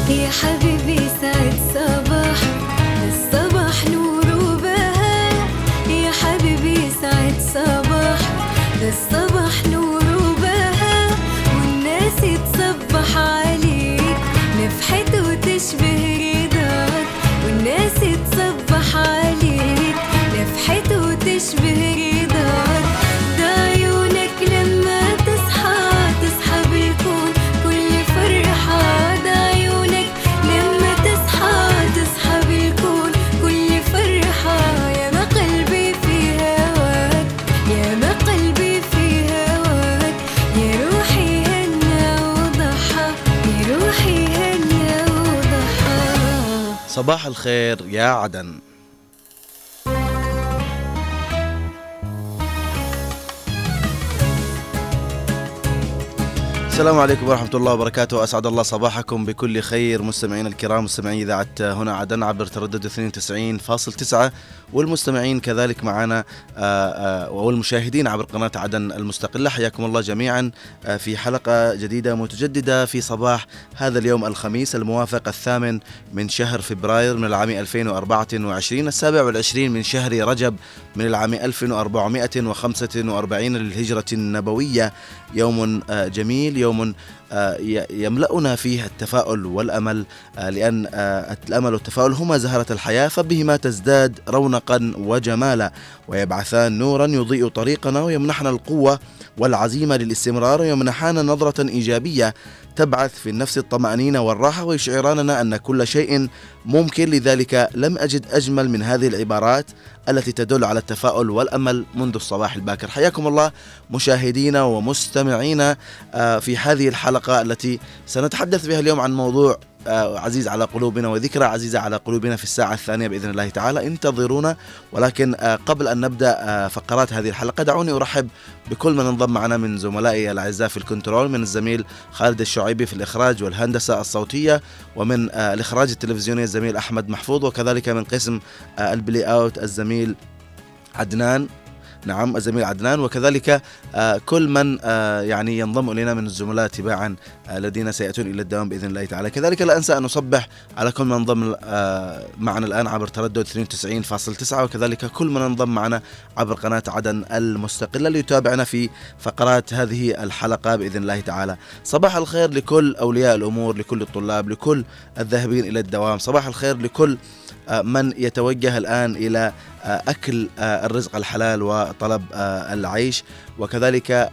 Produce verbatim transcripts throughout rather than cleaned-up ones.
يا حبيبي سعد صباح، الصباح نور وبهاء. يا حبيبي سعد صباح، الصباح نور وبهاء. والناس تصبح عليك نفحت وتشبه رضاك. والناس تصبح عليك نفحت وتشبه رضاك. ده عيونك لما تصحى تصحى بالكون كل فرحة. ده عيونك لما تصحى تصحى بالكون كل فرحة. يا ما قلبي في هواك، يا ما قلبي في هواك. يا روحي هنا وضحى، يا روحي هنا وضحى. صباح الخير يا عدن. السلام عليكم ورحمة الله وبركاته، أسعد الله صباحكم بكل خير مستمعين الكرام، مستمعين إذاعة هنا عدن عبر تردد اثنين وتسعين فاصلة تسعة، والمستمعين كذلك معنا والمشاهدين عبر قناة عدن المستقلة. حياكم الله جميعا في حلقة جديدة متجددة في صباح هذا اليوم الخميس الموافق الثامن من شهر فبراير من العام ألفين وأربعة وعشرين، السابع والعشرين من شهر رجب من العام ألف وأربعمائة وخمسة وأربعين للهجرة النبوية. يوم جميل، يوم يملأنا فيه التفاؤل والأمل، لأن الأمل والتفاؤل هما زهرة الحياة، فبهما تزداد رونقا وجمالا، ويبعثان نورا يضيء طريقنا ويمنحنا القوة والعزيمة للاستمرار، ويمنحنا نظرة إيجابية تبعث في النفس الطمأنينة والراحة، ويشعراننا أن كل شيء ممكن. لذلك لم أجد أجمل من هذه العبارات التي تدل على التفاؤل والأمل منذ الصباح الباكر. حياكم الله مشاهدينا ومستمعينا في هذه الحلقة التي سنتحدث بها اليوم عن موضوع عزيز على قلوبنا وذكرى عزيزة على قلوبنا في الساعة الثانية بإذن الله تعالى. انتظرونا. ولكن قبل أن نبدأ فقرات هذه الحلقة دعوني أرحب بكل من انضم معنا من زملائي الأعزاء في الكنترول، من الزميل خالد الشعيبي في الإخراج والهندسة الصوتية، ومن الإخراج التلفزيوني الزميل أحمد محفوظ، وكذلك من قسم البلاي أوت الزميل عدنان، نعم الزميل عدنان، وكذلك آه كل من آه يعني ينضم إلينا من الزملاء تباعا آه الذين سيأتون إلى الدوام بإذن الله تعالى. كذلك لا أنسى أن نصبح على كل من انضم آه معنا الآن عبر تردد اثنين وتسعين فاصلة تسعة، وكذلك كل من انضم معنا عبر قناة عدن المستقلة ليتابعنا في فقرات هذه الحلقة بإذن الله تعالى. صباح الخير لكل أولياء الأمور، لكل الطلاب، لكل الذاهبين إلى الدوام. صباح الخير لكل من يتوجه الآن إلى أكل الرزق الحلال وطلب العيش، وكذلك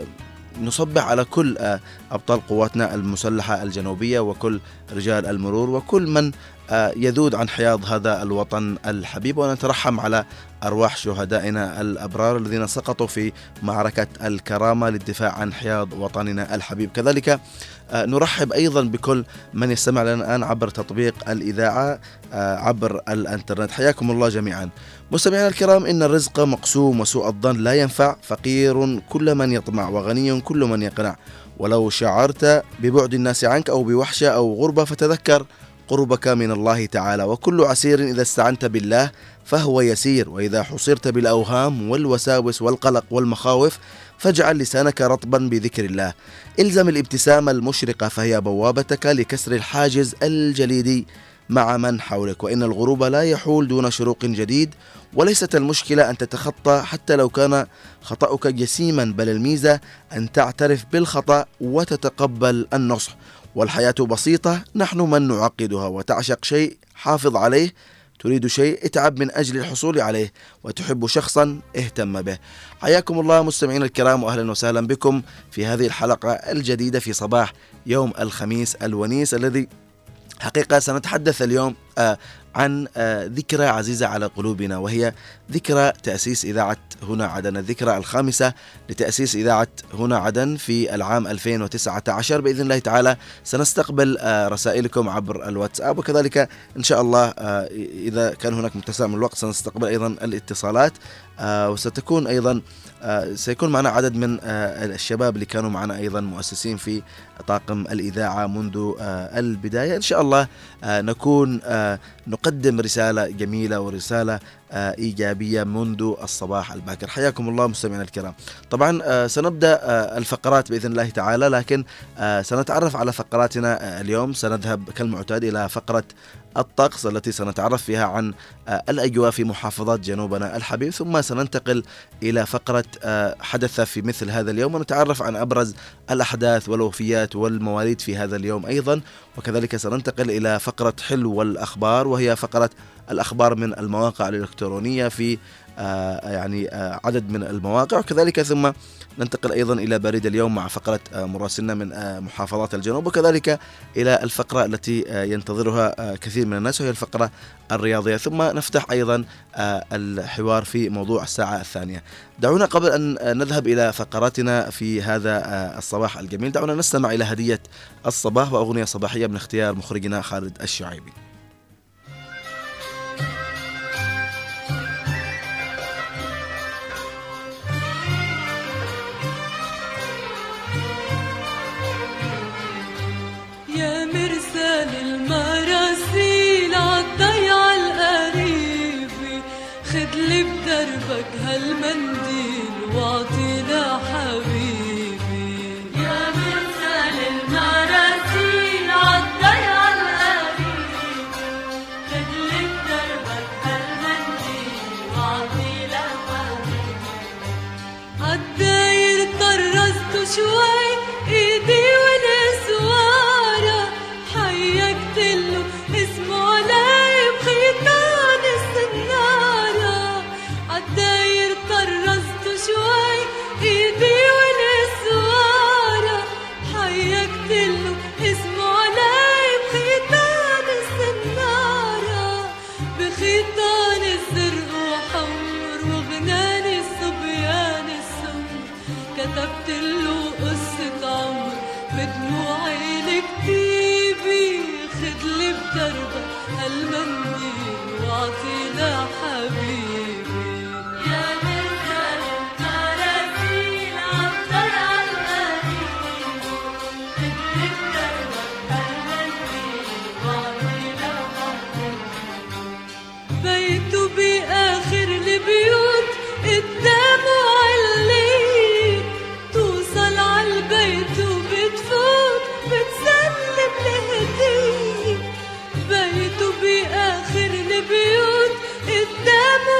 نصبح على كل أبطال قواتنا المسلحة الجنوبية وكل رجال المرور وكل من يذود عن حياض هذا الوطن الحبيب، ونترحم على أرواح شهدائنا الأبرار الذين سقطوا في معركة الكرامة للدفاع عن حياض وطننا الحبيب. كذلك نرحب أيضا بكل من يستمع لنا الآن عبر تطبيق الإذاعة عبر الانترنت. حياكم الله جميعا. مستمعينا الكرام، إن الرزق مقسوم وسوء الظن لا ينفع، فقير كل من يطمع وغني كل من يقنع. ولو شعرت ببعد الناس عنك أو بوحشة أو غربة فتذكر قربك من الله تعالى. وكل عسير إذا استعنت بالله فهو يسير، وإذا حصرت بالأوهام والوساوس والقلق والمخاوف فاجعل لسانك رطبا بذكر الله. إلزم الابتسامة المشرقة فهي بوابتك لكسر الحاجز الجليدي مع من حولك، وإن الغروب لا يحول دون شروق جديد. وليست المشكلة أن تتخطى حتى لو كان خطأك جسيما، بل الميزة أن تعترف بالخطأ وتتقبل النصح. والحياة بسيطة، نحن من نعقدها. وتعشق شيء حافظ عليه، تريد شيء اتعب من أجل الحصول عليه، وتحب شخصا اهتم به. حياكم الله مستمعين الكرام، وأهلا وسهلا بكم في هذه الحلقة الجديدة في صباح يوم الخميس الونيس، الذي حقيقة سنتحدث اليوم آه عن آه ذكرى عزيزة على قلوبنا، وهي ذكرى تأسيس إذاعة هنا عدن، الذكرى الخامسة لتأسيس إذاعة هنا عدن في العام ألفين وتسعة عشر. بإذن الله تعالى سنستقبل آه رسائلكم عبر الواتساب، وكذلك إن شاء الله آه إذا كان هناك متسع من الوقت سنستقبل أيضا الاتصالات، آه وستكون أيضا آه سيكون معنا عدد من آه الشباب اللي كانوا معنا أيضا مؤسسين في طاقم الإذاعة منذ آه البداية. إن شاء الله آه نكون آه نقدم رسالة جميلة ورسالة آه، إيجابية منذ الصباح الباكر. حياكم الله مستمعينا الكرام. طبعا آه، سنبدأ آه، الفقرات بإذن الله تعالى، لكن آه، سنتعرف على فقراتنا آه، اليوم. سنذهب كالمعتاد إلى فقرة الطقس التي سنتعرف فيها عن آه، الأجواء في محافظات جنوبنا الحبيب، ثم سننتقل إلى فقرة آه، حدث في مثل هذا اليوم، ونتعرف عن أبرز الأحداث والوفيات والمواليد في هذا اليوم أيضا. وكذلك سننتقل إلى فقرة حلو والأخبار، وهي فقرة الأخبار من المواقع الإلكترونية في آه يعني آه عدد من المواقع. وكذلك ثم ننتقل أيضا إلى بريد اليوم مع فقرة آه مراسلنا من آه محافظات الجنوب، وكذلك إلى الفقرة التي آه ينتظرها آه كثير من الناس، وهي الفقرة الرياضية. ثم نفتح أيضا آه الحوار في موضوع الساعة الثانية. دعونا قبل أن نذهب إلى فقراتنا في هذا آه الصباح الجميل، دعونا نستمع إلى هدية الصباح وأغنية صباحية من اختيار مخرجنا خالد الشعيبي. يا مرسال المراسيل عالضيعة القريبة، خدلي بدربك هالمنديل واعطينا حبيبي. يا مرسال المراسيل عالضيعة القريبة، خدلي بدربك هالمنديل واعطينا حبيبي. عالداير طرزته شوي ايدي والاسوارة، حيقتله اسمه علي بخيطان السنارة. عالداير طرزته شوي ايدي والاسوارة، حيقتله اسمه علي بخيطان السنارة. بخيطان الزرق وحمر وغناني الصبيان السمر، كتبت له قصة عمر بدموعي الكتيبي. خدلي بدربك هالمنديل واعطينا حبيبي. يا مرسال المراسيل عالضيعة القريبة، خدلي بدربك هالمنديل واعطينا حبيبي. بيته بآخر البيوت قدامه عليت، توصل عالبيت وبتفوت بتسلم لهدية. بيته بآخر البيوت قدامه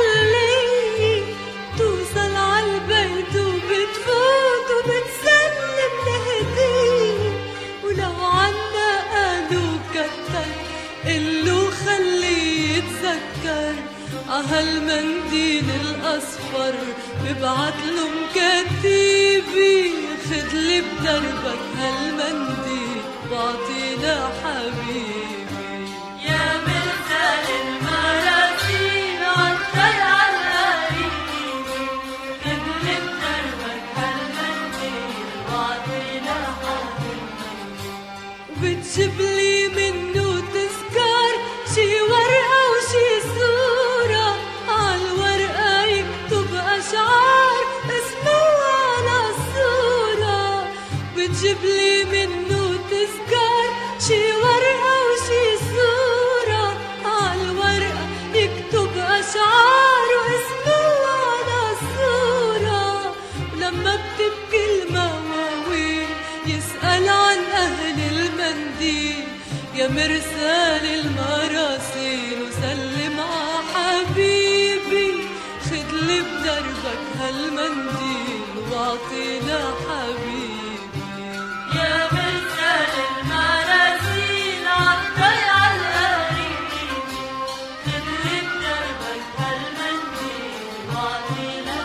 عليت، توصل عالبيت وبتفوت وبتسلم لهدية. ولو عنا قالوا كتر قلو خليه يتذكر، عهالمنديل الأصفر ببعتله مكتيبي. خدلي بدربك هالمنديل واعطينا حبيبي. يا مرسال المراسيل عالضيعة القريبة، خدلي بدربك هالمنديل واعطينا حبيبي. وبتجيبلي منه تذكار شي ورقة وشي صورة، عالورقة يكتب أشعار اسمه على الصورة. بتجيبلي منه تذكار شي ورقة وشي صورة، عالورقة يكتب أشعار واسمه على الصورة. ولما بتبكي المواويل يسأل عن أهل المنديل. يا مرسال المراسيل وسلم ع حبيبي. خدلي بدربك هالمنديل واعطينا حبيبي. يا مرسال المراسيل عالضيعة القريبة، خدلي بدربك هالمنديل واعطينا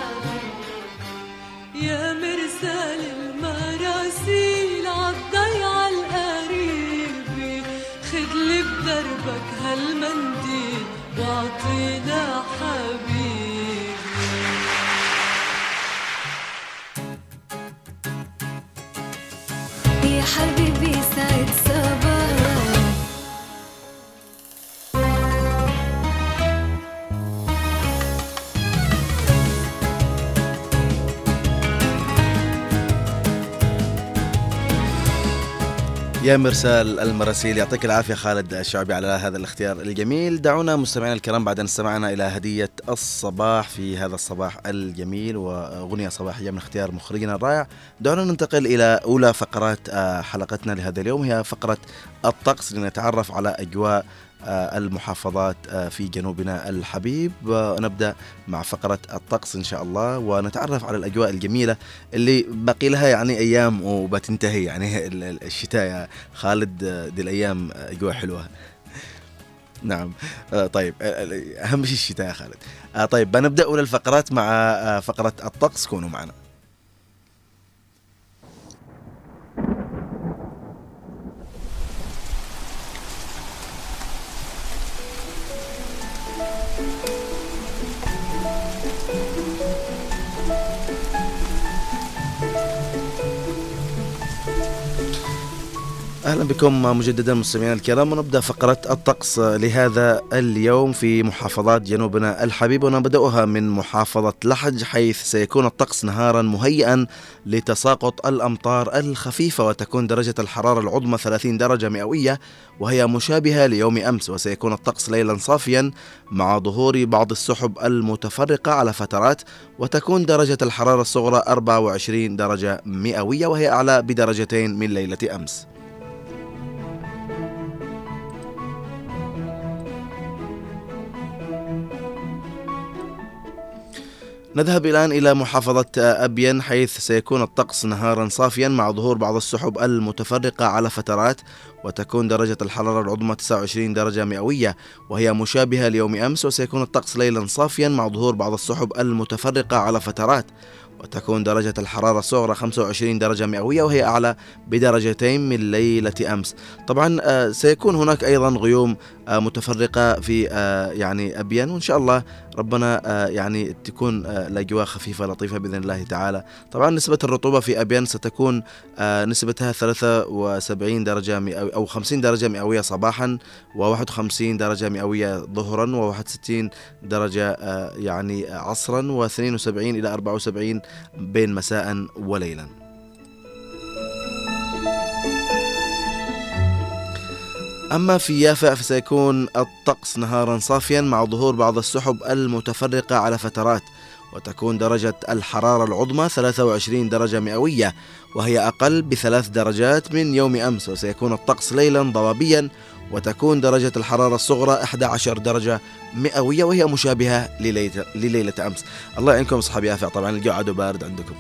حبيبي. يا مرسال المراسيل عالضيعة القريبة، خدلي بدربك هالمنديل واعطينا حبيبي. يا حبيبي سعد صباح. يا مرسال المراسيل، يعطيك العافية خالد الشعبي على هذا الاختيار الجميل. دعونا مستمعينا الكرام بعد أن استمعنا إلى هدية الصباح في هذا الصباح الجميل وأغنية صباحية من اختيار مخرجنا الرائع، دعونا ننتقل إلى أولى فقرات حلقتنا لهذا اليوم، هي فقرة الطقس، لنتعرف على أجواء المحافظات في جنوبنا الحبيب. ونبدأ مع فقرة الطقس إن شاء الله، ونتعرف على الأجواء الجميلة اللي باقي لها يعني أيام وبتنتهي، يعني الشتاء يا خالد دي الأيام أجواء حلوة. نعم طيب، أهم شيء الشتاء يا خالد. طيب بنبدأ أولى الفقرات مع فقرة الطقس، كونوا معنا. أهلا بكم مجددا مستمعينا الكرام، ونبدأ فقرة الطقس لهذا اليوم في محافظات جنوبنا الحبيب، ونبدأها من محافظة لحج، حيث سيكون الطقس نهارا مهيئا لتساقط الأمطار الخفيفة، وتكون درجة الحرارة العظمى ثلاثين درجة مئوية وهي مشابهة ليوم أمس. وسيكون الطقس ليلا صافيا مع ظهور بعض السحب المتفرقة على فترات، وتكون درجة الحرارة الصغرى أربعة وعشرين درجة مئوية وهي أعلى بدرجتين من ليلة أمس. نذهب الآن إلى محافظة أبين، حيث سيكون الطقس نهارا صافيا مع ظهور بعض السحب المتفرقة على فترات، وتكون درجة الحرارة العظمى تسعة وعشرين درجة مئوية وهي مشابهة ليوم أمس. وسيكون الطقس ليلا صافيا مع ظهور بعض السحب المتفرقة على فترات، وتكون درجة الحرارة الصغرى خمسة وعشرين درجة مئوية وهي أعلى بدرجتين من ليلة أمس. طبعا سيكون هناك أيضا غيوم متفرقة في يعني أبين، وإن شاء الله ربنا يعني تكون الأجواء خفيفة لطيفة بإذن الله تعالى. طبعا نسبة الرطوبة في أبين ستكون نسبتها ثلاثة وسبعين درجة مئوية أو خمسين درجة مئوية صباحا، وواحد وخمسين درجة مئوية ظهرا، وواحد وستين درجة يعني عصرا، واثنين وسبعين إلى أربعة وسبعين بين مساء وليلا. أما في يافع فسيكون الطقس نهارا صافيا مع ظهور بعض السحب المتفرقة على فترات، وتكون درجة الحرارة العظمى ثلاثة وعشرين درجة مئوية وهي أقل بثلاث درجات من يوم أمس. وسيكون الطقس ليلا ضبابيا، وتكون درجة الحرارة الصغرى إحدى عشرة درجة مئوية وهي مشابهة لليلة, لليلة أمس. الله يعينكم أصحاب يافع، طبعا الجو عدو بارد عندكم.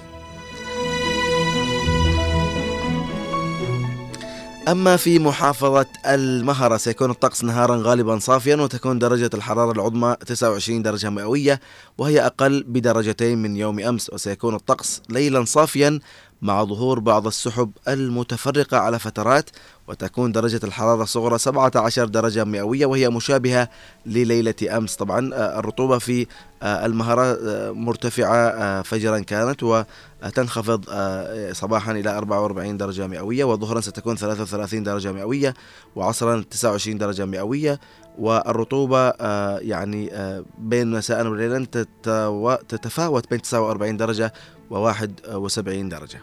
أما في محافظة المهرة سيكون الطقس نهارا غالبا صافيا، وتكون درجة الحرارة العظمى تسعة وعشرين درجة مئوية وهي أقل بدرجتين من يوم أمس. وسيكون الطقس ليلا صافيا مع ظهور بعض السحب المتفرقة على فترات، وتكون درجة الحرارة الصغرى سبعة عشر درجة مئوية وهي مشابهة لليلة أمس. طبعا الرطوبة في المهرة مرتفعة فجرا كانت، وتنخفض صباحا إلى أربعة وأربعين درجة مئوية، وظهرا ستكون ثلاثة وثلاثين درجة مئوية، وعصرا تسعة وعشرين درجة مئوية. والرطوبة يعني بين مساء وليلا تتفاوت بين تسعة وأربعين درجة وواحد وسبعين درجة.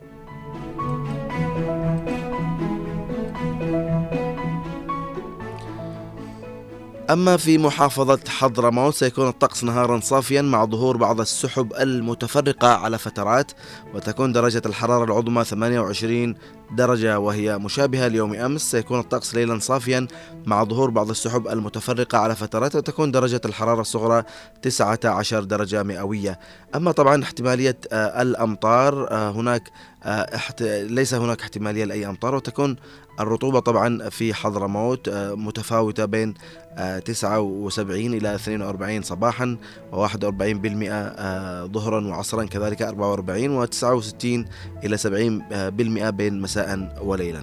أما في محافظة حضرموت سيكون الطقس نهارا صافيا مع ظهور بعض السحب المتفرقة على فترات، وتكون درجة الحرارة العظمى ثمانية وعشرين درجة وهي مشابهة ليوم أمس. سيكون الطقس ليلا صافيا مع ظهور بعض السحب المتفرقة على فترات، وتكون درجة الحرارة الصغرى تسعة عشر درجة مئوية. أما طبعا احتمالية الأمطار هناك ليس هناك احتمالية لأي أمطار، وتكون الرطوبة طبعا في حضرموت متفاوتة بين تسعة وسبعين إلى اثنين وأربعين صباحا، وواحد وأربعين بالمئة ظهرا وعصرا، كذلك أربعة وأربعين وتسعة وستين إلى سبعين بالمئة بين مساء وليلا.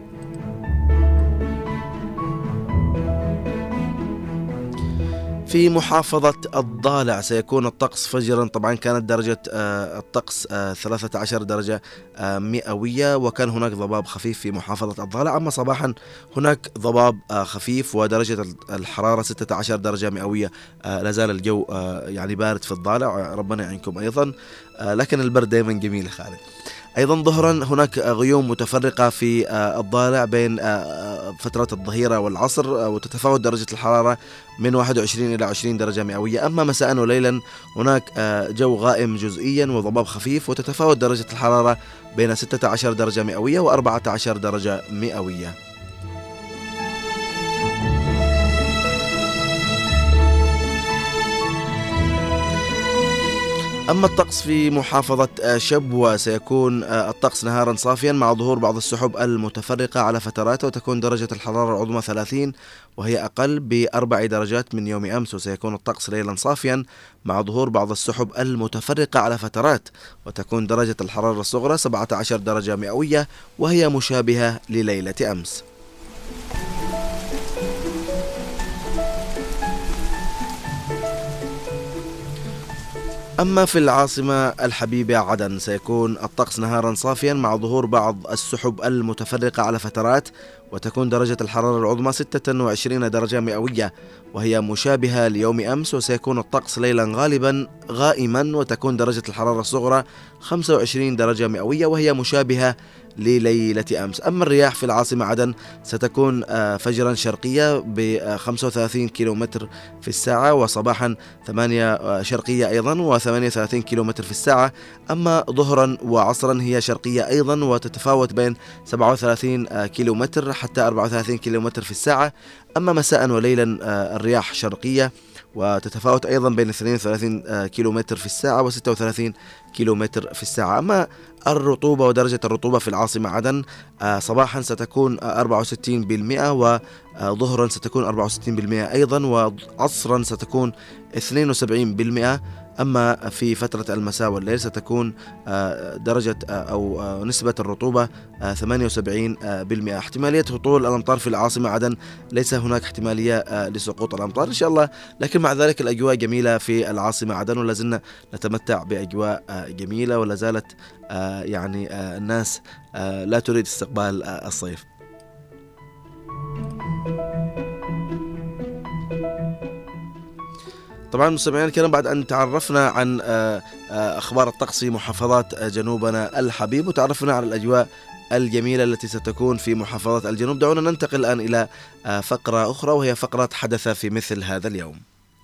في محافظة الضالع سيكون الطقس فجرا، طبعا كانت درجة الطقس ثلاثة عشر درجة مئوية، وكان هناك ضباب خفيف في محافظة الضالع. أما صباحا هناك ضباب خفيف ودرجة الحرارة ستة عشر درجة مئوية. لازال الجو يعني بارد في الضالع، ربنا يعينكم أيضا، لكن البرد دائما جميل خالد. أيضا ظهرا هناك غيوم متفرقة في الضالع بين فترات الظهيرة والعصر، وتتفاوت درجة الحرارة من واحد وعشرين إلى عشرين درجة مئوية. أما مساء وليلا هناك جو غائم جزئيا وضباب خفيف، وتتفاوت درجة الحرارة بين ستة عشر درجة مئوية وأربعة عشر درجة مئوية. أما الطقس في محافظة شبوة سيكون الطقس نهارا صافيا مع ظهور بعض السحب المتفرقة على فترات، وتكون درجة الحرارة العظمى ثلاثين وهي أقل بأربع درجات من يوم أمس. وسيكون الطقس ليلا صافيا مع ظهور بعض السحب المتفرقة على فترات، وتكون درجة الحرارة الصغرى سبعة عشر درجة مئوية وهي مشابهة لليلة أمس. أما في العاصمة الحبيبة عدن سيكون الطقس نهارا صافيا مع ظهور بعض السحب المتفرقة على فترات، وتكون درجة الحرارة العظمى ستة وعشرين درجة مئوية وهي مشابهة ليوم أمس. وسيكون الطقس ليلا غالبا غائما، وتكون درجة الحرارة الصغرى خمسة وعشرين درجة مئوية وهي مشابهة لليلة أمس. أما الرياح في العاصمة عدن ستكون فجرا شرقية ب خمسة وثلاثين كيلومتر في الساعة، وصباحا ثمانية شرقية أيضا وثمانية وثلاثين كيلومتر في الساعة. أما ظهرا وعصرا هي شرقية أيضا وتتفاوت بين سبعة وثلاثين كيلومتر حتى أربعة وثلاثين كيلومتر في الساعة. أما مساء وليلا الرياح شرقية وتتفاوت أيضا بين اثنين وثلاثين كيلومتر في الساعة وستة وثلاثين كيلومتر في الساعة. أما الرطوبة ودرجة الرطوبة في العاصمة عدن صباحا ستكون أربعة وستين بالمئة وظهرا ستكون أربعة وستين بالمئة أيضا، وعصرا ستكون اثنين وسبعين بالمئة. أما في فترة المساء والليل ستكون درجة أو نسبة الرطوبة ثمانية وسبعين بالمئة. احتمالية هطول الأمطار في العاصمة عدن ليس هناك احتمالية لسقوط الأمطار إن شاء الله، لكن مع ذلك الأجواء جميلة في العاصمة عدن، ولازلنا نتمتع بأجواء جميلة، ولا زالت يعني الناس لا تريد استقبال الصيف. طبعا مستمعينا الكرام، بعد أن تعرفنا عن أخبار الطقس في محافظات جنوبنا الحبيب وتعرفنا على الأجواء الجميلة التي ستكون في محافظات الجنوب، دعونا ننتقل الآن إلى فقرة أخرى وهي فقرة حدث في مثل هذا اليوم.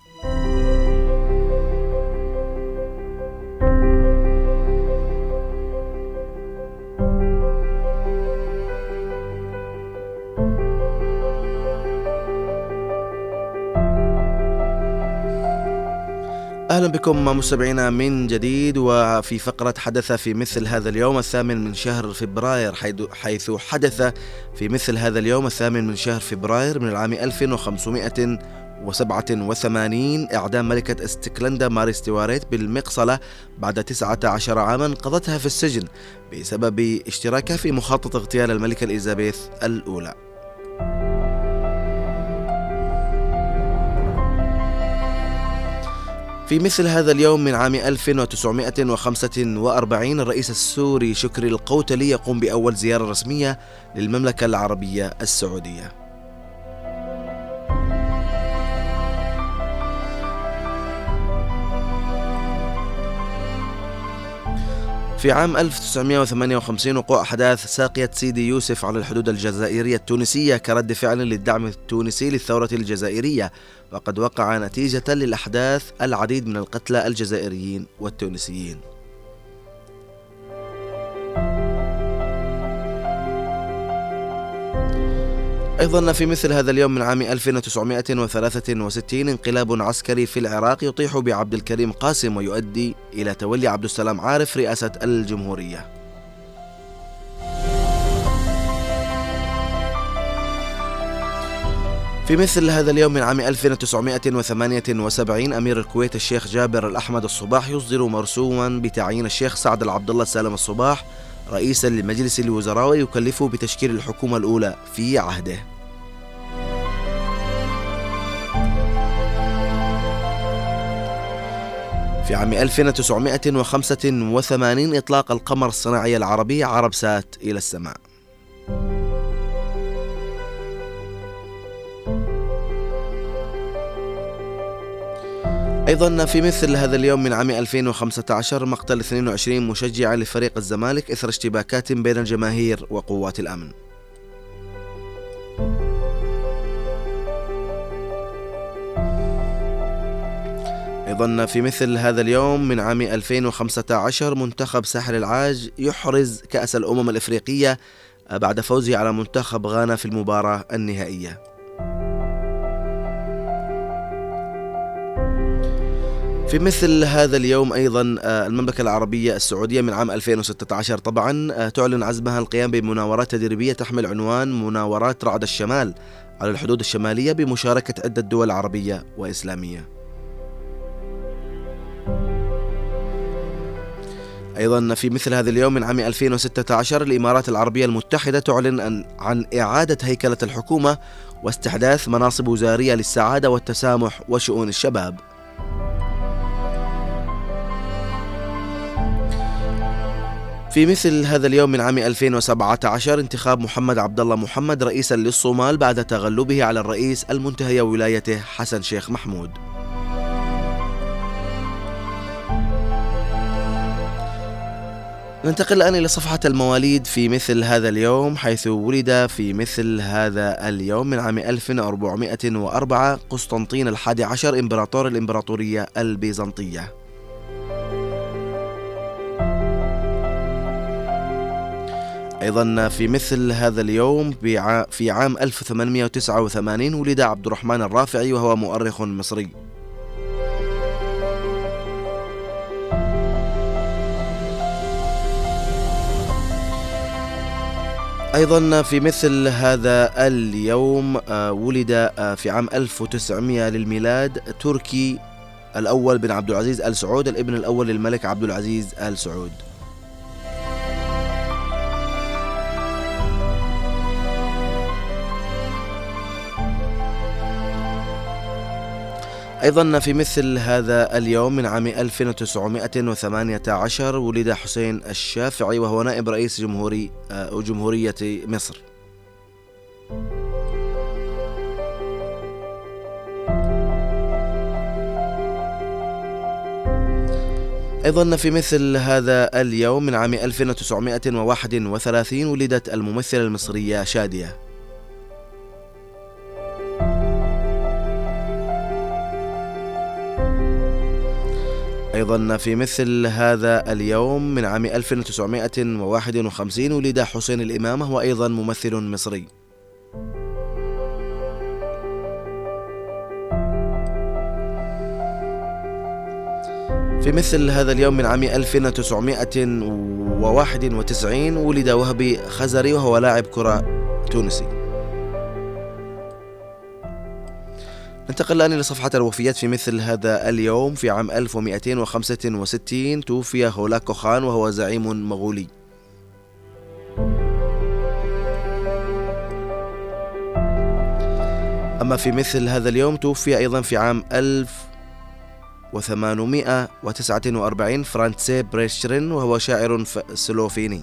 أهلا بكم مستمعينا من جديد، وفي فقرة حدث في مثل هذا اليوم الثامن من شهر فبراير، حيث حدث في مثل هذا اليوم الثامن من شهر فبراير من العام ألف وخمسمائة وسبعة وثمانين إعدام ملكة اسكتلندا ماري ستيوارت بالمقصلة بعد تسعة عشر عاما قضتها في السجن بسبب اشتراكها في مخطط اغتيال الملكة إليزابيث الأولى. في مثل هذا اليوم من عام ألف وتسعمائة وخمسة وأربعين الرئيس السوري شكري القوتلي يقوم بأول زيارة رسمية للمملكة العربية السعودية. في عام ألف وتسعمائة وثمانية وخمسين وقوع أحداث ساقية سيدي يوسف على الحدود الجزائرية التونسية كرد فعل للدعم التونسي للثورة الجزائرية، وقد وقع نتيجة للأحداث العديد من القتلى الجزائريين والتونسيين. أيضا في مثل هذا اليوم من عام ألف وتسعمائة وثلاثة وستين انقلاب عسكري في العراق يطيح بعبد الكريم قاسم ويؤدي إلى تولي عبد السلام عارف رئاسة الجمهورية. في مثل هذا اليوم من عام ألف وتسعمائة وثمانية وسبعين أمير الكويت الشيخ جابر الأحمد الصباح يصدر مرسوما بتعيين الشيخ سعد العبد الله سالم الصباح رئيسا لمجلس الوزراء ويكلفه بتشكيل الحكومة الأولى في عهده. في عام ألف وتسعمائة وخمسة وثمانين إطلاق القمر الصناعي العربي عرب سات إلى السماء. أيضا في مثل هذا اليوم من عام ألفين وخمسة عشر مقتل اثنين وعشرين مشجعا لفريق الزمالك إثر اشتباكات بين الجماهير وقوات الأمن. أيضا في مثل هذا اليوم من عام ألفين وخمسة عشر منتخب ساحل العاج يحرز كأس الأمم الإفريقية بعد فوزه على منتخب غانا في المباراة النهائية. في مثل هذا اليوم أيضا المملكة العربية السعودية من عام ألفين وستة عشر طبعا تعلن عزمها القيام بمناورات تدريبية تحمل عنوان مناورات رعد الشمال على الحدود الشمالية بمشاركة عدة دول عربية وإسلامية. أيضا في مثل هذا اليوم من عام ألفين وستة عشر الإمارات العربية المتحدة تعلن عن إعادة هيكلة الحكومة واستحداث مناصب وزارية للسعادة والتسامح وشؤون الشباب. في مثل هذا اليوم من عام ألفين وسبعة عشر انتخاب محمد عبد الله محمد رئيسا للصومال بعد تغلبه على الرئيس المنتهي ولايته حسن شيخ محمود. ننتقل الآن إلى صفحة المواليد في مثل هذا اليوم، حيث ولد في مثل هذا اليوم من عام ألف وأربعمائة وأربعة قسطنطين الحادي عشر إمبراطور الإمبراطورية البيزنطية. أيضا في مثل هذا اليوم في عام ألف وثمانمائة وتسعة وثمانين ولد عبد الرحمن الرافعي وهو مؤرخ مصري. أيضا في مثل هذا اليوم ولد في عام ألف وتسعمائة للميلاد تركي الأول بن عبد العزيز آل سعود الابن الأول للملك عبد العزيز آل سعود. أيضا في مثل هذا اليوم من عام ألف وتسعمائة وثمانية عشر ولد حسين الشافعي وهو نائب رئيس جمهوري جمهورية مصر. أيضا في مثل هذا اليوم من عام ألف وتسعمائة وواحد وثلاثين ولدت الممثلة المصرية شادية. أيضا في مثل هذا اليوم من عام ألف وتسعمائة وواحد وخمسين ولد حسين الإمامة وأيضا ممثل مصري. في مثل هذا اليوم من عام ألف وتسعمائة وواحد وتسعين ولد وهبي خزري وهو لاعب كرة تونسي. ننتقل الآن إلى صفحة الوفيات في مثل هذا اليوم. في عام ألف ومئتين وخمسة وستين توفي هولاكو خان وهو زعيم مغولي. أما في مثل هذا اليوم توفي أيضا في عام ألف وثمانمائة وتسعة وأربعين فرانتسي بريشرين وهو شاعر سلوفيني.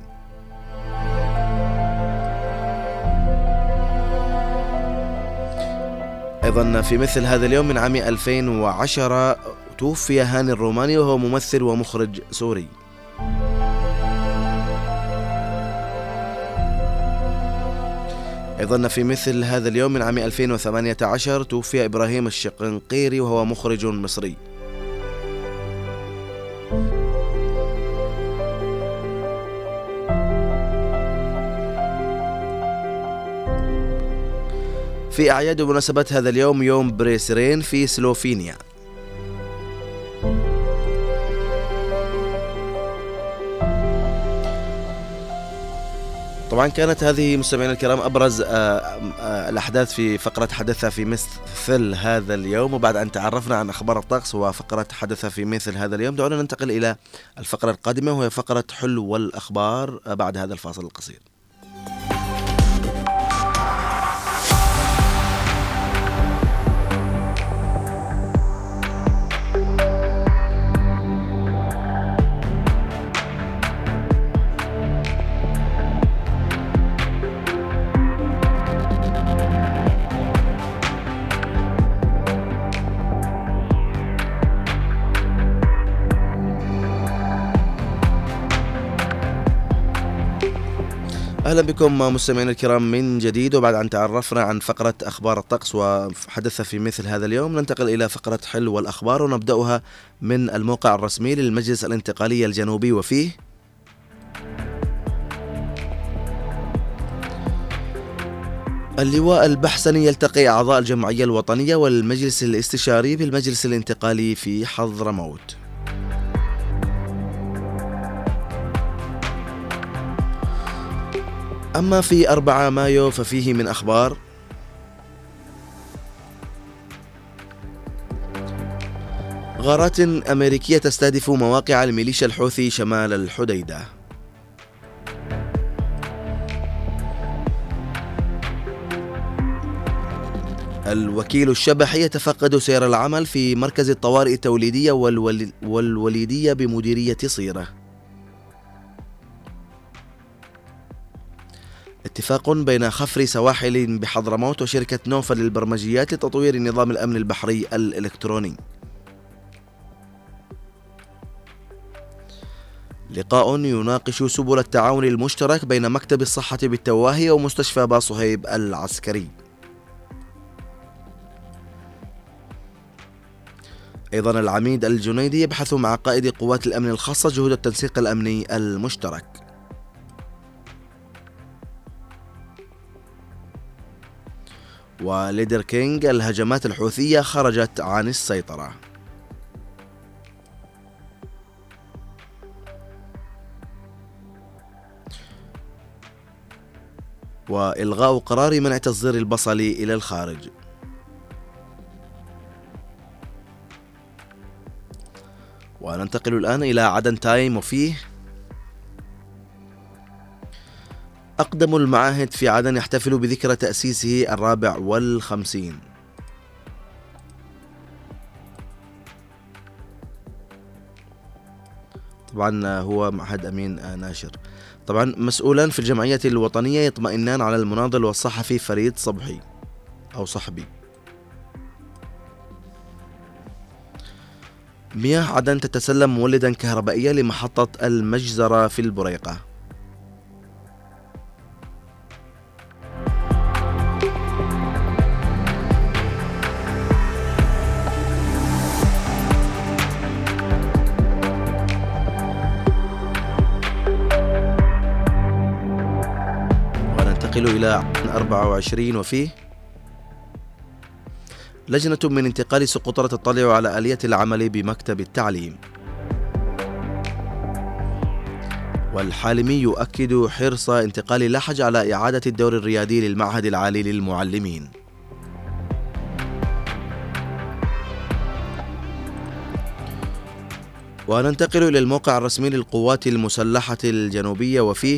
أيضا في مثل هذا اليوم من عام ألفين وعشرة توفي هاني الروماني وهو ممثل ومخرج سوري. أيضا في مثل هذا اليوم من عام ألفين وثمانية عشر توفي إبراهيم الشقنقيري وهو مخرج مصري. في أعياد ومناسبات هذا اليوم يوم بريسرين في سلوفينيا. طبعا كانت هذه مستمعينا الكرام أبرز الأحداث في فقرة حدث في مثل هذا اليوم. وبعد أن تعرفنا عن أخبار الطقس وفقرة حدث في مثل هذا اليوم دعونا ننتقل إلى الفقرة القادمة وهي فقرة حلو والأخبار بعد هذا الفاصل القصير. أهلا بكم مستمعينا الكرام من جديد. وبعد أن تعرفنا عن فقرة أخبار الطقس وحدث في مثل هذا اليوم، ننتقل إلى فقرة حل والأخبار، ونبدأها من الموقع الرسمي للمجلس الانتقالي الجنوبي. وفيه اللواء البحسني يلتقي أعضاء الجمعية الوطنية والمجلس الاستشاري بالمجلس الانتقالي في حضرموت. أما في أربعة مايو ففيه من أخبار: غارات أمريكية تستهدف مواقع الميليشيا الحوثي شمال الحديدة. الوكيل الشبحي يتفقد سير العمل في مركز الطوارئ التوليدية والول... والوليدية بمديرية صيرة. اتفاق بين خفر سواحل بحضرموت وشركة نوفل للبرمجيات لتطوير نظام الأمن البحري الإلكتروني. لقاء يناقش سبل التعاون المشترك بين مكتب الصحة بالتواهي ومستشفى باصهيب العسكري. أيضا العميد الجنيدي يبحث مع قائد قوات الأمن الخاصة جهود التنسيق الأمني المشترك. وليدر كينج الهجمات الحوثية خرجت عن السيطرة. وإلغاء قرار منع تصدير البصل إلى الخارج. وننتقل الآن إلى عدن تايم. وفيه أقدم المعاهد في عدن يحتفل بذكرى تأسيسه الرابع والخمسين. طبعا هو معهد أمين ناشر. طبعا مسؤولان في الجمعية الوطنية يطمئنان على المناضل والصحفي فريد صبحي أو صحبي. مياه عدن تتسلم مولدا كهربائيا لمحطة المجزرة في البريقة. وننتقل إلى أربعة وعشرين. وفيه لجنة من انتقال سقطرى تطلع على آلية العمل بمكتب التعليم. والحالمي يؤكد حرص انتقال لحج على إعادة الدور الريادي للمعهد العالي للمعلمين. وننتقل إلى الموقع الرسمي للقوات المسلحة الجنوبية. وفيه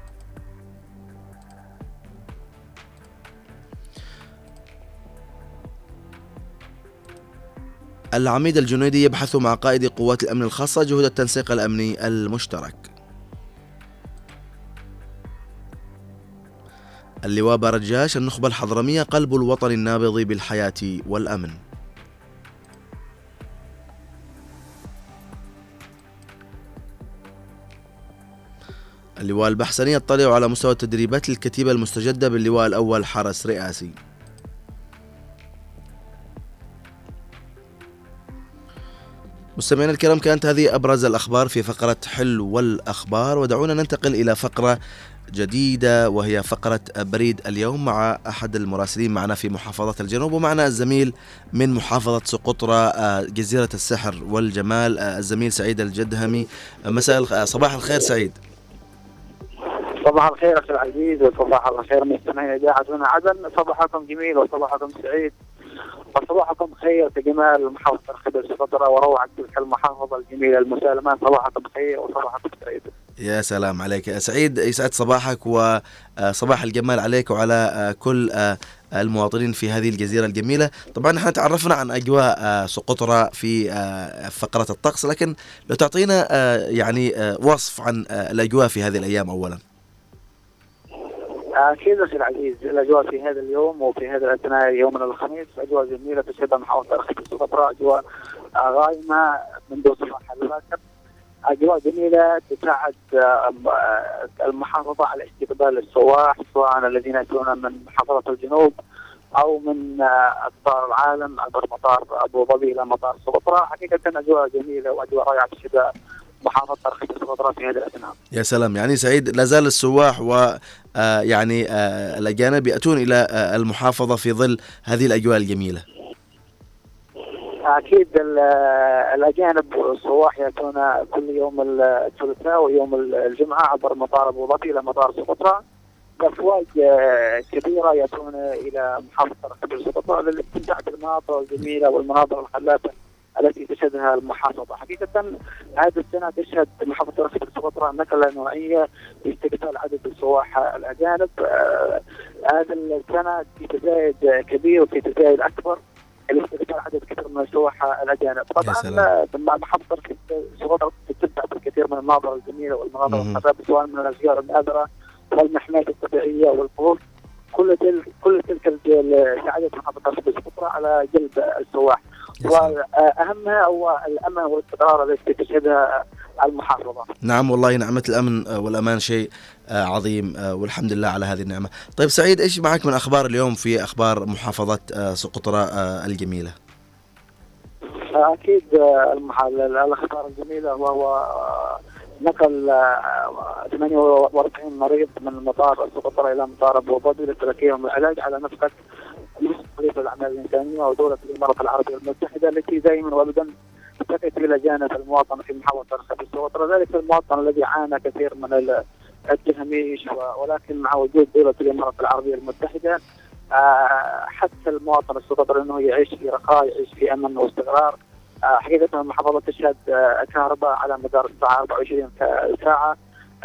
العميد الجنيدي يبحث مع قائد قوات الأمن الخاصة جهود التنسيق الأمني المشترك. اللواء برجاش النخبة الحضرمية قلب الوطن النابض بالحياة والأمن. اللواء البحسني يطلع على مستوى التدريبات للكتيبة المستجدة باللواء الأول حرس رئاسي. مستمعينا الكرام، كانت هذه أبرز الأخبار في فقرة حل والأخبار، ودعونا ننتقل إلى فقرة جديدة وهي فقرة بريد اليوم مع أحد المراسلين معنا في محافظة الجنوب، ومعنا الزميل من محافظة سقطرى جزيرة السحر والجمال الزميل سعيد الجدهمي. مساء صباح الخير سعيد. صباح الخير أخي العزيز وصباح الخير مستمعين إذاعة هنا عدن. صباحكم جميل وصباحكم سعيد وصباحكم خير في جمال محافظة خبز سقطرى وروعة تلك المحافظة الجميلة المسالمات. صباحكم خير وصباحكم سعيد. يا سلام عليك يا سعيد، يسعد صباحك وصباح الجمال عليك وعلى كل المواطنين في هذه الجزيرة الجميلة. طبعا نحن تعرفنا عن أجواء سقطرى في فقرة الطقس، لكن لو تعطينا يعني وصف عن الأجواء في هذه الأيام أولا. أكيد أخي العزيز، الأجواء في هذا اليوم وفي هذا الأثناء يومنا الخميس أجواء جميلة تشهدها محافظة خبز سقطرى، أجواء غائمة منذ صباح الباكر. أجواء جميلة تساعد المحافظة على استقبال السواح، سواء الذين يأتون من محافظة الجنوب أو من أقطار العالم عبر مطار أبو ظبي إلى مطار سقطرى. حقيقة أجواء جميلة وأجواء رائعة تشهد محافظة ترخيص سقطرى في هذه الأثناء. يا سلام، يعني سعيد لا زال السواح و يعني الأجانب يأتون إلى المحافظة في ظل هذه الأجواء الجميلة. أكيد الأجانب والسواح يأتون كل يوم الثلاثاء ويوم الجمعة عبر مطار أبو ظبي إلى مطار سقطرى بأفواج كبيرة يأتون إلى محافظة ترخيص سقطرى للاستمتاع بالمناظر الجميلة والمناظر الخلابة التي تشهدها المحافظة. حقيقة هذه السنة تشهد محافظة ترخيص سقطرى نقلة نوعية لاستقبال عدد السواح الأجانب. هذه السنة في تزايد كبير وفي تزايد أكبر لاستقبال عدد كثير من السواح الأجانب. طبعا محافظة ترخيص سقطرى تتبع بالكثير من المناظر الجميلة والمناظر الخلابة سواء من الأشجار النادرة والمحميات الطبيعية والقصور. كل تلك كل تلك ساعدت محافظة ترخيص سقطرى على جلب السواح، وأهمها هو الأمن والاستقرار التي تشهدها المحافظة. نعم والله، نعمة الأمن والأمان شيء عظيم والحمد لله على هذه النعمة. طيب سعيد، إيش معك من أخبار اليوم في أخبار محافظة سقطرى الجميلة؟ أكيد الأخبار الجميلة وهو نقل ثمانية وأربعين مريض من مطار سقطرى إلى مطار أبو ظبي لتلقيهم العلاج على نفقة مؤسسة الأعمال الإنسانية ودولة الإمارات العربية المتحدة التي دائما وابدا تقف إلى جانب المواطن في محافظة ترخيص سقطرى. ذلك المواطن الذي عانى كثير من التهميش، ولكن مع وجود دولة الإمارات العربية المتحدة حث المواطن السقطري أنه يعيش في رخاء، يعيش في أمن واستقرار. حقيقة المحافظة تشهد كهرباء على مدار الساعة أربعة وعشرين ساعة،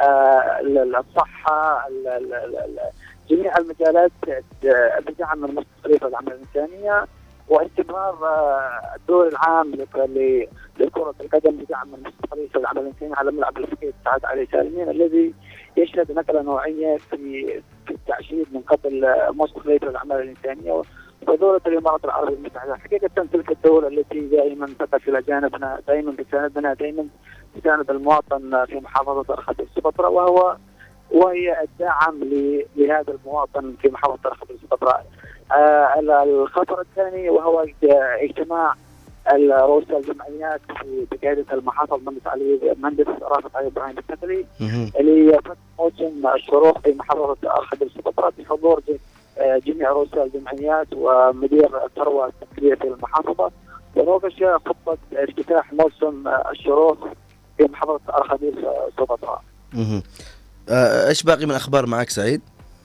الصحة، جميع المجالات بدعم من مؤسسة الأعمال الإنسانية، واستمرار الدور العام لكرة القدم بدعم من مؤسسة الأعمال الإنسانية على ملعب الفقيه سعد علي سالمين الذي يشهد نقلة نوعية في التعشير من قبل مؤسسة الأعمال الإنسانية ودولة الإمارات العربية المتحدة. حقيقة تلك الدولة التي دائما تقف إلى جانبنا، دائما بتساندنا، دائما تساند المواطن في محافظة ترخيص سقطرى، وهو وهي الداعم لهذا المواطن في محافظة ترخيص سقطرى. آه الخطر الثاني وهو اجتماع رؤساء الجمعيات بقيادة المحافظ المهندس علي مهندس رافت علي ابراهيم التكلي لفتح موسم الشروق في محافظة ترخيص سقطرى بحضور جميع رؤساء الجمعيات ومدير الثروة التكلية في المحافظة، وناقش خطة افتتاح موسم الشروق في محافظة ترخيص سقطرى. ايش باقي من اخبار معك سعيد؟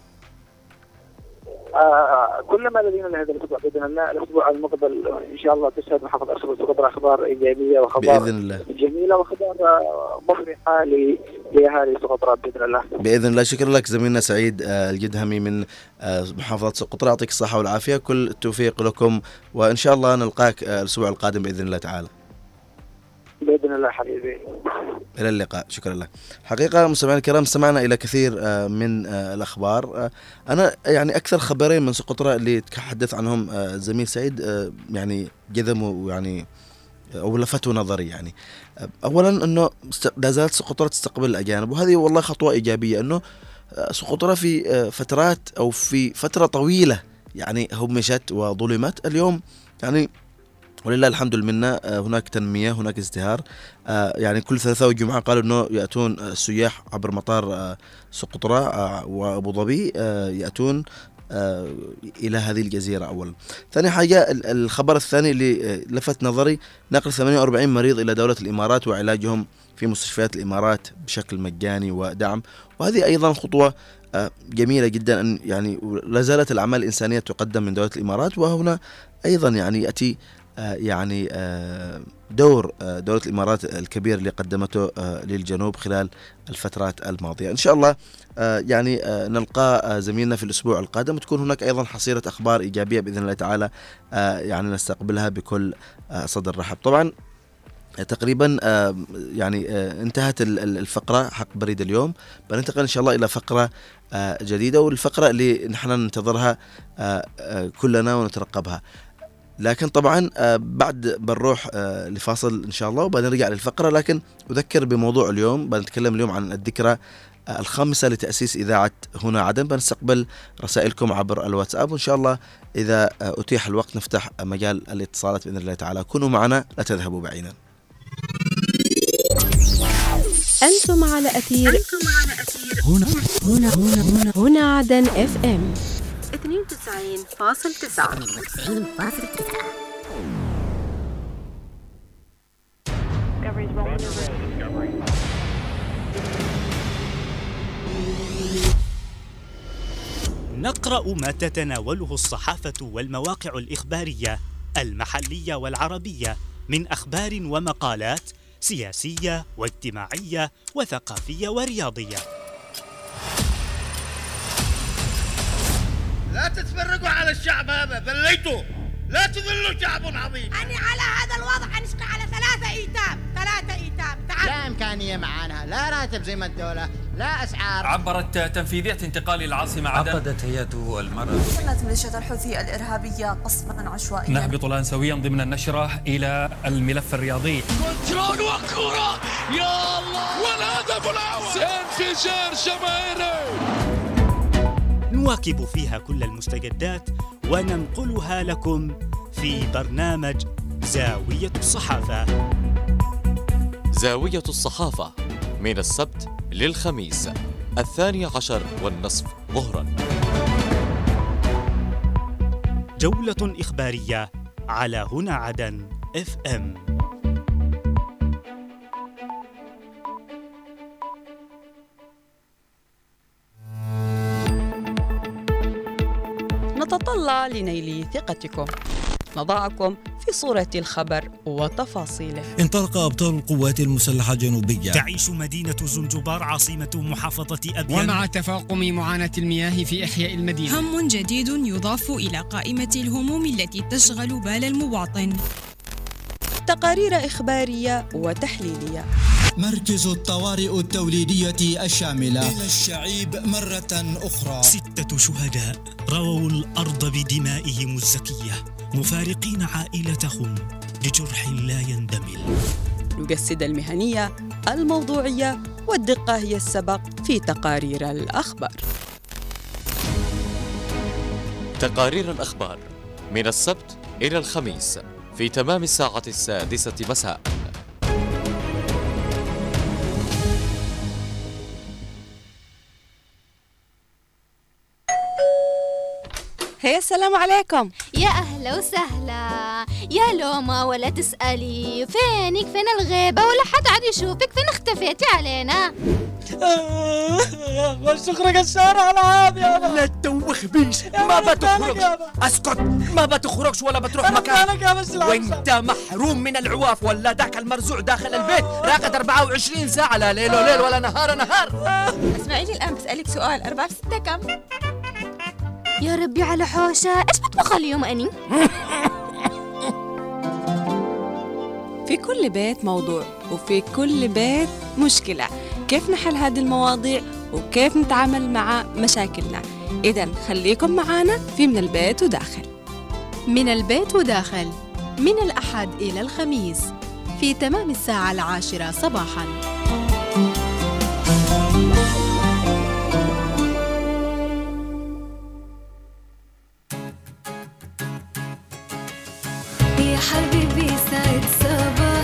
آه كل ما لدينا لهذا الاسبوع باذن الله. الاسبوع المقبل ان شاء الله تشهد محافظه ترخيص سقطرى اخبار ايجابيه واخبار باذن الله جميله واخبار مفرحه لاهالي سقطرى باذن الله. باذن الله. شكرا لك زميلنا سعيد الجدهمي من محافظه سقطرى، يعطيك الصحه والعافيه، كل التوفيق لكم، وان شاء الله نلقاك الاسبوع القادم باذن الله تعالى. بإذن الله حبيبي. إلى اللقاء، شكرا لك. حقيقة مستمعينا الكرام، سمعنا إلى كثير من الأخبار. أنا يعني أكثر خبرين من سقطرى اللي تحدث عنهم الزميل سعيد يعني جذموا يعني أو لفتوا نظري. يعني أولا أنه لا زالت سقطرى تستقبل الأجانب، وهذه والله خطوة إيجابية. أنه سقطرى في فترات أو في فترة طويلة يعني همشت وظلمت، اليوم يعني ولله الحمد لله هناك تنمية، هناك ازدهار. يعني كل ثلاثاء وجمعة قالوا أنه يأتون السياح عبر مطار سقطرى وأبو ظبي يأتون إلى هذه الجزيرة. أولا. ثاني حاجة، الخبر الثاني اللي لفت نظري، نقل ثمانية وأربعين مريض إلى دولة الإمارات وعلاجهم في مستشفيات الإمارات بشكل مجاني ودعم، وهذه أيضا خطوة جميلة جدا. أن يعني لا زالت الأعمال الإنسانية تقدم من دولة الإمارات، وهنا أيضا يعني يأتي يعني دور دولة الإمارات الكبير اللي قدمته للجنوب خلال الفترات الماضية. إن شاء الله يعني نلقى زميلنا في الأسبوع القادم، وتكون هناك أيضا حصيلة أخبار إيجابية بإذن الله تعالى يعني نستقبلها بكل صدر رحب. طبعا تقريبا يعني انتهت الفقرة حق بريد اليوم، بننتقل إن شاء الله إلى فقرة جديدة، والفقرة اللي نحن ننتظرها كلنا ونترقبها. لكن طبعا بعد بنروح لفاصل إن شاء الله وبعدين نرجع للفقرة. لكن أذكر بموضوع اليوم، بنتكلم اليوم عن الذكرى الخامسة لتأسيس إذاعة هنا عدن. بنستقبل رسائلكم عبر الواتساب، وإن شاء الله إذا أتيح الوقت نفتح مجال الاتصالات بإذن الله تعالى. كونوا معنا، لا تذهبوا بعيدا. أنتم على أثير هنا هنا هنا هنا, هنا عدن اف ام اثنين وتسعين فاصلة تسعة. نقرأ ما تتناوله الصحافة والمواقع الإخبارية المحلية والعربية من أخبار ومقالات سياسية واجتماعية وثقافية ورياضية. لا تتفرقوا على الشعب هذا، ذليتوا، لا تذلوا شعب عظيم. أنا على هذا الوضع أنشقى على ثلاثة إيتام، ثلاثة إيتام. تعال. لا إمكانية معانا، لا راتب زي ما الدولة، لا أسعار. عبرت تنفيذية انتقال العاصمة عدن. عقدت هيئة المرأة. قامت ميليشيا الحوثي الإرهابية قصفا عشوائيا. نهبط الآن سويا ضمن النشرة إلى الملف الرياضي. كنترول وكرة، يا الله، والهدف الأول، انفجار جماهيري. نواكب فيها كل المستجدات وننقلها لكم في برنامج زاوية الصحافة. زاوية الصحافة من السبت للخميس الثاني عشر والنصف ظهرا. جولة إخبارية على هنا عدن اف ام. نتطلع لنيل ثقتكم، نضعكم في صورة الخبر وتفاصيله. انطلق أبطال القوات المسلحة الجنوبية. تعيش مدينة زنجبار عاصمة محافظة أبيان، ومع تفاقم معاناة المياه في إحياء المدينة، هم جديد يضاف إلى قائمة الهموم التي تشغل بال المواطن. تقارير إخبارية وتحليلية. مركز الطوارئ التوليدية الشاملة إلى الشعيب مرة أخرى. ستة شهداء رووا الأرض بدمائهم الزكية، مفارقين عائلتهم لجرح لا يندمل. نجسد المهنية، الموضوعية والدقة هي السبق في تقارير الأخبار. تقارير الأخبار من السبت إلى الخميس في تمام الساعة السادسة مساء. هيا السلام عليكم. يا أهلا وسهلا. يا لوما ولا تسألي فينك، فين الغيبة ولا حد عاد يشوفك، فين اختفيتي علينا؟ والسخرة الشارع العاب يا بابا. لا تدوخ بيش، ما بتخرجش. اسكت، ما بتخرجش ولا بتروح مكان، وانت محروم من العواف ولا ذاك المرزوع داخل البيت راقد أربعة وعشرين ساعة، لا ليل وليل ولا نهار نهار. اسمعي لي الآن بسألك سؤال، أربعة في ستة كم؟ يا ربي على حوشة، ايش بطبخ اليوم أني؟ في كل بيت موضوع وفي كل بيت مشكلة، كيف نحل هذه المواضيع وكيف نتعامل مع مشاكلنا؟ إذن خليكم معانا في من البيت وداخل. من البيت وداخل من الأحد إلى الخميس في تمام الساعة العاشرة صباحاً. يا حبيبي سعد صباح.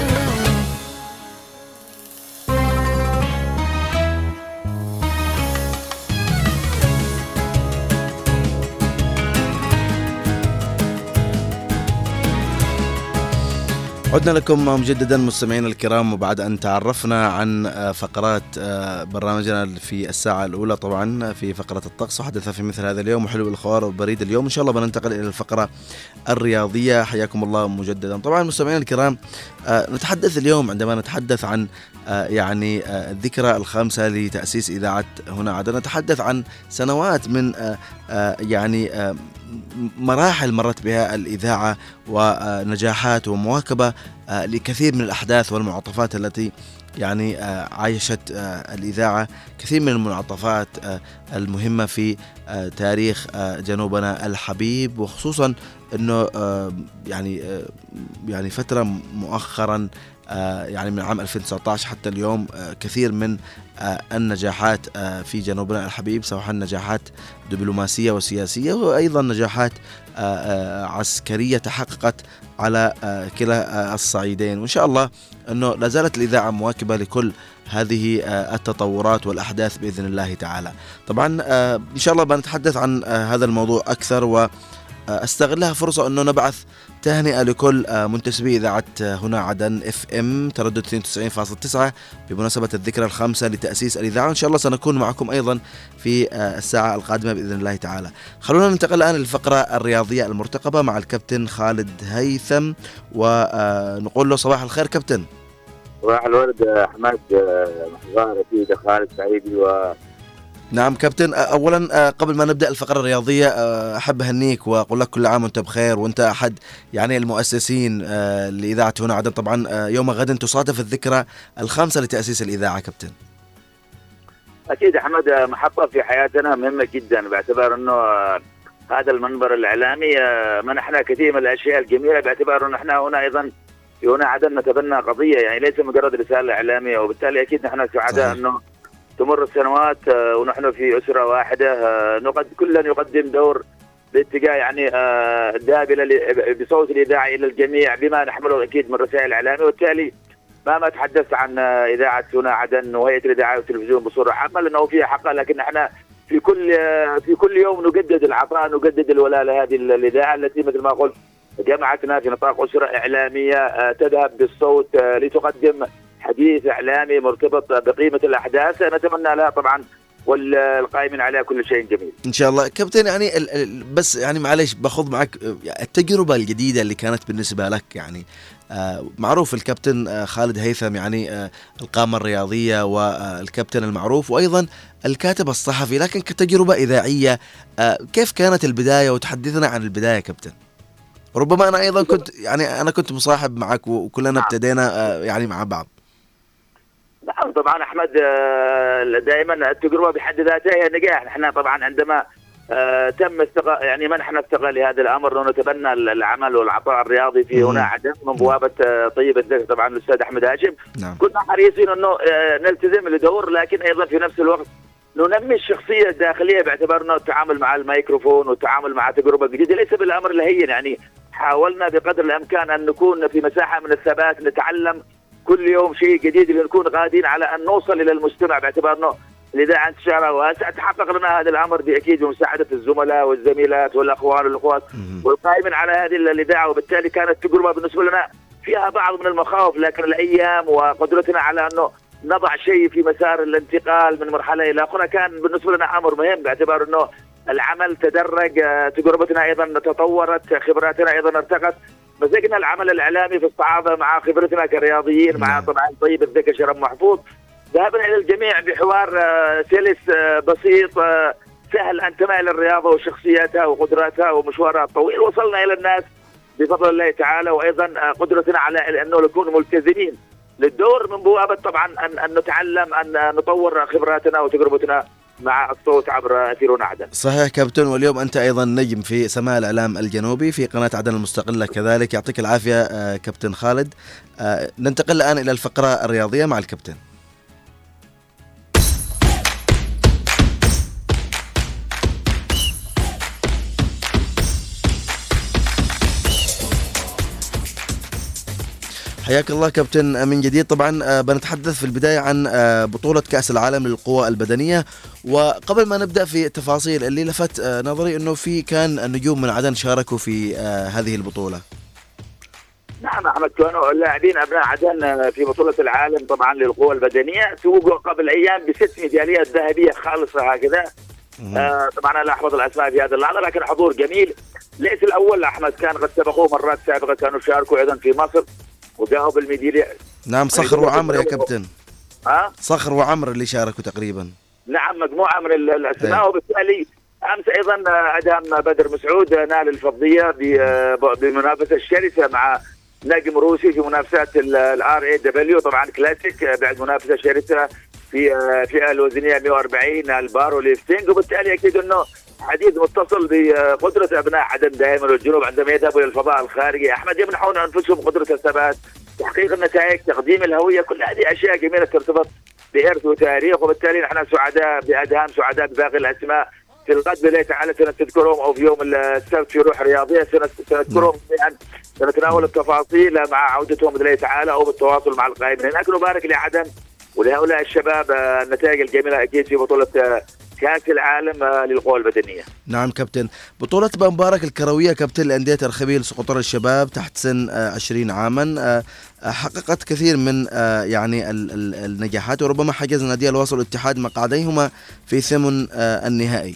عدنا لكم مجددا مستمعينا الكرام، وبعد أن تعرفنا عن فقرات برنامجنا في الساعة الأولى طبعا في فقرة الطقس وحدث في مثل هذا اليوم وحلو الأخبار وبريد اليوم، إن شاء الله بننتقل إلى الفقرة الرياضية. حياكم الله مجددا. طبعا مستمعينا الكرام، نتحدث اليوم عندما نتحدث عن يعني الذكرى الخامسة لتأسيس إذاعة هنا عدن، نتحدث عن سنوات من يعني مراحل مرت بها الإذاعة ونجاحات ومواكبة لكثير من الأحداث والمعطفات التي يعني عايشت الإذاعة كثير من المنعطفات المهمة في تاريخ جنوبنا الحبيب، وخصوصا أنه يعني يعني فترة مؤخرا يعني من عام ألفين وتسعة عشر حتى اليوم كثير من النجاحات في جنوبنا الحبيب، سواء نجاحات دبلوماسية وسياسية وأيضا نجاحات عسكرية تحققت على كلا الصعيدين. وإن شاء الله أنه لازالت الإذاعة مواكبة لكل هذه التطورات والأحداث بإذن الله تعالى. طبعا إن شاء الله بنتحدث عن هذا الموضوع أكثر، وأستغلها فرصة أنه نبعث تهنئة لكل منتسبي إذاعة هنا عدن اف ام تردد اثنين وتسعين فاصلة تسعة بمناسبة الذكرى الخامسة لتأسيس الإذاعة، وإن شاء الله سنكون معكم أيضا في الساعة القادمة بإذن الله تعالى. خلونا ننتقل الآن للفقرة الرياضية المرتقبة مع الكابتن خالد هيثم، ونقول له صباح الخير كابتن. صباح الورد أحمد، محظار أكيد خالد سعيدي. و نعم كابتن، أولا قبل ما نبدأ الفقرة الرياضية أحب أهنيك وأقول لك كل عام وأنت بخير، وأنت أحد يعني المؤسسين لإذاعة هنا عدن. طبعا يوم غد تصادف الذكرى الخامسة لتأسيس الإذاعة كابتن. أكيد أحمد، محطة في حياتنا مهمة جدا، باعتبار أنه هذا المنبر الإعلامي منحنا كثير من الأشياء الجميلة، باعتبار أنه نحن هنا أيضا في هنا عدن نتبنى قضية، يعني ليس مجرد رسالة إعلامية، وبالتالي أكيد نحن سعداء أنه تمر السنوات ونحن في أسرة واحدة، نقد كلنا يقدم دور باتجاه يعني ذهاب بصوت الإذاعة إلى الجميع بما نحمله أكيد من رسائل إعلامية. وبالتالي مهما تحدثت عن إذاعة هنا عدن وهيئة الإذاعة والتلفزيون بصورة عامة لأنه فيها حقها، لكن احنا في كل في كل يوم نجدد العطاء، نجدد الولاء لهذه الإذاعة التي مثل ما قلت جمعتنا في نطاق أسرة إعلامية تذهب بالصوت لتقدم حديث إعلامي مرتبط بقيمة الأحداث، نتمنى لها طبعا والقائمين عليها كل شيء جميل إن شاء الله. كابتن يعني بس يعني معلش باخذ معك التجربة الجديدة اللي كانت بالنسبة لك، يعني معروف الكابتن خالد هيثم يعني القامة الرياضية والكابتن المعروف وأيضا الكاتب الصحفي، لكن كتجربة إذاعية كيف كانت البداية؟ وتحدثنا عن البداية كابتن. ربما أنا أيضا كنت يعني أنا كنت مصاحب معك وكلنا ابتدينا يعني مع بعض. نعم طبعا أحمد، دائما التجربة بحد ذاتها هي نجاح. نحن طبعا عندما تم استغ... يعني منحنا استغلال لهذا الأمر ونتبنى العمل والعطاء الرياضي في هنا عدن من بوابة طيب الذكر طبعا الأستاذ أحمد هاشم، نعم. كنا حريصين أنه نلتزم لدور، لكن أيضا في نفس الوقت ننمي الشخصية الداخلية، باعتبار أنه التعامل مع الميكروفون والتعامل مع تجربة جديدة ليس بالأمر الهين. يعني حاولنا بقدر الإمكان أن نكون في مساحة من الثبات، نتعلم كل يوم شيء جديد لنكون غادين على أن نوصل إلى المستمع، باعتبار أنه الإذاعة انتشارها واسع. تحقق لنا هذا الأمر بأكيد بمساعدة الزملاء والزميلات والأخوان والأخوات والقائمين على هذه الإذاعة، وبالتالي كانت التجربة بالنسبة لنا فيها بعض من المخاوف، لكن الأيام وقدرتنا على أنه نضع شيء في مسار الانتقال من مرحلة إلى أخرى كان بالنسبة لنا أمر مهم، باعتبار أنه العمل تدرج، تجربتنا أيضا تطورت، خبراتنا أيضا ارتقت، مزجنا العمل الإعلامي في الصعاده مع خبرتنا كرياضيين مع طبعا طيب الذكر شرف محفوظ، ذهبنا إلى الجميع بحوار سلس بسيط سهل أن تمائل الرياضة وشخصياتها وقدراتها ومشوارها الطويل. وصلنا إلى الناس بفضل الله تعالى، وأيضا قدرتنا على أنه نكون ملتزمين للدور من بوابة طبعا أن, أن نتعلم أن نطور خبراتنا وتجربتنا مع الصوت عبر أثير عدن. صحيح كابتن، واليوم أنت أيضا نجم في سماع الإعلام الجنوبي في قناة عدن المستقلة كذلك، يعطيك العافية كابتن خالد. ننتقل الآن إلى الفقرة الرياضية مع الكابتن. حياك الله كابتن من جديد. طبعا بنتحدث في البداية عن بطولة كأس العالم للقوى البدنية، وقبل ما نبدأ في التفاصيل اللي لفت نظري أنه في كان النجوم من عدن شاركوا في هذه البطولة. نعم أحمد، كانوا اللاعبين أبناء عدن في بطولة العالم طبعا للقوى البدنية، توجوا قبل أيام بست ميداليات ذهبية خالصة هكذا. آه طبعا أنا لا أحفظ الأسماء في هذا اللحظة، لكن حضور جميل. ليس الأول أحمد، كان قد سبقوه مرات سابقة، كانوا شاركوا أيضا في مصر وجاءوا بالميدالية. نعم صخر وعمر يا كابتن. ها؟ صخر وعمر اللي شاركوا تقريبا. نعم مجموعة من الأسماء، وبالتالي أمس أيضا أدهم بدر مسعود نال الفضية بمنافسة شرسة مع نجم روسي في منافسات الار اي دبليو طبعا كلاسيك، بعد منافسه شرسه في فئه الوزنيه مئة وأربعين البارو ليفتنج، وبالتالي اكيد انه حديث متصل بقدره ابناء عدن دائما والجنوب عندما يذهبوا الى الفضاء الخارجي. احمد يمنحون انفسهم قدره الثبات، تحقيق النتائج، تقديم الهويه، كل هذه اشياء جميله ترتبط بإرث وتاريخ، وبالتالي نحن سعداء بأدهم، سعداء بباقي الأسماء في الغد بالله تعالى سنذكرهم، أو في يوم السبت في روح رياضية سنذكرهم جميعا، سنتناول التفاصيل مع عودتهم بالله تعالى أو بالتواصل مع القائمين هناك. نبارك لعدن ولهؤلاء الشباب النتائج الجميلة أكيد في بطولة كأس العالم للقوى البدنية. نعم كابتن، بطولة مبارك الكروية كابتن لأندية أرخبيل سقطرى الشباب تحت سن عشرين عاما حققت كثير من يعني النجاحات، وربما حجز نادي الوصل والاتحاد مقعديهما في ثمن النهائي.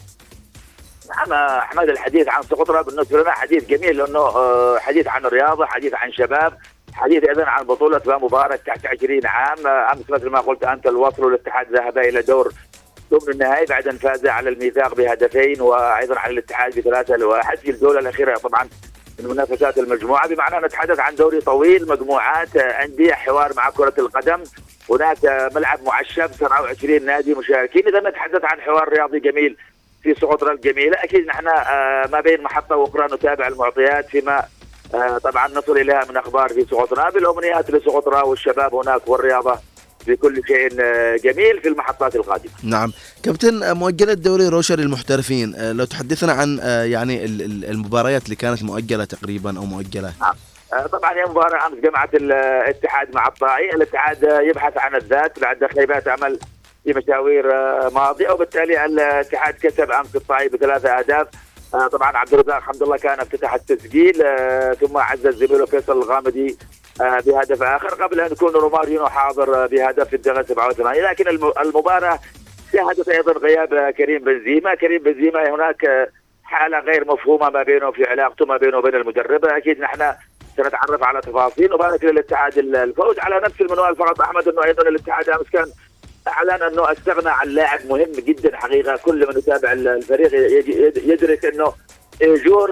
نعم أحمد، الحديث عن سقطرى بالنسبة لنا حديث جميل، لأنه حديث عن الرياضة، حديث عن شباب، حديث أيضا عن بطولة مبارك تحت عشرين عام. أمس مثل ما قلت أنت الوصل والاتحاد ذهبا إلى دور ثمن النهائي بعد ان فاز على الميثاق بهدفين، وايضا على الاتحاد بثلاثه لواحد في الجوله الاخيره طبعا من منافسات المجموعه، بمعنى نتحدث عن دوري طويل مجموعات انديه، حوار مع كره القدم، هناك ملعب معشب سبعة وعشرين نادي مشاركين. اذا نتحدث عن حوار رياضي جميل في سقطرى الجميله. اكيد نحن ما بين محطه واخرى نتابع المعطيات فيما طبعا نصل اليها من اخبار في سقطرى، بالامنيات لسقطرى والشباب هناك والرياضه بكل شيء جميل في المحطات القادمة. نعم كابتن، مؤجلة دوري روشر للمحترفين، لو تحدثنا عن يعني المباريات اللي كانت مؤجلة تقريبا أو مؤجلة. نعم طبعا هي مباراة أمس جمعت الاتحاد مع الطائي، الاتحاد يبحث عن الذات بعد خيبات عمل في مشاوير ماضية، وبالتالي الاتحاد كسب أمس الطائي بثلاثة أهداف. طبعا عبد الرزاق حمد الله كان افتتح التسجيل، ثم عزز زميله فيصل الغامدي بهدف آخر، قبل أن يكون رومارينو حاضر بهدف في الدقيقة سبعة وثمانين. لكن المباراة شهدت أيضا غياب كريم بنزيما. كريم بنزيما هناك حالة غير مفهومة ما بينه في علاقته ما بينه وبين المدرب. أكيد نحن سنتعرف على تفاصيل. نبارك للاتحاد الفوز على نفس المنوال فقط أحمد، أنه أيضا الاتحاد أمس كان أعلن أنه استغنى عن لاعب مهم جدا حقيقة. كل من يتابع الفريق يدرك أنه جور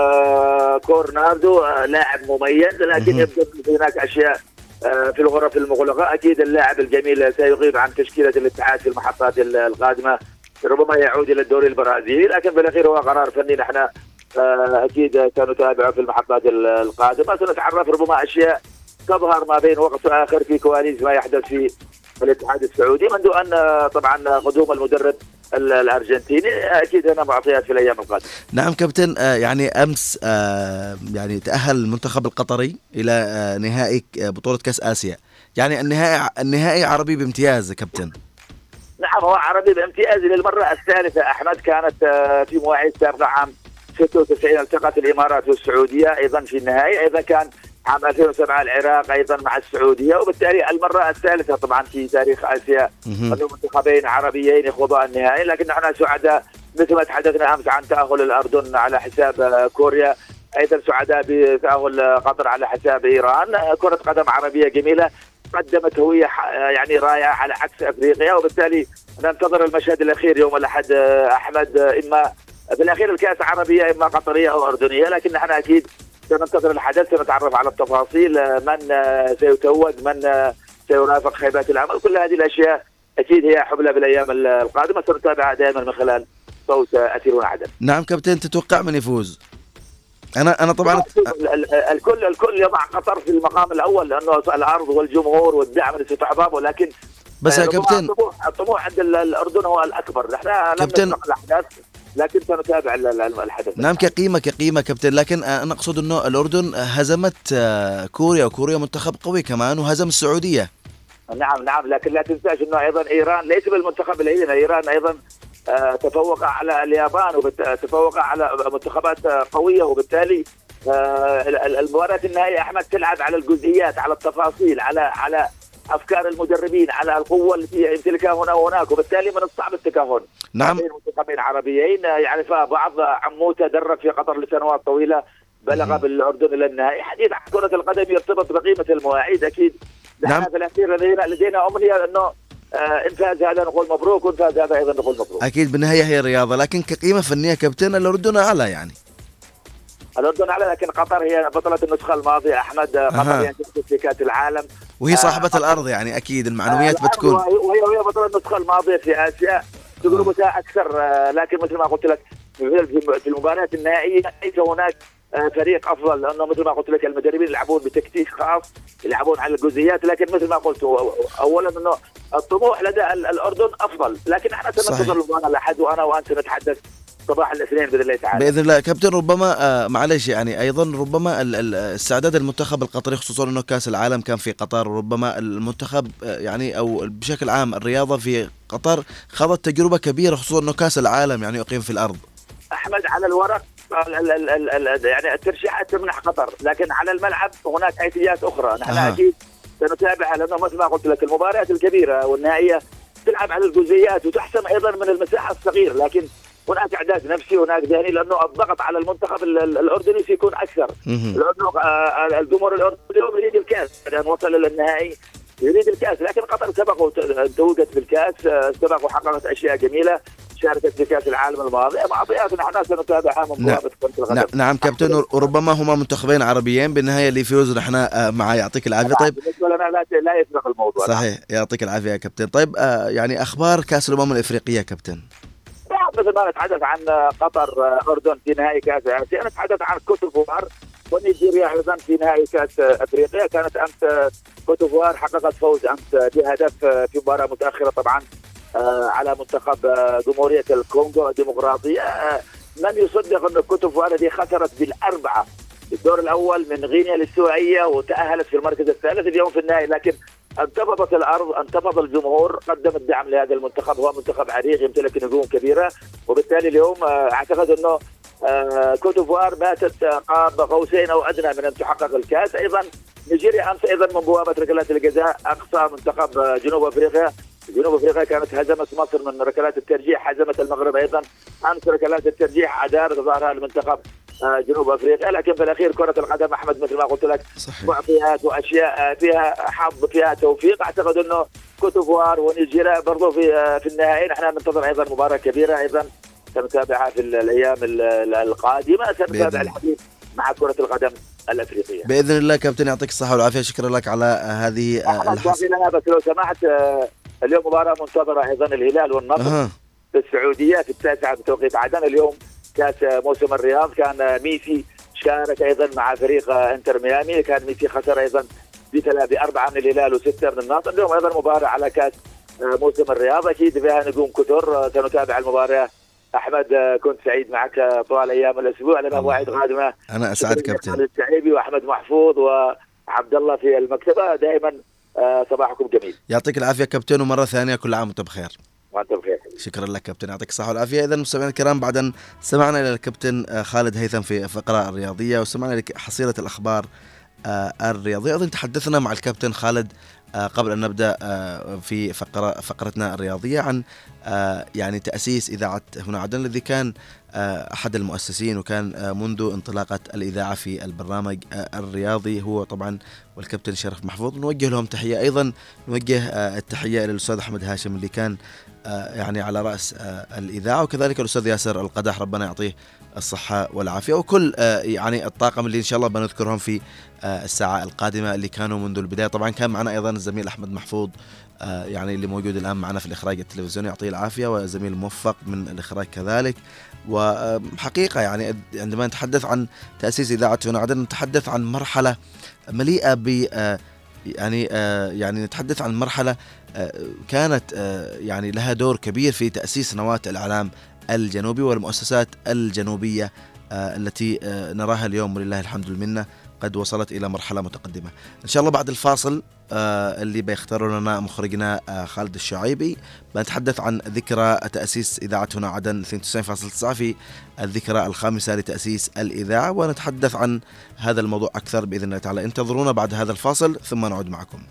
كورناردو لاعب مميز، لكن يبدو هناك أشياء في الغرف المغلقة. أكيد اللاعب الجميل سيغيب عن تشكيلة الاتحاد في المحطات القادمة، ربما يعود إلى الدوري البرازيلي، لكن بالأخير هو قرار فني نحن أكيد سنتابعه في المحطات القادمة. سنتعرف ربما أشياء تظهر ما بين وقت وآخر في كواليس ما يحدث في الاتحاد السعودي، منذ أن طبعا قدوم المدرب الأرجنتيني. أكيد هنا معطيات في الأيام القادمة. نعم كابتن، يعني أمس يعني تأهل المنتخب القطري إلى نهائي بطولة كأس آسيا، يعني النهائي النهائي عربي بامتياز كابتن. نعم هو عربي بامتياز للمرة الثالثة أحمد. كانت في مواعيد سابقة عام ستة وتسعين التقت الإمارات والسعودية أيضا في النهائي، أيضا كان عام ألفين وسبعة العراق أيضا مع السعودية، وبالتالي المرة الثالثة طبعا في تاريخ آسيا أنه منتخبين عربيين يخوضا النهائي. لكن نحن سعداء مثل ما تحدثنا أمس عن تأهل الأردن على حساب كوريا، أيضا سعداء بتأهل قطر على حساب إيران. كرة قدم عربية جميلة قدمت هوية يعني رائعة على عكس أفريقيا، وبالتالي ننتظر المشهد الأخير يوم الأحد أحمد، إما بالأخير الكأس عربية إما قطرية أو أردنية، لكن نحن أكيد سننتظر الحدث، سنتعرف على التفاصيل، من سيتوج، من سيرافق خيبات العمل، كل هذه الأشياء أكيد هي حبلى بالأيام القادمة، سنتابعها دائما من خلال صوت أثيرون عدن. نعم كابتن، تتوقع من يفوز؟ أنا أنا طبعا الكل الكل يضع قطر في المقام الأول، لأنه الأرض والجمهور والدعم اللي ستحظى، ولكن بس يا كابتن الطموح الطموح عند الأردن هو الأكبر. نحن لم نسبق الأحداث لكن سنتابع الحدث. نعم كقيمة كقيمة كابتن، لكن أنا أقصد أنه الأردن هزمت كوريا، وكوريا منتخب قوي كمان، وهزم السعودية. نعم نعم لكن لا تنساش أنه أيضا إيران ليس بالمنتخب الهين، إيران أيضا تفوق على اليابان وتفوق على منتخبات قوية، وبالتالي المباراة النهائية أحمد تلعب على الجزئيات، على التفاصيل، على على أفكار المدربين، على القوة التي يمتلكها هنا وهناك، وبالتالي من الصعب التكهن. نعم. بين منتخبين عربيين يعرفها بعض. عموته درب في قطر لسنوات طويلة، بلغ بالأردن إلى النهائي. حديث عن كرة القدم يرتبط بقيمة المواعيد. أكيد نحن في الأخير لدينا لدينا أمنية أنه إن فاز هذا نقول مبروك، وإن فاز هذا أيضا نقول مبروك. أكيد بالنهاية هي رياضة، لكن كقيمة فنية كابتن الأردن أعلى يعني. الأردن أعلى، لكن قطر هي بطلة النسخة الماضية أحمد. قطر أها. هي في كأس العالم وهي صاحبة آه، الأرض، يعني أكيد المعنويات بتكون. وهي وهي بطلة النسخة الماضية في آسيا، تجربتها أكثر. آه، لكن مثل ما قلت لك في المباريات النهائية ليس هناك آه، فريق أفضل، لأنه مثل ما قلت لك المدربين يلعبون بتكتيك خاص، يلعبون على الجزئيات. لكن مثل ما قلت أولا أنه الطموح لدى الأردن أفضل، لكن احنا سننتظر المباراة الأحد، وأنا وأنت نتحدث صباح الاثنين باذن الله تعالى. باذن الله كابتن. ربما آه معلش يعني ايضا ربما استعداد المنتخب القطري، خصوصا انه كاس العالم كان في قطر، وربما المنتخب آه يعني او بشكل عام الرياضه في قطر خاضت تجربه كبيره، خصوصا انه كاس العالم يعني يقيم في الارض. احمد على الورق ال ال ال ال يعني الترشيحات تمنح قطر، لكن على الملعب هناك حيثيات اخرى نحن آه. اكيد سنتابعها، لانه مثل ما قلت لك المباريات الكبيره والنهائيه تلعب على الجزئيات وتحسم ايضا من المساحه الصغيره، لكن هناك اعداد نفسي وهناك ذهني، لانه الضغط على المنتخب الاردني سيكون اكثر. الأردن الجمهور الاردني اليوم يريد الكاس، لان وصل للنهائي يريد الكاس، لكن قطر سبقوا توجت بالكاس، سبق وحققت اشياء جميله، شاركت في كاس العالم الماضي. معطيات نحن سنتابعها من بوابه كره القدم. نعم, نعم كابتن، وربما هما منتخبين عربيين بالنهايه اللي يفوز نحن مع يعطيك العافيه. طيب بالنسبه لنا لا لا يسبق الموضوع. صحيح، يعطيك العافيه يا كابتن. طيب آه يعني اخبار كاس الامم الافريقيه كابتن. مثل ما نتحدث عن قطر اردن في نهائي كاس اسيا، نتحدث عن كوت ديفوار ونيجيريا ايضا في نهائي كاس افريقيا. كانت امس كوت ديفوار حققت فوز امس بهدف في مباراه متاخره طبعا على منتخب جمهوريه الكونغو الديمقراطيه. من يصدق ان كوت ديفوار التي خسرت بالاربعه الدور الاول من غينيا الاستوائيه وتاهلت في المركز الثالث اليوم في النهائي، لكن انتفضت الارض، انتفض الجمهور، قدم الدعم لهذا المنتخب. هو منتخب عريق يمتلك نجوم كبيره، وبالتالي اليوم اعتقد انه كوت ديفوار باتت قاب قوسين او ادنى من ان تحقق الكاس. ايضا نيجيريا امس ايضا من بوابه ركلات الجزاء اقصى منتخب جنوب افريقيا. جنوب افريقيا كانت هزمت مصر من ركلات الترجيح، هزمت المغرب ايضا امس ركلات الترجيح، عداله ظهرها المنتخب جنوب افريقيا. لكن في الاخير كره القدم احمد مثل ما قلت لك معطيات واشياء فيها حظ فيها توفيق. اعتقد انه كوت ديفوار ونيجيريا برضو في في النهائي. نحن ننتظر ايضا مباراه كبيره ايضا سنتابعها في الايام القادمه، سنتابع الحديث مع كره القدم الافريقيه باذن الله. كابتن يعطيك الصحه والعافيه، شكرا لك على هذه الحلقه. لنا بس لو سمحت، اليوم مباراه منتظره ايضا الهلال والنصر أه. في السعوديه في التاسعه بتوقيت عدن. اليوم كاس موسم الرياض، كان ميسي شارك ايضا مع فريق انتر ميامي، كان ميسي خسر ايضا باربعه من الهلال وسته من النصر. اليوم ايضا مباراه على كاس موسم الرياض، اكيد فيها نجوم كثر، سنتابع المباراه. احمد كنت سعيد معك طوال ايام الاسبوع، لنا مواعيد قادمه. انا اسعد كابتن السعيبي واحمد محفوظ وعبد الله في المكتبه. دائما صباحكم جميل. يعطيك العافيه كابتن، ومره ثانيه كل عام وانت بخير. وانت بخير. شكرا لك كابتن، يعطيك الصحه والعافيه. اذا مستمعينا الكرام، بعد ان سمعنا الى الكابتن خالد هيثم في فقره الرياضيه وسمعنا حصيله الاخبار الرياضيه، ايضا تحدثنا مع الكابتن خالد قبل ان نبدا في فقره فقرتنا الرياضيه عن يعني تاسيس اذاعه هنا عدن، الذي كان احد المؤسسين وكان منذ انطلاقه الاذاعه في البرنامج الرياضي هو طبعا والكابتن شرف محفوظ. نوجه لهم تحيه، ايضا نوجه التحيه الى الاستاذ احمد هاشم اللي كان يعني على راس الاذاعه، وكذلك الاستاذ ياسر القدح ربنا يعطيه الصحه والعافيه، وكل يعني الطاقم اللي ان شاء الله بنذكرهم في الساعه القادمه اللي كانوا منذ البدايه. طبعا كان معنا ايضا الزميل احمد محفوظ يعني اللي موجود الان معنا في الاخراج التلفزيوني، يعطيه العافيه، وزميل موفق من الاخراج كذلك. وحقيقه يعني عندما نتحدث عن تاسيس اذاعه هنا عدن نتحدث عن مرحله مليئه ب يعني يعني نتحدث عن مرحله كانت يعني لها دور كبير في تاسيس نواه الاعلام الجنوبي والمؤسسات الجنوبيه التي نراها اليوم ولله الحمد والمنه قد وصلت إلى مرحلة متقدمة. إن شاء الله بعد الفاصل آه اللي بيختاروا لنا مخرجنا آه خالد الشعيبي بنتحدث عن ذكرى تأسيس إذاعة هنا عدن اثنين وتسعين فاصلة تسعة في الذكرى الخامسة لتأسيس الإذاعة، ونتحدث عن هذا الموضوع أكثر بإذن الله تعالى. انتظرونا بعد هذا الفاصل ثم نعود معكم.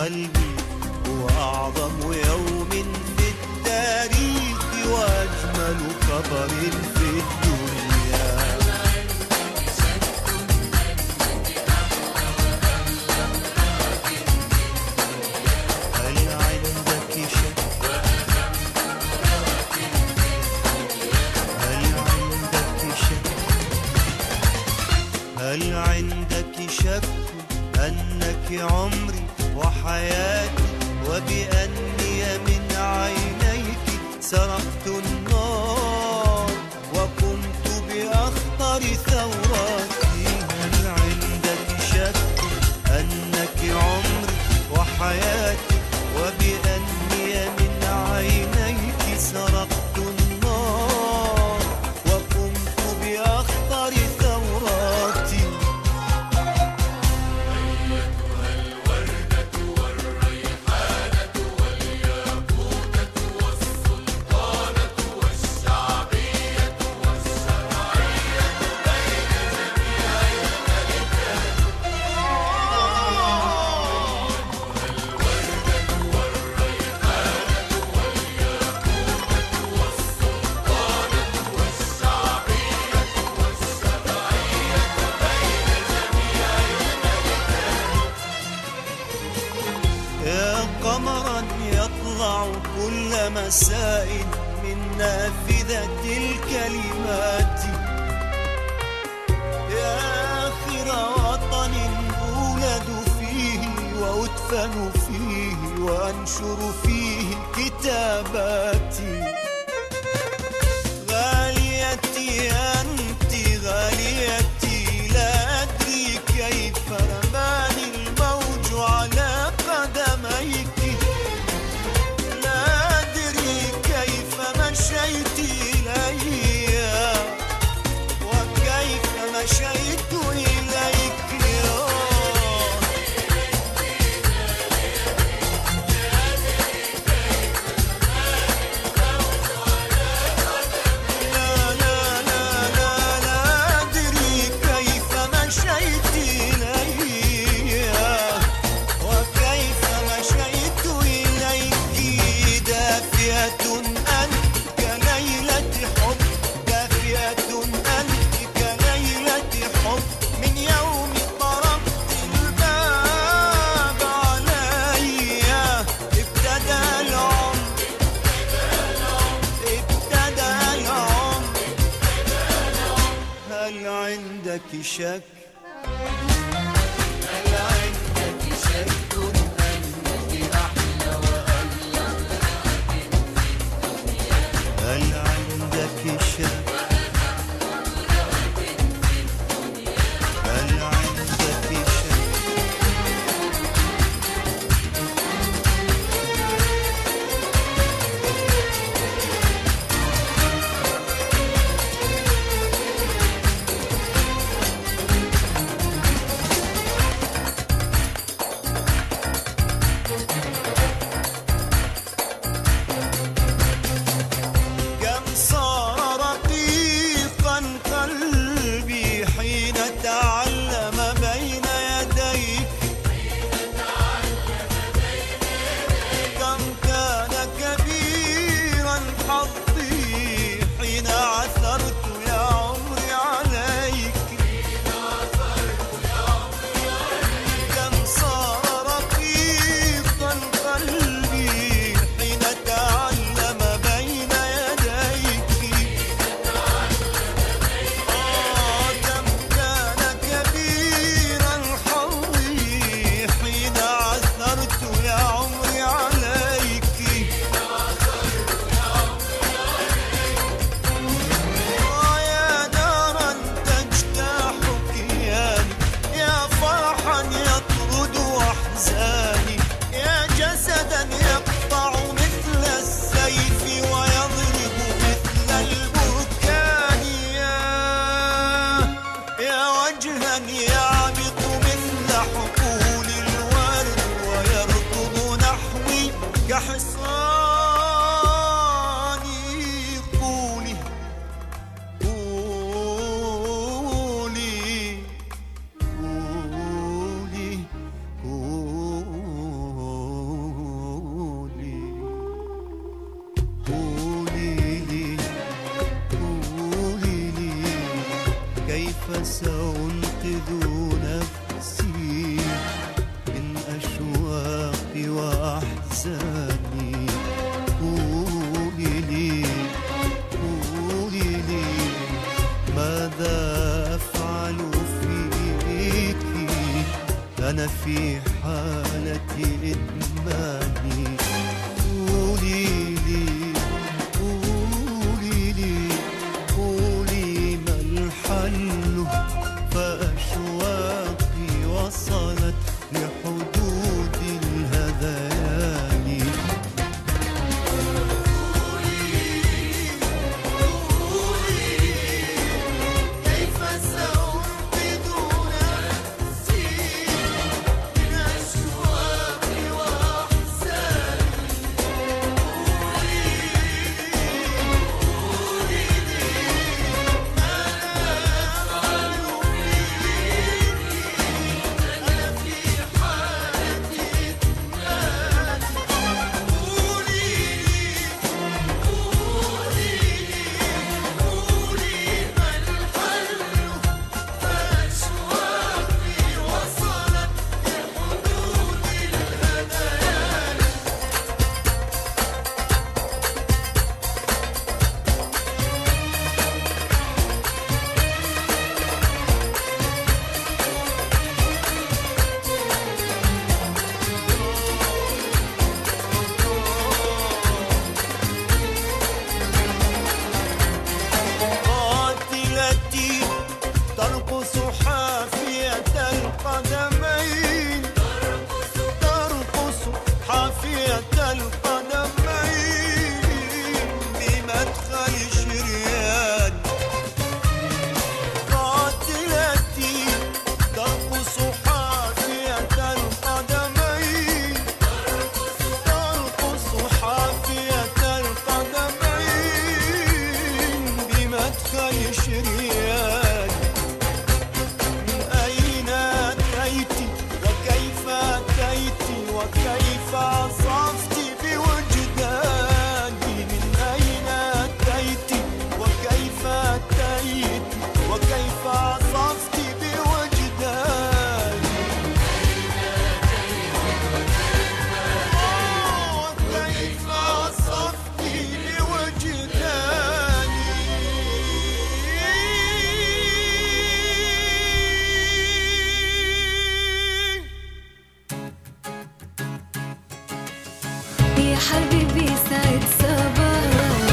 قلبي هو أعظم يوم في التاريخ وأجمل خبر في الدنيا. هل عندك شك؟ هل عندك شك؟ هل عندك شك أنك عمري وحياتي وبأني من عينيك سرقت النار وقمت بأخطر ثوراتي؟ هل عندك شك أنك عمري وحياتي وبأني من عينيك سرقت النار وقمت بأخطر ثوراتي؟ كل مساء من نافذة الكلمات يا آخر وطن أولد فيه وأدفن فيه وأنشر فيه كتاباتي. غاليتي أنت غاليتي لا أدري كيف رماني الموج على قدميك. مشيت إلي وكيف مشيت إليك لا لا لا لا لا أدري كيف مشيت إلي وكيف مشيت إليك. دافئة شك هل عندك شك أنك أحلى وأغلى هل عندك شك هل عندك شك أنقذ نفسي من أشواقي وأحزاني. قولي لي قولي لي ماذا أفعل فيك؟ أنا في حالة إدماني. قولي لي قولي لي قولي ما الحل؟ فأشواقي وصلت لحدود الهذيان. كيف سأنقذ نفسي من أشواقي وأحزاني؟ قاتلتي ترقص حافية القدمين، ترقص حافية القدمين بمدخل شريان. قاتلتي ترقص حافية القدمين، ترقص حافية القدمين بمدخل شريان. من أين أتيت وكيف أتيت وكيف عصفت بوجداني؟ من أين أتيت وكيف أتيت وكيف عصفت بوجداني؟ وكيف عصفت بوجداني؟ يا حبيبي سعد صباح.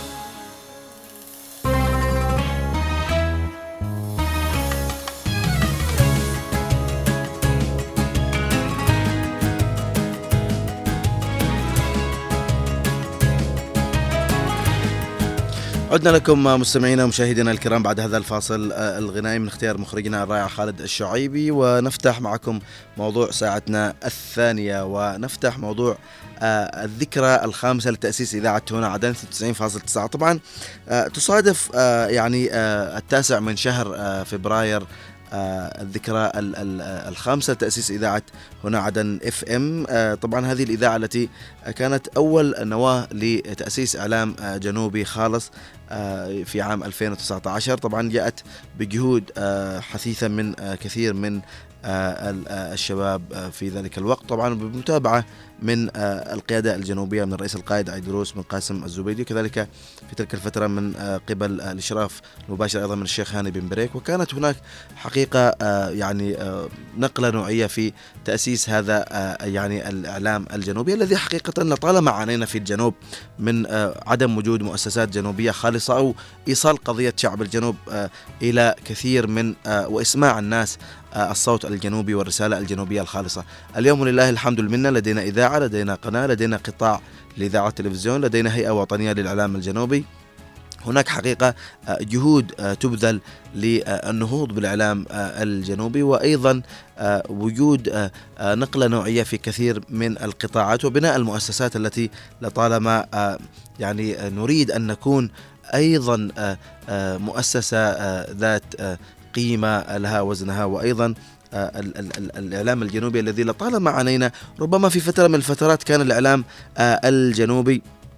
عدنا لكم مستمعينا ومشاهدينا الكرام بعد هذا الفاصل الغنائي من اختيار مخرجنا الرائع خالد الشعيبي، ونفتح معكم موضوع ساعتنا الثانية، ونفتح موضوع الذكرى الخامسة لتأسيس إذاعة هنا عدن تسعين فاصلة تسعة. طبعا تصادف يعني التاسع من شهر فبراير الذكرى الخامسة لتأسيس إذاعة هنا عدن اف ام. طبعا هذه الإذاعة التي كانت أول نواة لتأسيس إعلام جنوبي خالص في عام ألفين وتسعة عشر. طبعا جاءت بجهود حثيثة من كثير من الشباب في ذلك الوقت، طبعا بمتابعة من القيادة الجنوبية من الرئيس القائد عيدروس بن قاسم الزبيدي، وكذلك في تلك الفترة من قبل الإشراف المباشر أيضا من الشيخ هاني بن بريك. وكانت هناك حقيقة يعني نقلة نوعية في تأسيس هذا يعني الإعلام الجنوبي الذي حقيقة لطالما عانينا في الجنوب من عدم وجود مؤسسات جنوبية خالصة أو إيصال قضية شعب الجنوب إلى كثير من وإسماع الناس الصوت الجنوبي والرسالة الجنوبية الخالصة. اليوم لله الحمد والمنة لدينا إذاعة، لدينا قناة، لدينا قطاع لإذاعة التلفزيون، لدينا هيئة وطنية للإعلام الجنوبي. هناك حقيقة جهود تبذل للنهوض بالإعلام الجنوبي، وأيضا وجود نقلة نوعية في كثير من القطاعات وبناء المؤسسات التي لطالما يعني نريد أن نكون أيضا مؤسسة ذات قيمة لها وزنها. وأيضا الإعلام الجنوبي الذي لطالما عانينا، ربما في فترة من الفترات كان الإعلام الجنوبي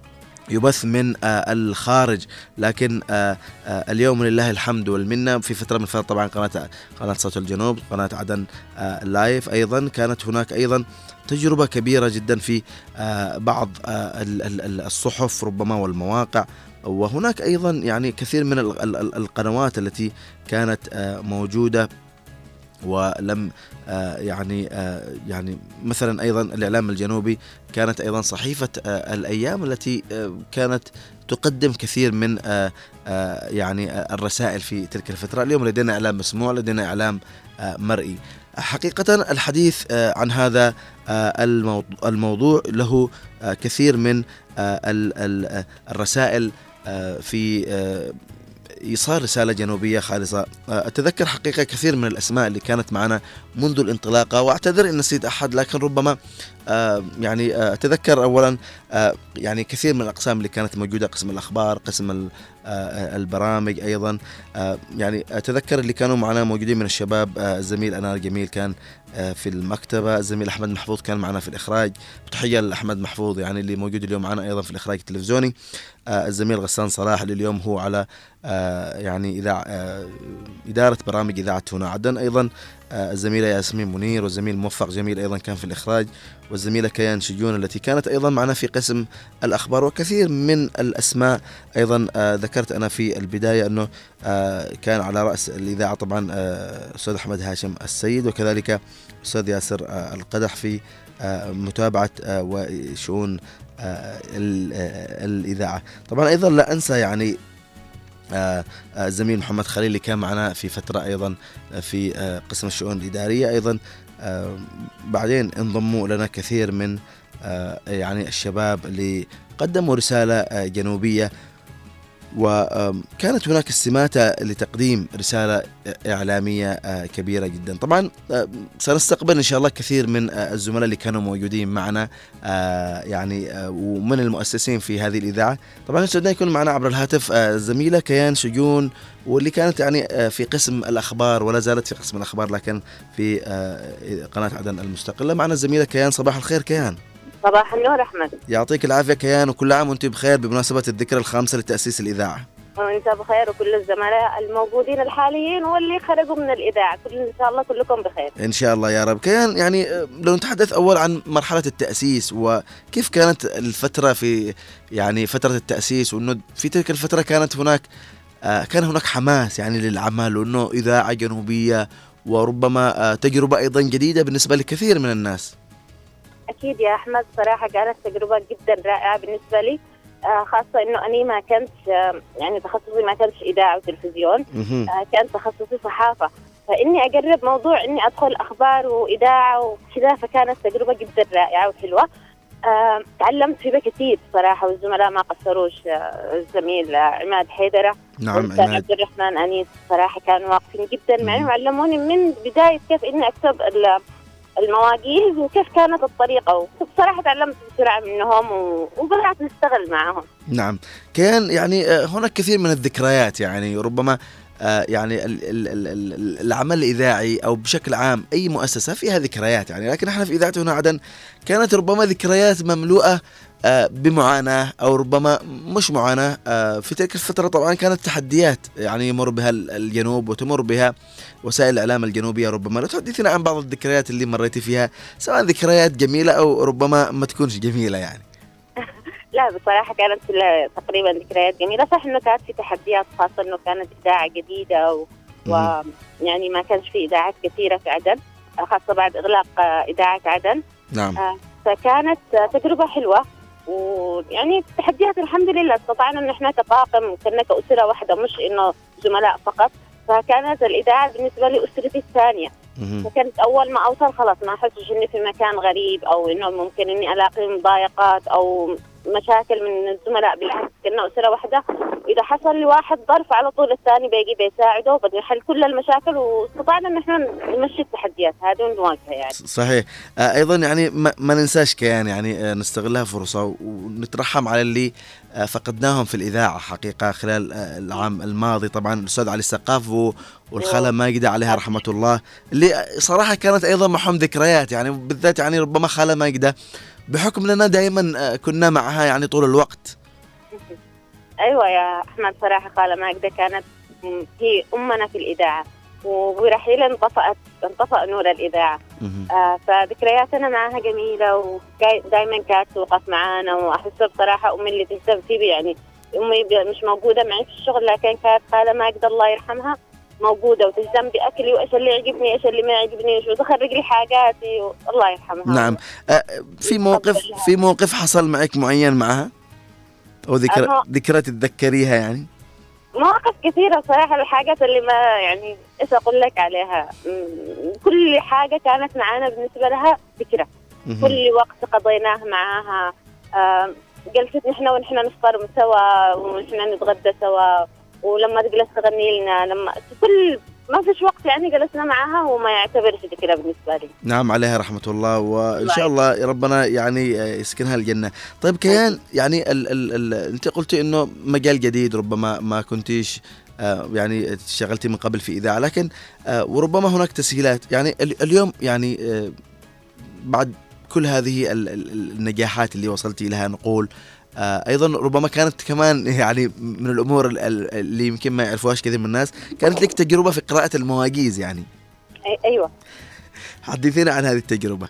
يبث من آه الخارج، لكن آه آه اليوم لله الحمد والمنة في فترة من الفترات طبعا قناة قناة صوت الجنوب، قناة عدن آه لايف أيضا كانت هناك أيضا تجربة كبيرة جدا في آه بعض آه الصحف ربما والمواقع، وهناك أيضا يعني كثير من القنوات التي كانت آه موجودة ولم آه يعني آه يعني مثلا أيضا الإعلام الجنوبي كانت أيضا صحيفة آه الأيام التي آه كانت تقدم كثير من آه آه يعني آه الرسائل في تلك الفترة. اليوم لدينا إعلام مسموع، لدينا إعلام آه مرئي. حقيقة الحديث آه عن هذا آه الموضوع له آه كثير من آه الرسائل آه في آه إيصال رسالة جنوبية خالصة. أتذكر حقيقة كثير من الأسماء اللي كانت معنا منذ الانطلاقة، وأعتذر إن نسيت أحد، لكن ربما يعني أتذكر أولا يعني كثير من الأقسام اللي كانت موجودة، قسم الأخبار، قسم البرامج أيضا. يعني أتذكر اللي كانوا معنا موجودين من الشباب، الزميل أنار جميل كان في المكتبة، الزميل أحمد محفوظ كان معنا في الإخراج، تحية لأحمد محفوظ يعني اللي موجود اليوم معنا أيضا في الإخراج التلفزيوني. الزميل غسان صلاح اللي اليوم هو على يعني إذاعة إدارة برامج إذاعة هنا عدن، أيضا الزميلة ياسمين منير، والزميل موفق جميل أيضا كان في الإخراج، والزميلة كيان شجون التي كانت أيضا معنا في قسم الأخبار، وكثير من الأسماء أيضا ذكرت أنا في البداية أنه كان على رأس الإذاعة طبعا أستاذ أحمد هاشم السيد، وكذلك أستاذ ياسر القدح في متابعة وشؤون الإذاعة. طبعا أيضا لا أنسى يعني الزميل محمد خليل اللي كان معنا في فترة أيضا في قسم الشؤون الإدارية أيضا. بعدين انضموا لنا كثير من يعني الشباب اللي قدموا رسالة جنوبية، وكانت هناك السمات لتقديم رسالة إعلامية كبيرة جدا. طبعا سنستقبل إن شاء الله كثير من الزملاء اللي كانوا موجودين معنا يعني ومن المؤسسين في هذه الإذاعة. طبعا نسعدنا يكون معنا عبر الهاتف الزميلة كيان شجون، واللي كانت يعني في قسم الأخبار ولا زالت في قسم الأخبار لكن في قناة عدن المستقلة. معنا الزميلة كيان. صباح الخير كيان. صباح النور أحمد. يعطيك العافية كيان، وكل عام وانت بخير بمناسبة الذكرى الخامسة لتأسيس الإذاعة. وانت بخير، وكل الزملاء الموجودين الحاليين واللي خرجوا من الإذاعة، كل إن شاء الله كلكم بخير إن شاء الله يا رب. كيان يعني لو نتحدث أول عن مرحلة التأسيس وكيف كانت الفترة في يعني فترة التأسيس، وإنه في تلك الفترة كانت هناك آه كان هناك حماس يعني للعمل، وإنه إذاعة جنوبية وربما آه تجربة أيضا جديدة بالنسبة لكثير من الناس. أكيد يا أحمد، صراحة كانت تجربة جدا رائعة بالنسبة لي، آه خاصة إنه أنا ما كنت آه يعني تخصصي ما كانش إذاعة وتلفزيون، آه كان تخصصي صحافة، فإني أجرب موضوع إني أدخل أخبار وإذاعة وكذا، فكانت تجربة جدا رائعة وحلوة. آه تعلمت فيها كثير صراحة، والزملاء ما قصروش، آه الزميل آه عماد حيدرة نعم والأستاذ عبد الرحمن أنيس صراحة كانوا واقفين جدا معي وعلموني من بداية كيف إني أكتب المواقيت وكيف كانت الطريقة، وبصراحة تعلمت بسرعة منهم وبدأت نشتغل معهم. نعم كان يعني هناك كثير من الذكريات، يعني ربما يعني العمل الإذاعي أو بشكل عام أي مؤسسة فيها ذكريات يعني، لكن احنا في إذاعة هنا عدن كانت ربما ذكريات مملوءة بمعاناة أو ربما مش معاناة. في تلك الفترة طبعا كانت تحديات يعني يمر بها الجنوب وتمر بها وسائل الإعلام الجنوبية. ربما لو تحدثنا عن بعض الذكريات اللي مريتي فيها، سواء ذكريات جميلة أو ربما ما تكونش جميلة يعني. لا بصراحة كانت تقريبا ذكريات جميلة، صح إنه كانت في تحديات، خاصة إنه كانت إذاعة جديدة و... ويعني ما كانش في إذاعات كثيرة في عدن، خاصة بعد إغلاق إذاعة عدن. نعم. آه فكانت تجربة حلوة، ويعني تحديات الحمد لله استطعنا إن إحنا كطاقم كنا كأسرة واحدة، مش إنه زملاء فقط، فكانت الإذاعة بالنسبة لي أسرتي الثانية. فكانت أول ما أوصل خلاص ما أحسش إني في مكان غريب أو إنه ممكن إني ألاقي مضايقات أو مشاكل من الزملاء، بالعكس كنا أسرة واحدة، وإذا حصل لواحد ظرف على طول الثاني بيجي بيساعده وبده يحل كل المشاكل، واستطعنا إن إحنا نمشي التحديات هذه ونواجهها يعني. صحيح. آه أيضا يعني ما, ما ننساش كيان يعني آه نستغلها فرصة ونترحم على اللي آه فقدناهم في الإذاعة حقيقة خلال آه العام الماضي. طبعا الأستاذ علي السقاف والخالة ماجدة عليها رحمة الله، اللي صراحة كانت أيضا معهم ذكريات يعني، بالذات يعني ربما خالة ماجدة بحكم لنا دائما كنا معها يعني طول الوقت، أيوة يا أحمد، صراحة خالة ماجدة كانت هي أمنا في الإذاعة، وبرحيلها انطفأت انطفأ نور الإذاعة. آه فذكرياتنا معها جميلة، ودائما كانت توقف معانا، وأحسها بصراحة أمي اللي تهتم فيه. يعني أمي مش موجودة معي في الشغل، لكن كانت خالة ماجدة الله يرحمها موجودة وتهتم بأكلي وإيش اللي يعجبني إيش اللي ما يعجبني وتخرج لي حاجاتي، الله يرحمها. نعم. أه في موقف في موقف حصل معك معين معها أو ذكر أه ذكرى تتذكريها؟ يعني مواقف كثيرة صراحة، الحاجات اللي ما يعني إيش أقول لك عليها، كل حاجة كانت معانا بالنسبة لها ذكرى. كل وقت قضيناه معاها، آه جلست نحن ونحن نفطر سوا ونحن نتغدى سوا، ولما تجلس تغني لنا، لما كل ما فيش وقت يعني جلسنا معها وما يعتبرش ذكرى بالنسبة لي. نعم، عليها رحمة الله، وإن شاء الله ربنا يعني يسكنها الجنة. طيب كيان، يعني ال ال ال أنت قلتي إنه مجال جديد، ربما ما كنتيش آه يعني اشتغلتي من قبل في إذاعة، لكن آه وربما هناك تسهيلات. يعني اليوم يعني آه بعد كل هذه ال ال النجاحات اللي وصلتي لها، نقول آه أيضا ربما كانت كمان يعني من الأمور اللي يمكن ما يعرفوهاش كثير من الناس، كانت لك تجربة في قراءة المواجيز. يعني أي أيوة، حدثينا عن هذه التجربة.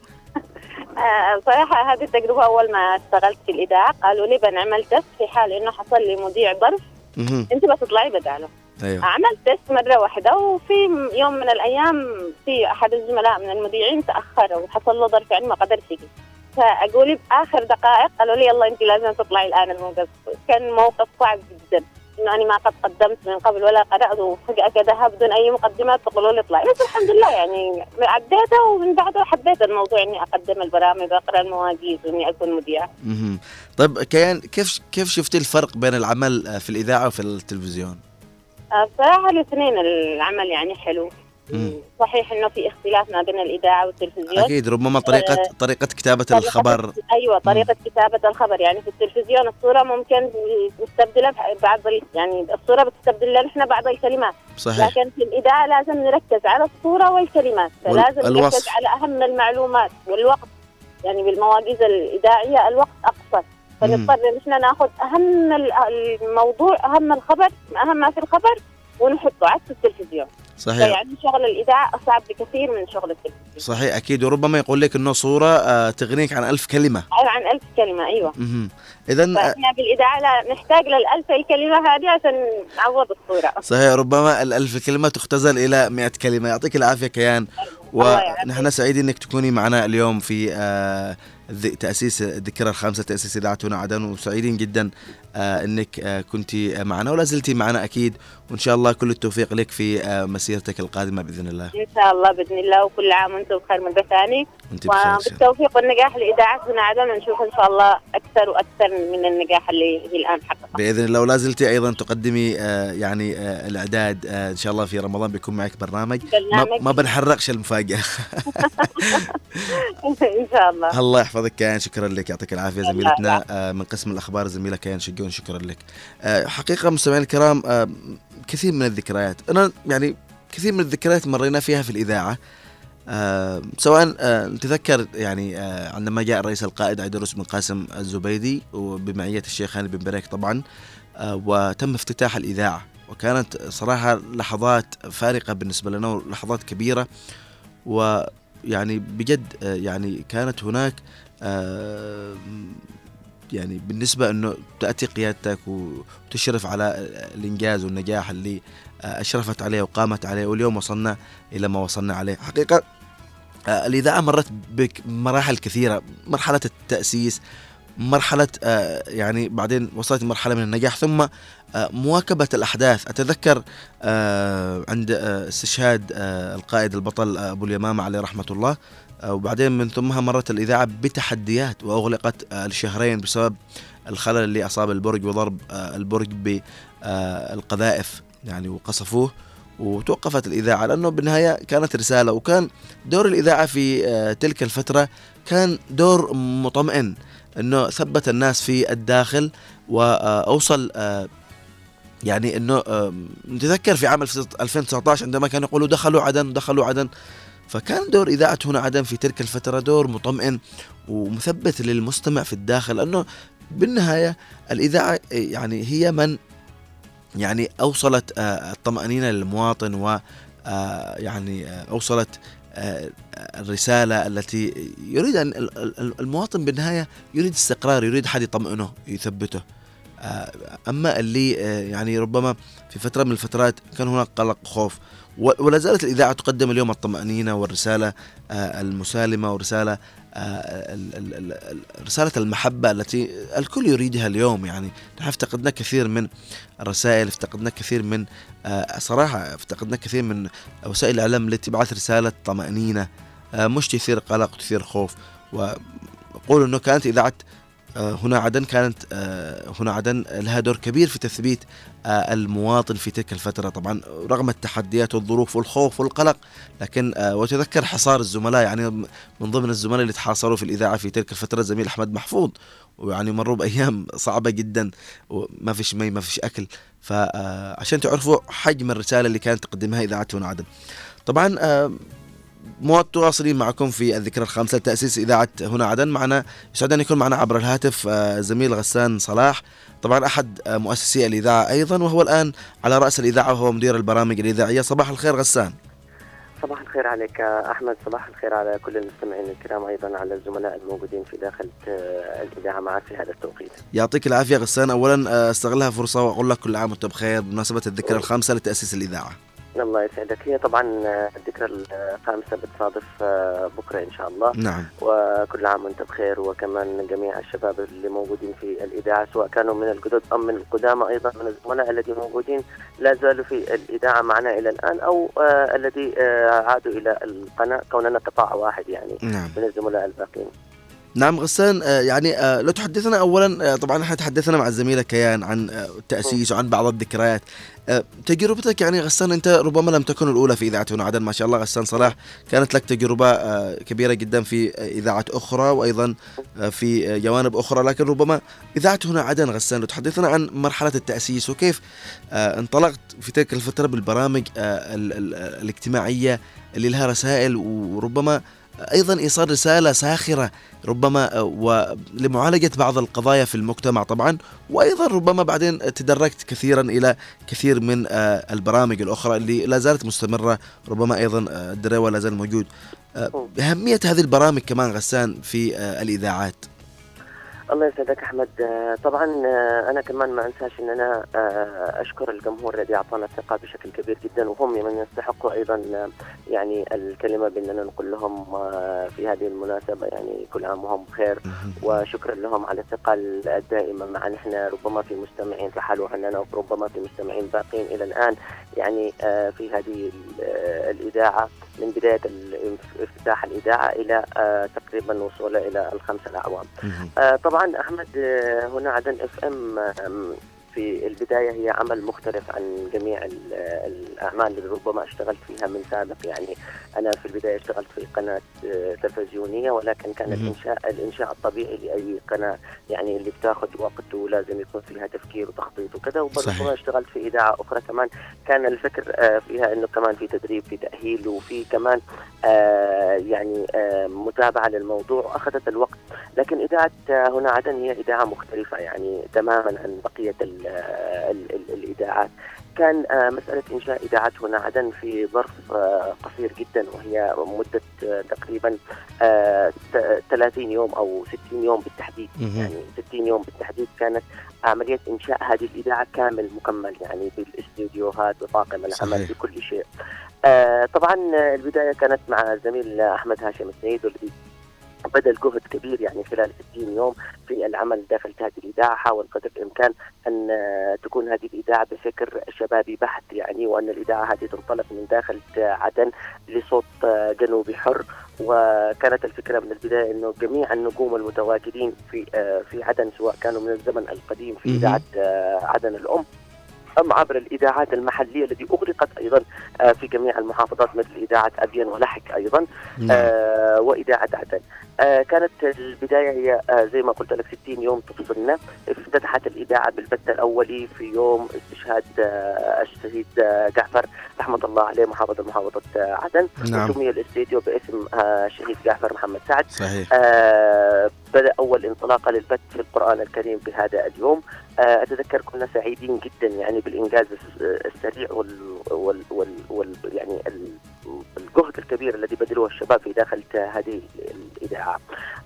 آه صراحة هذه التجربة أول ما اشتغلت في الإذاعة قالوا لي بنعمل تست في حال إنه حصل لي مذيع ظرف أنت بتطلعي بداله. أيوة. عملت تست مرة واحدة، وفي يوم من الأيام في أحد الزملاء من المذيعين تأخر وحصل له ظرف يعني ما قدر يجي، فأقولي بآخر دقائق قالوا لي يلا أنت لازم تطلعي الآن الموقف. كان موقف صعب جدا، إنه أنا ما قد قدمت من قبل ولا قرأت، وفجأة كده بدون أي مقدمات تقولوا لي اطلعي، بس الحمد لله يعني عديتها، ومن بعده حبيت الموضوع إني أقدم البرامج وأقرأ المواجيز وإني أكون مذيعة. طيب كيان، كيف كيف شفتي الفرق بين العمل في الإذاعة وفي التلفزيون؟ بصراحة الاثنين العمل يعني حلو. مم. صحيح انه في اختلاف ما بين الاذاعه والتلفزيون، اكيد ربما طريقه آه طريقه كتابه طريقة الخبر. ايوه طريقه مم. كتابه الخبر. يعني في التلفزيون الصوره ممكن نستبدلها بعض، يعني الصوره بتستبدل لنا احنا بعض الكلمات. صحيح. لكن في الاذاعه لازم نركز على الصوره والكلمات، فلازم نركز على اهم المعلومات والوقت. يعني بالمواجيز الاذاعيه الوقت اقصر، فنضطر ان احنا ناخذ اهم الموضوع، اهم الخبر، اهم ما في الخبر ونحطه عكس التلفزيون. صحيح. يعني شغل الإذاعة أصعب بكثير من شغل التلفزيون. صحيح أكيد، وربما يقول لك إنه صورة آه تغنيك عن ألف كلمة. أيوة عن ألف كلمة. أيوة. إذن فإحنا بالإذاعة لا نحتاج للألف الكلمة هذه عشان نعوض الصورة. صحيح، ربما الألف كلمة تختزل إلى مئة كلمة. يعطيك العافية كيان، ونحن سعيدين إنك تكوني معنا اليوم في آه تأسيس الذكرى الخامسة تأسيس إذاعة هنا عدن، وسعيدين جدا آه انك آه كنتي معنا ولا زلتي معنا اكيد، وان شاء الله كل التوفيق لك في آه مسيرتك القادمة باذن الله. ان شاء الله باذن الله، وكل عام وانتم بخير من بثاني، وبالتوفيق والنجاح لإذاعة هنا عدن، نشوف ان شاء الله اكثر واكثر من النجاح اللي هي الان حققها باذن الله. ولا زلتي ايضا تقدمي آه يعني آه الاعداد آه ان شاء الله في رمضان بيكون معك برنامج, برنامج. ما, ما بنحرقش المفاجأة. ان شاء الله. الله يحفظك كيان، شكرا لك، يعطيك العافية. زميلتنا آه من قسم الاخبار الزميلة كيان شقون، شكرا لك. آه حقيقة مستمعين الكرام، آه كثير من الذكريات، انا يعني كثير من الذكريات مرينا فيها في الإذاعة، آه سواء آه نتذكر يعني آه عندما جاء الرئيس القائد عيدروس بن قاسم الزبيدي وبمعية الشيخ هاني بن بريك طبعا، آه وتم افتتاح الإذاعة، وكانت صراحة لحظات فارقة بالنسبة لنا ولحظات كبيرة، ويعني بجد آه يعني كانت هناك آه يعني بالنسبة أنه تأتي قيادتك وتشرف على الإنجاز والنجاح اللي أشرفت عليه وقامت عليه، واليوم وصلنا إلى ما وصلنا عليه. حقيقة الإذاعة مرت بمراحل كثيرة، مرحلة التأسيس، مرحلة يعني بعدين وصلت مرحلة من النجاح، ثم مواكبة الأحداث. أتذكر عند استشهاد القائد البطل أبو اليمامة عليه رحمة الله، وبعدين من ثمها مرت الإذاعة بتحديات وأغلقت لشهرين بسبب الخلل اللي أصاب البرج وضرب البرج بالقذائف يعني وقصفوه، وتوقفت الإذاعة لأنه بالنهاية كانت رسالة. وكان دور الإذاعة في تلك الفترة كان دور مطمئن، أنه ثبت الناس في الداخل وأوصل يعني أنه نتذكر في عام ألفين وتسعة عشر عندما كانوا يقولوا دخلوا عدن دخلوا عدن، فكان دور إذاعة هنا عدن في تلك الفترة دور مطمئن ومثبت للمستمع في الداخل، أنه بالنهاية الإذاعة يعني هي من يعني أوصلت الطمأنينة للمواطن، و يعني أوصلت الرسالة التي يريد أن المواطن بالنهاية يريد استقرار، يريد حد يطمئنه يثبته. أما اللي يعني ربما في فترة من الفترات كان هناك قلق خوف، ولا زالت الإذاعة تقدم اليوم الطمأنينة والرسالة المسالمة ورسالة رسالة المحبة التي الكل يريدها اليوم. يعني نحن افتقدنا كثير من الرسائل، افتقدنا كثير من صراحة افتقدنا كثير من وسائل الإعلام التي تبعث رسالة طمأنينة مش تثير قلق وتثير خوف. وأقول أنه كانت إذاعة هنا عدن كانت هنا عدن لها دور كبير في تثبيت المواطن في تلك الفترة، طبعا رغم التحديات والظروف والخوف والقلق. لكن وتذكر حصار الزملاء، يعني من ضمن الزملاء اللي تحاصروا في الإذاعة في تلك الفترة زميل أحمد محفوظ، ويعني مروا بأيام صعبة جدا وما فيش مي ما فيش أكل. فعشان تعرفوا حجم الرسالة اللي كانت تقدمها إذاعة هنا عدن. طبعا متواصلين معكم في الذكرى الخامسة لتأسيس إذاعة هنا عدن. معنا يسعد أن يكون معنا عبر الهاتف زميل غسان صلاح، طبعا أحد مؤسسي الإذاعة أيضا، وهو الآن على رأس الإذاعة وهو مدير البرامج الإذاعية. صباح الخير غسان. صباح الخير عليك أحمد، صباح الخير على كل المستمعين الكرام، أيضا على الزملاء الموجودين في داخل الإذاعة معك في هذا التوقيت. يعطيك العافية غسان. أولا استغلها فرصة وأقول لك كل عام وأنت بخير بمناسبة الذكرى الخامسة لتأسيس الإذاعة. الله يسعدك. هي طبعا الذكرى الخامسة بتصادف بكرة إن شاء الله. نعم. وكل عام وانت بخير، وكمان جميع الشباب اللي موجودين في الإذاعة سواء كانوا من الجدد أو من القدامى، أيضا من الزملاء الذين موجودين لا زالوا في الإذاعة معنا إلى الآن، أو آه الذي آه عادوا إلى القناة كوننا قطاع واحد يعني. نعم. من الزملاء الباقين. نعم غسان، يعني لو تحدثنا أولا، طبعا احنا تحدثنا مع الزميلة كيان عن التأسيس وعن بعض الذكريات. تجربتك يعني غسان، أنت ربما لم تكن الأولى في إذاعة هنا عدن، ما شاء الله غسان صلاح كانت لك تجربة كبيرة جدا في إذاعة أخرى وأيضا في جوانب أخرى، لكن ربما إذاعة هنا عدن غسان لو تحدثنا عن مرحلة التأسيس وكيف انطلقت في تلك الفترة بالبرامج الاجتماعية اللي لها رسائل، وربما أيضا إيصال رسالة ساخرة ربما ولمعالجة بعض القضايا في المجتمع طبعا، وأيضا ربما بعدين تدرجت كثيرا إلى كثير من البرامج الأخرى اللي لا زالت مستمرة، ربما أيضا الدراوة لا زال موجود. أهمية هذه البرامج كمان غسان في الإذاعات. الله يسعدك أحمد. طبعا أنا كمان ما أنساش أن أنا أشكر الجمهور الذي أعطانا الثقة بشكل كبير جدا، وهم من يستحقوا أيضا يعني الكلمة بأننا نقول لهم في هذه المناسبة يعني كل عام وهم بخير، وشكرا لهم على الثقة الدائمة معنا. نحن ربما في مستمعين رحلوا عننا وربما في مستمعين باقين إلى الآن يعني في هذه الإذاعة من بداية افتتاح الإذاعة إلى تقريبا وصوله إلى الخمسة أعوام. طبعا أحمد هنا عدن اف ام في البداية هي عمل مختلف عن جميع الأعمال اللي ربما اشتغلت فيها من سابق. يعني أنا في البداية اشتغلت في قناة تلفزيونية، ولكن كان الإنشاء الإنشاء الطبيعي لأي قناة يعني اللي بتاخذ وقت ولازم يكون فيها تفكير وتخطيط وكذا. وبرضه اشتغلت في إذاعة أخرى كمان كان الفكر فيها إنه كمان في تدريب في تأهيل وفي كمان يعني متابعة للموضوع، أخذت الوقت. لكن إذاعة هنا عدن هي إذاعة مختلفة يعني تماما عن بقية ال ال ال الإذاعات. كان مسألة إنشاء إذاعة هنا عدن في ظرف قصير جدا، وهي مدة تقريبا ثلاثين يوم أو ستين يوم بالتحديد. يعني ستين يوم بالتحديد كانت عملية إنشاء هذه الإذاعة كامل مكمل يعني بالاستديوهات وطاقم العمل بكل شيء. طبعا البداية كانت مع الزميل أحمد هاشم السيد، والذي بذل جهد كبير يعني خلال ستين يوم في العمل داخل هذه الإذاعة. حاول قدر الإمكان أن تكون هذه الإذاعة بفكر شبابي بحت يعني، وأن الإذاعة هذه تنطلق من داخل عدن لصوت جنوبي حر. وكانت الفكرة من البداية أنه جميع النجوم المتواجدين في في عدن سواء كانوا من الزمن القديم في إذاعة عدن الأم أم عبر الإذاعات المحلية التي أغلقت أيضا في جميع المحافظات مثل إذاعة أبين ولحق أيضا آه وإذاعة عدن. آه كانت البداية هي آه زي ما قلت لك ستين يوم تفصلنا. افتتحت الإذاعة بالبث الأولي في يوم استشهاد آه الشهيد آه جعفر رحمة الله عليه محافظ محافظة آه عدن. نعم. وسمي الاستديو باسم آه الشهيد جعفر محمد سعد. صحيح. آه بدأ أول انطلاقة للبث في القرآن الكريم في هذا اليوم. آه أتذكر كنا سعيدين جدا يعني بالإنجاز السريع وال, وال, وال, وال يعني الجهد الكبير الذي بذلوه الشباب في داخل هذه الإذاعة.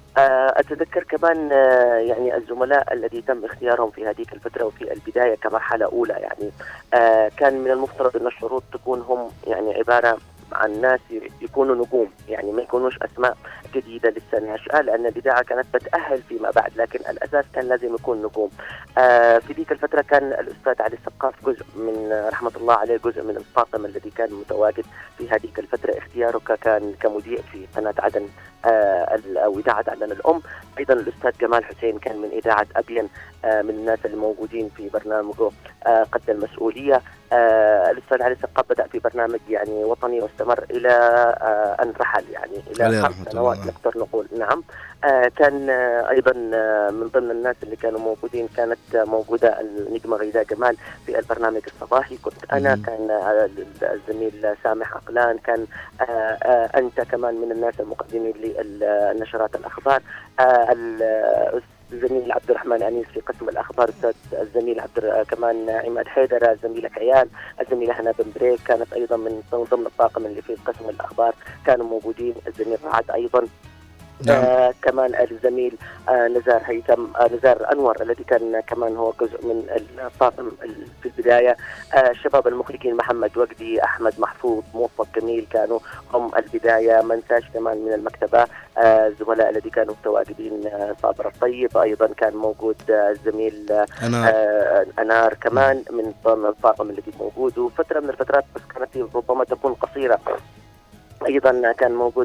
أتذكر كمان يعني الزملاء الذي تم اختيارهم في هذه الفترة وفي البداية كمرحلة أولى، يعني كان من المفترض أن الشروط تكون هم يعني عبارة عن ناس يكونوا نجوم، يعني ما يكونوش أسماء جديدة لسه ناشئة، لأن الإذاعة كانت بتأهل فيما بعد، لكن الأساس كان لازم يكون نجوم. آه في ذيك الفترة كان الأستاذ علي السقاف جزء من رحمة الله عليه، جزء من الطاقم الذي كان متواجد في هذه الفترة. اختياره كان كمذيع في قناة عدن آه أو إذاعة عدن الأم. أيضا الأستاذ جمال حسين كان من إذاعة أبين، آه من الناس الموجودين في برنامجه آه قد المسؤولية. آه الأستاذ علي السقاف بدأ في برنامج يعني وطني واستمر إلى آه أن رحل، يعني إلى خمس سنوات نقدر نقول. نعم. آه كان آه أيضا آه من ضمن الناس اللي كانوا موجودين كانت آه موجودة النجمة غيداء جمال في البرنامج الصباحي، كنت أنا، مم. كان آه الزميل سامح عقلان، كان آه آه أنت كمان من الناس المقدمين للنشرات الأخبار، آه الزميل عبد الرحمن أنيس في قسم الأخبار، أستاذ الزميل عبد كمان عماد حيدر، الزميلة كيان، الزميلة هنا بن بريك كانت أيضا من ضمن الطاقم اللي في قسم الأخبار كانوا موجودين، الزميل رعد أيضا. نعم. آه كمان الزميل آه نزار هيثم، آه نزار أنور الذي كان كمان هو جزء من الطاقم في البداية. آه شباب المخرجين محمد وجدي، أحمد محفوظ، موفق جميل كانوا هم البداية. ما انساش كمان من المكتبة آه الزملاء الذي كانوا متواجدين، آه صابر الطيب أيضا كان موجود، آه الزميل آه أنار. آه أنار كمان من ضمن الطاقم الذي موجود. وفترة من الفترات بس كانت ربما تكون قصيرة أيضا كان موجود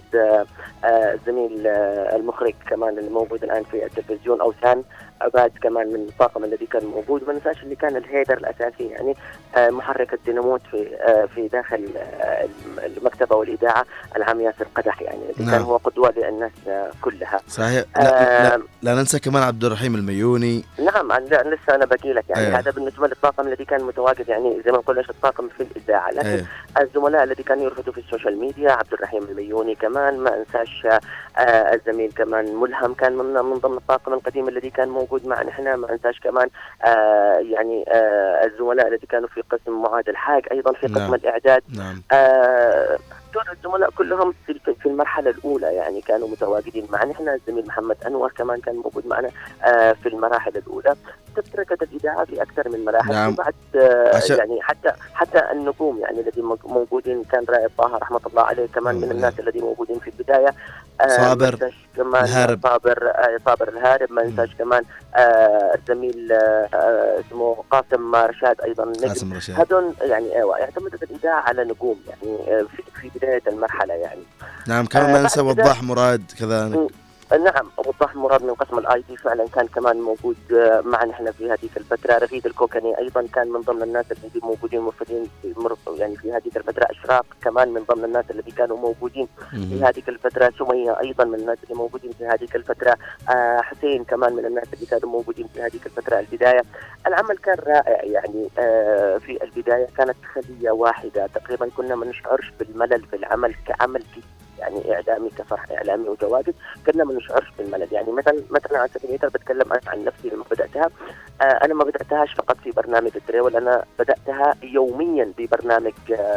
الزميل المخرج كمان اللي موجود الآن في التلفزيون أوسان عباد كمان من الطاقم الذي كان موجود. وما ننساش اللي كان الهيدر الأساسي، يعني محرك الديناموت في في داخل المكتبة والإذاعة، العام ياسر قدح، يعني نعم. كان هو قدوة للناس كلها. صحيح. لا, لا, لا ننسى كمان عبد الرحيم الميوني. نعم لسه أنا بقي لك يعني. أيه. هذا بالنسبة للطاقم الذي كان متواجد، يعني زي ما قلنا الطاقم في الإذاعة، لكن أيه. الزملاء الذي كانوا يرفضوا في السوشيال ميديا، عبد الرحيم الميوني كمان، ما انساش آه الزميل كمان ملهم كان من من ضمن الطاقم القديم الذي كان موجود معنا احنا. ما انساش كمان آه يعني آه الزملاء الذي كانوا في قسم معاد الحاج ايضا في قسم نعم. الاعداد. نعم. آه دول الزملاء كلهم في المرحله الاولى يعني كانوا متواجدين معنا احنا. الزميل محمد انور كمان كان موجود معنا آه في المراحل الاولى. تتركت الإذاعة في أكثر من مراحل. نعم. وبعد آه يعني حتى حتى النجوم يعني الذي موجودين كان رائد طه رحمة الله عليه كمان من الناس الذي موجودين في البداية. آه صابر كمان الهارب. صابر آه صابر الهارب. ما ننساش كمان آه الزميل آه اسمه قاسم رشاد أيضا نجم. هذول يعني أيوة اعتمدت الإذاعة على نجوم يعني آه في في بداية المرحلة يعني. نعم. كمان ما ننسى وضاح مراد كذلك. نعم وضح مراد من قسم الاي تي فعلا كان كمان موجود معنا احنا في هذه الفتره. رغيد الكوكني ايضا كان من ضمن الناس اللي موجودين موجودين يعني في هذه الفتره. اشراق كمان من ضمن الناس اللي كانوا موجودين في هذه الفتره. سميه ايضا من الناس اللي موجودين في هذه الفتره. آه حسين كمان من الناس اللي كانوا موجودين في هذه الفتره. البدايه العمل كان رائع يعني. آه في البدايه كانت خليه واحده تقريبا، كنا ما نشعرش بالملل في العمل كعمل يعني إعلامي كفرح إعلامي وتواجد، كنا ما نشعرش بالملل. يعني مثلا مثلا على سبيل المثال بتكلم عن نفسي لما بدأتها. آه أنا ما بدأتهاش فقط في برنامج التريول، أنا بدأتها يوميا ببرنامج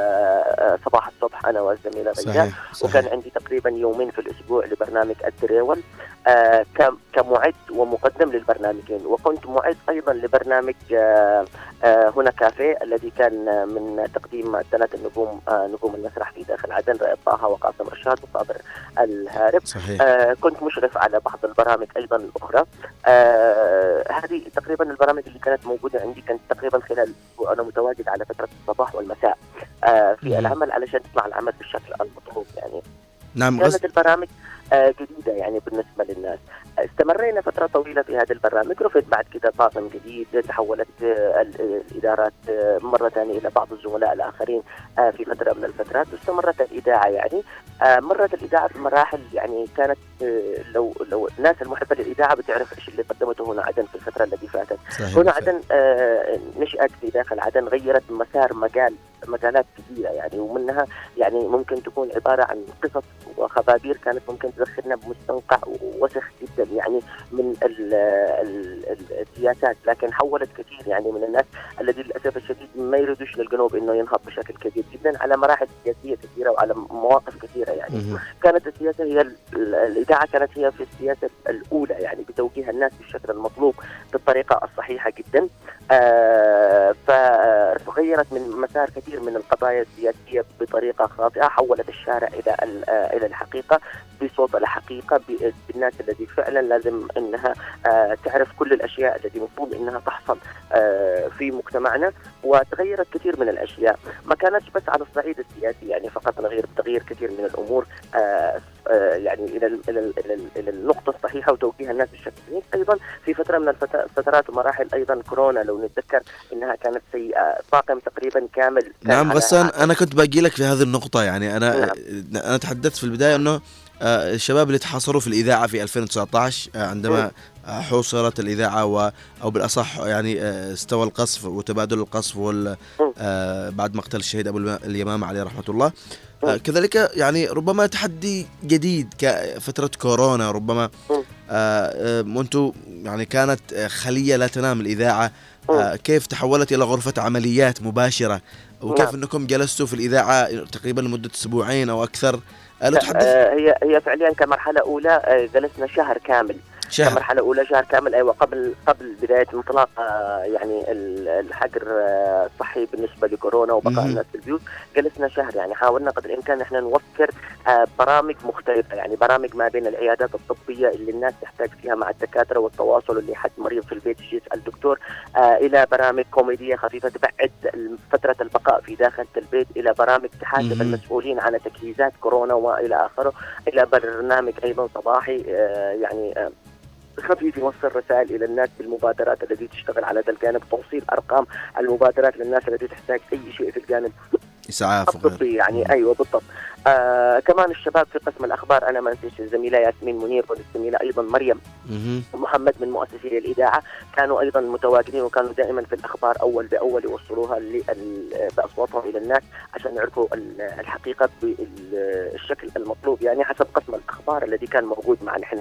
آه صباح الصبح أنا والزميلة غيداء، وكان عندي تقريبا يومين في الأسبوع لبرنامج التريول آه كمعد ومقدم للبرنامجين. وكنت معد أيضا لبرنامج آه آه هنا كافيه الذي كان من تقديم ثلاث النجوم آه نجوم المسرح في داخل عدن، رائد طه وقاسم رشاد وصابر الهارب. آه كنت مشرف على بعض البرامج أيضا الأخرى. آه هذه تقريبا البرامج اللي كانت موجودة عندي كانت تقريبا خلال أنا متواجد على فترة الصباح والمساء آه في مم. العمل علشان تطلع العمل بالشكل المطلوب يعني. نعم. كانت البرامج آه جديدة يعني بالنسبة للناس. استمرينا فترة طويلة في هذا البرنامج. رفض بعد كده طاقم جديد، تحولت آه الإدارات آه مرة ثانية إلى بعض الزملاء الآخرين آه في فترة من الفترات، واستمرت الإذاعة يعني آه مرت الإذاعة في مراحل، يعني كانت آه لو لو الناس المحبة للإذاعة بتعرف إيش اللي قدمته هنا عدن في الفترة التي فاتت. هنا عدن آه نشأت في داخل عدن، غيرت مسار مجال مجالات كثيرة يعني، ومنها يعني ممكن تكون عبارة عن قصص وخبابير كانت ممكن تدخلنا بمستنقع وسخ جدا يعني من ال ال ال السياسات، لكن حولت كثير يعني من الناس الذي للأسف الشديد ما يريدوش للجنوب إنه ينهض بشكل كبير جدا على مراحل سياسية كثيرة وعلى مواقف كثيرة يعني. كانت السياسة هي الإذاعة كانت هي في السياسة الأولى يعني بتوجيه الناس بالشكل المطلوب بالطريقة الصحيحة جدا. آه فغيرت من مسار كثير من القضايا السياسية بطريقة خاطئة، حولت الشارع إلى إلى الحقيقة بصوت الحقيقة بالناس الذي فعلا لازم أنها آه تعرف كل الأشياء التي مفروض أنها تحصل آه في مجتمعنا. وتغيرت كثير من الأشياء، ما كانتش بس على الصعيد السياسي يعني فقط، غير تغيير كثير من الأمور آه آه يعني إلى إلى إلى إلى النقطة الصحيحة وتوجيه الناس بالشكل الصحيح. أيضا في فترة من الفترات ومراحل أيضا كورونا لو نتذكر إنها كانت سيئة، طاقم تقريبا كامل. نعم غسان، أنا كنت باقي لك في هذه النقطة يعني. أنا نعم. أنا تحدثت في البداية إنه آه الشباب اللي تحاصروا في الإذاعة في ألفين وتسعة عشر آه عندما آه حوصرت الإذاعة و أو بالأصح يعني آه استوى القصف وتبادل القصف وال آه بعد مقتل الشهيد أبو اليمامة عليه رحمة الله. آه كذلك يعني ربما تحدي جديد كفترة كورونا، ربما آه وأنتم يعني كانت خلية لا تنام الإذاعة، آه كيف تحولت إلى غرفة عمليات مباشرة، وكيف أنكم جلستوا في الإذاعة تقريبا لمدة أسبوعين أو أكثر؟ آه هي هي فعليا كمرحلة أولى آه جلسنا شهر كامل. شهر. كمرحلة أولى شهر كامل أيوة، قبل قبل بداية انطلاق آه يعني الحجر الصحي آه بالنسبة لكورونا وبقاء الناس في البيوت، جلسنا شهر يعني. حاولنا قدر الإمكان نحن نوفر آه برامج مختلفة يعني، برامج ما بين العيادات الطبية اللي الناس تحتاج فيها مع الدكاترة والتواصل، اللي حد مريض في البيت يجي يسأل دكتور، آه إلى برامج كوميدية خفيفة تبعد فترة البقاء في داخل البيت، إلى برامج تحاسب المسؤولين على تجهيزات كورونا وإلى آخره، إلى برنامج أيضا صباحي آه يعني آه خفيف يوصل رسائل إلى الناس بالمبادرات التي تشتغل على هذا الجانب، توصيل أرقام المبادرات للناس التي تحتاج أي شيء في الجانب إسعاف الطبي يعني. أيوة بالضبط. آه كمان الشباب في قسم الأخبار، أنا ما نسيش الزميلة ياسمين منير والزميلة أيضا مريم محمد من مؤسسي الإذاعة، كانوا أيضا متواجدين وكانوا دائما في الأخبار أول بأول يوصلوها بأصواتهم إلى الناس عشان يعرفوا الحقيقة بالشكل المطلوب يعني حسب قسم الأخبار الذي كان موجود معنا نحن.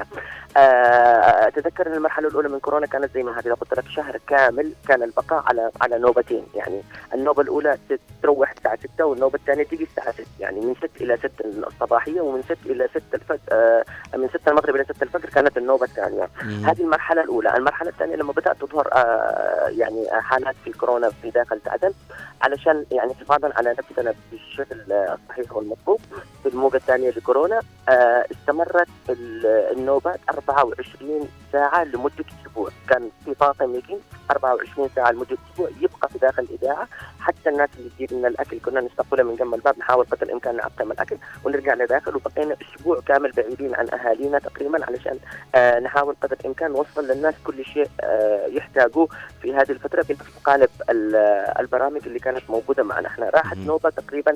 آه أتذكر أن المرحلة الأولى من كورونا كانت زي ما هذه قلت لك شهر كامل، كان البقاء على على نوبتين يعني. النوبة الأولى تروح الساعة ستة والنوبة الثانية تيجي الساعة ستة يعني، من ستة إلى ستة الصباحية ومن ستة إلى ستة الفجر آه من ستة المغرب إلى ستة الفجر كانت النوبة الثانية. هذه المرحلة الأولى. المرحلة الثانية لما بدأت تظهر آه يعني حالات في كورونا في داخل عدن، علشان يعني حفاظا على نفسنا بالشكل الصحيح والمطلوب في الموجة الثانية لكورونا، آه استمرت النوبات أربعة وعشرين ساعة لمدة أسبوع. كان في طاقم يجي أربعة وعشرين ساعة لمدة أسبوع يبقى في داخل الإذاعة، حتى الناس اللي تجيب لنا الأكل كنا نستقبلها من جنب الباب، نحاول قدر الإمكان نعقم الأكل ونرجع لداخل، وبقينا أسبوع كامل بعيدين عن أهالينا تقريبا علشان آه نحاول قدر الإمكان نوصل للناس كل شيء آه يحتاجوه في هذه الفترة بنفس قالب البرامج اللي كانت موجودة معنا. احنا راحت نوبة تقريبا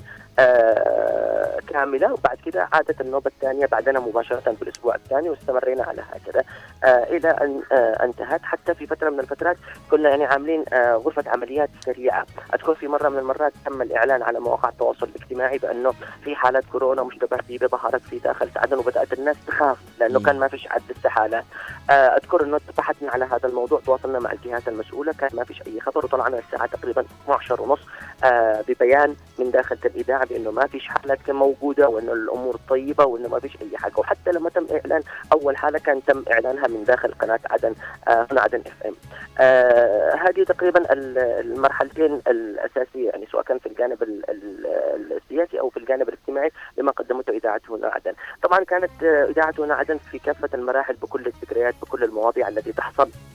آه كاملة، وبعد كده عادت النوبة الثانية بعدنا مباشرة بالأسبوع الثاني، واستمرينا على هكذا آه إلى أن آه انتهت. حتى في فترة من الفترات كنا يعني عاملين آه غرفة عمليات سريعة. أذكر في مرة من المرات تم الإعلان على مواقع التواصل الاجتماعي بأنه في حالات كورونا مشتبه فيه ظهرت في داخل عدن، وبدأت الناس تخاف لأنه كان ما فيش عد استحالات. آه أذكر أنه بحثنا على هذا الموضوع، تواصلنا مع الجهات المسؤولة، كان ما فيش أي خبر، وطلعنا الساعة تقريبا اثنتي عشرة ونص آه ببيان من داخل الإذاعة بأنه ما فيش حالات موجودة وأنه الأمور طيبة وأنه ما فيش أي حاجة. وحتى لما تم إعلان أول حالة كان تم إعلانها من داخل قناة عدن آه هنا عدن اف ام. آه هذه تقريبا المرحلتين الأساسية يعني، سواء كان في الجانب السياسي أو في الجانب الاجتماعي لما قدمته إذاعة هنا عدن. طبعا كانت إذاعة هنا عدن في كافة المراحل بكل الذكريات بكل المواضيع التي تحصل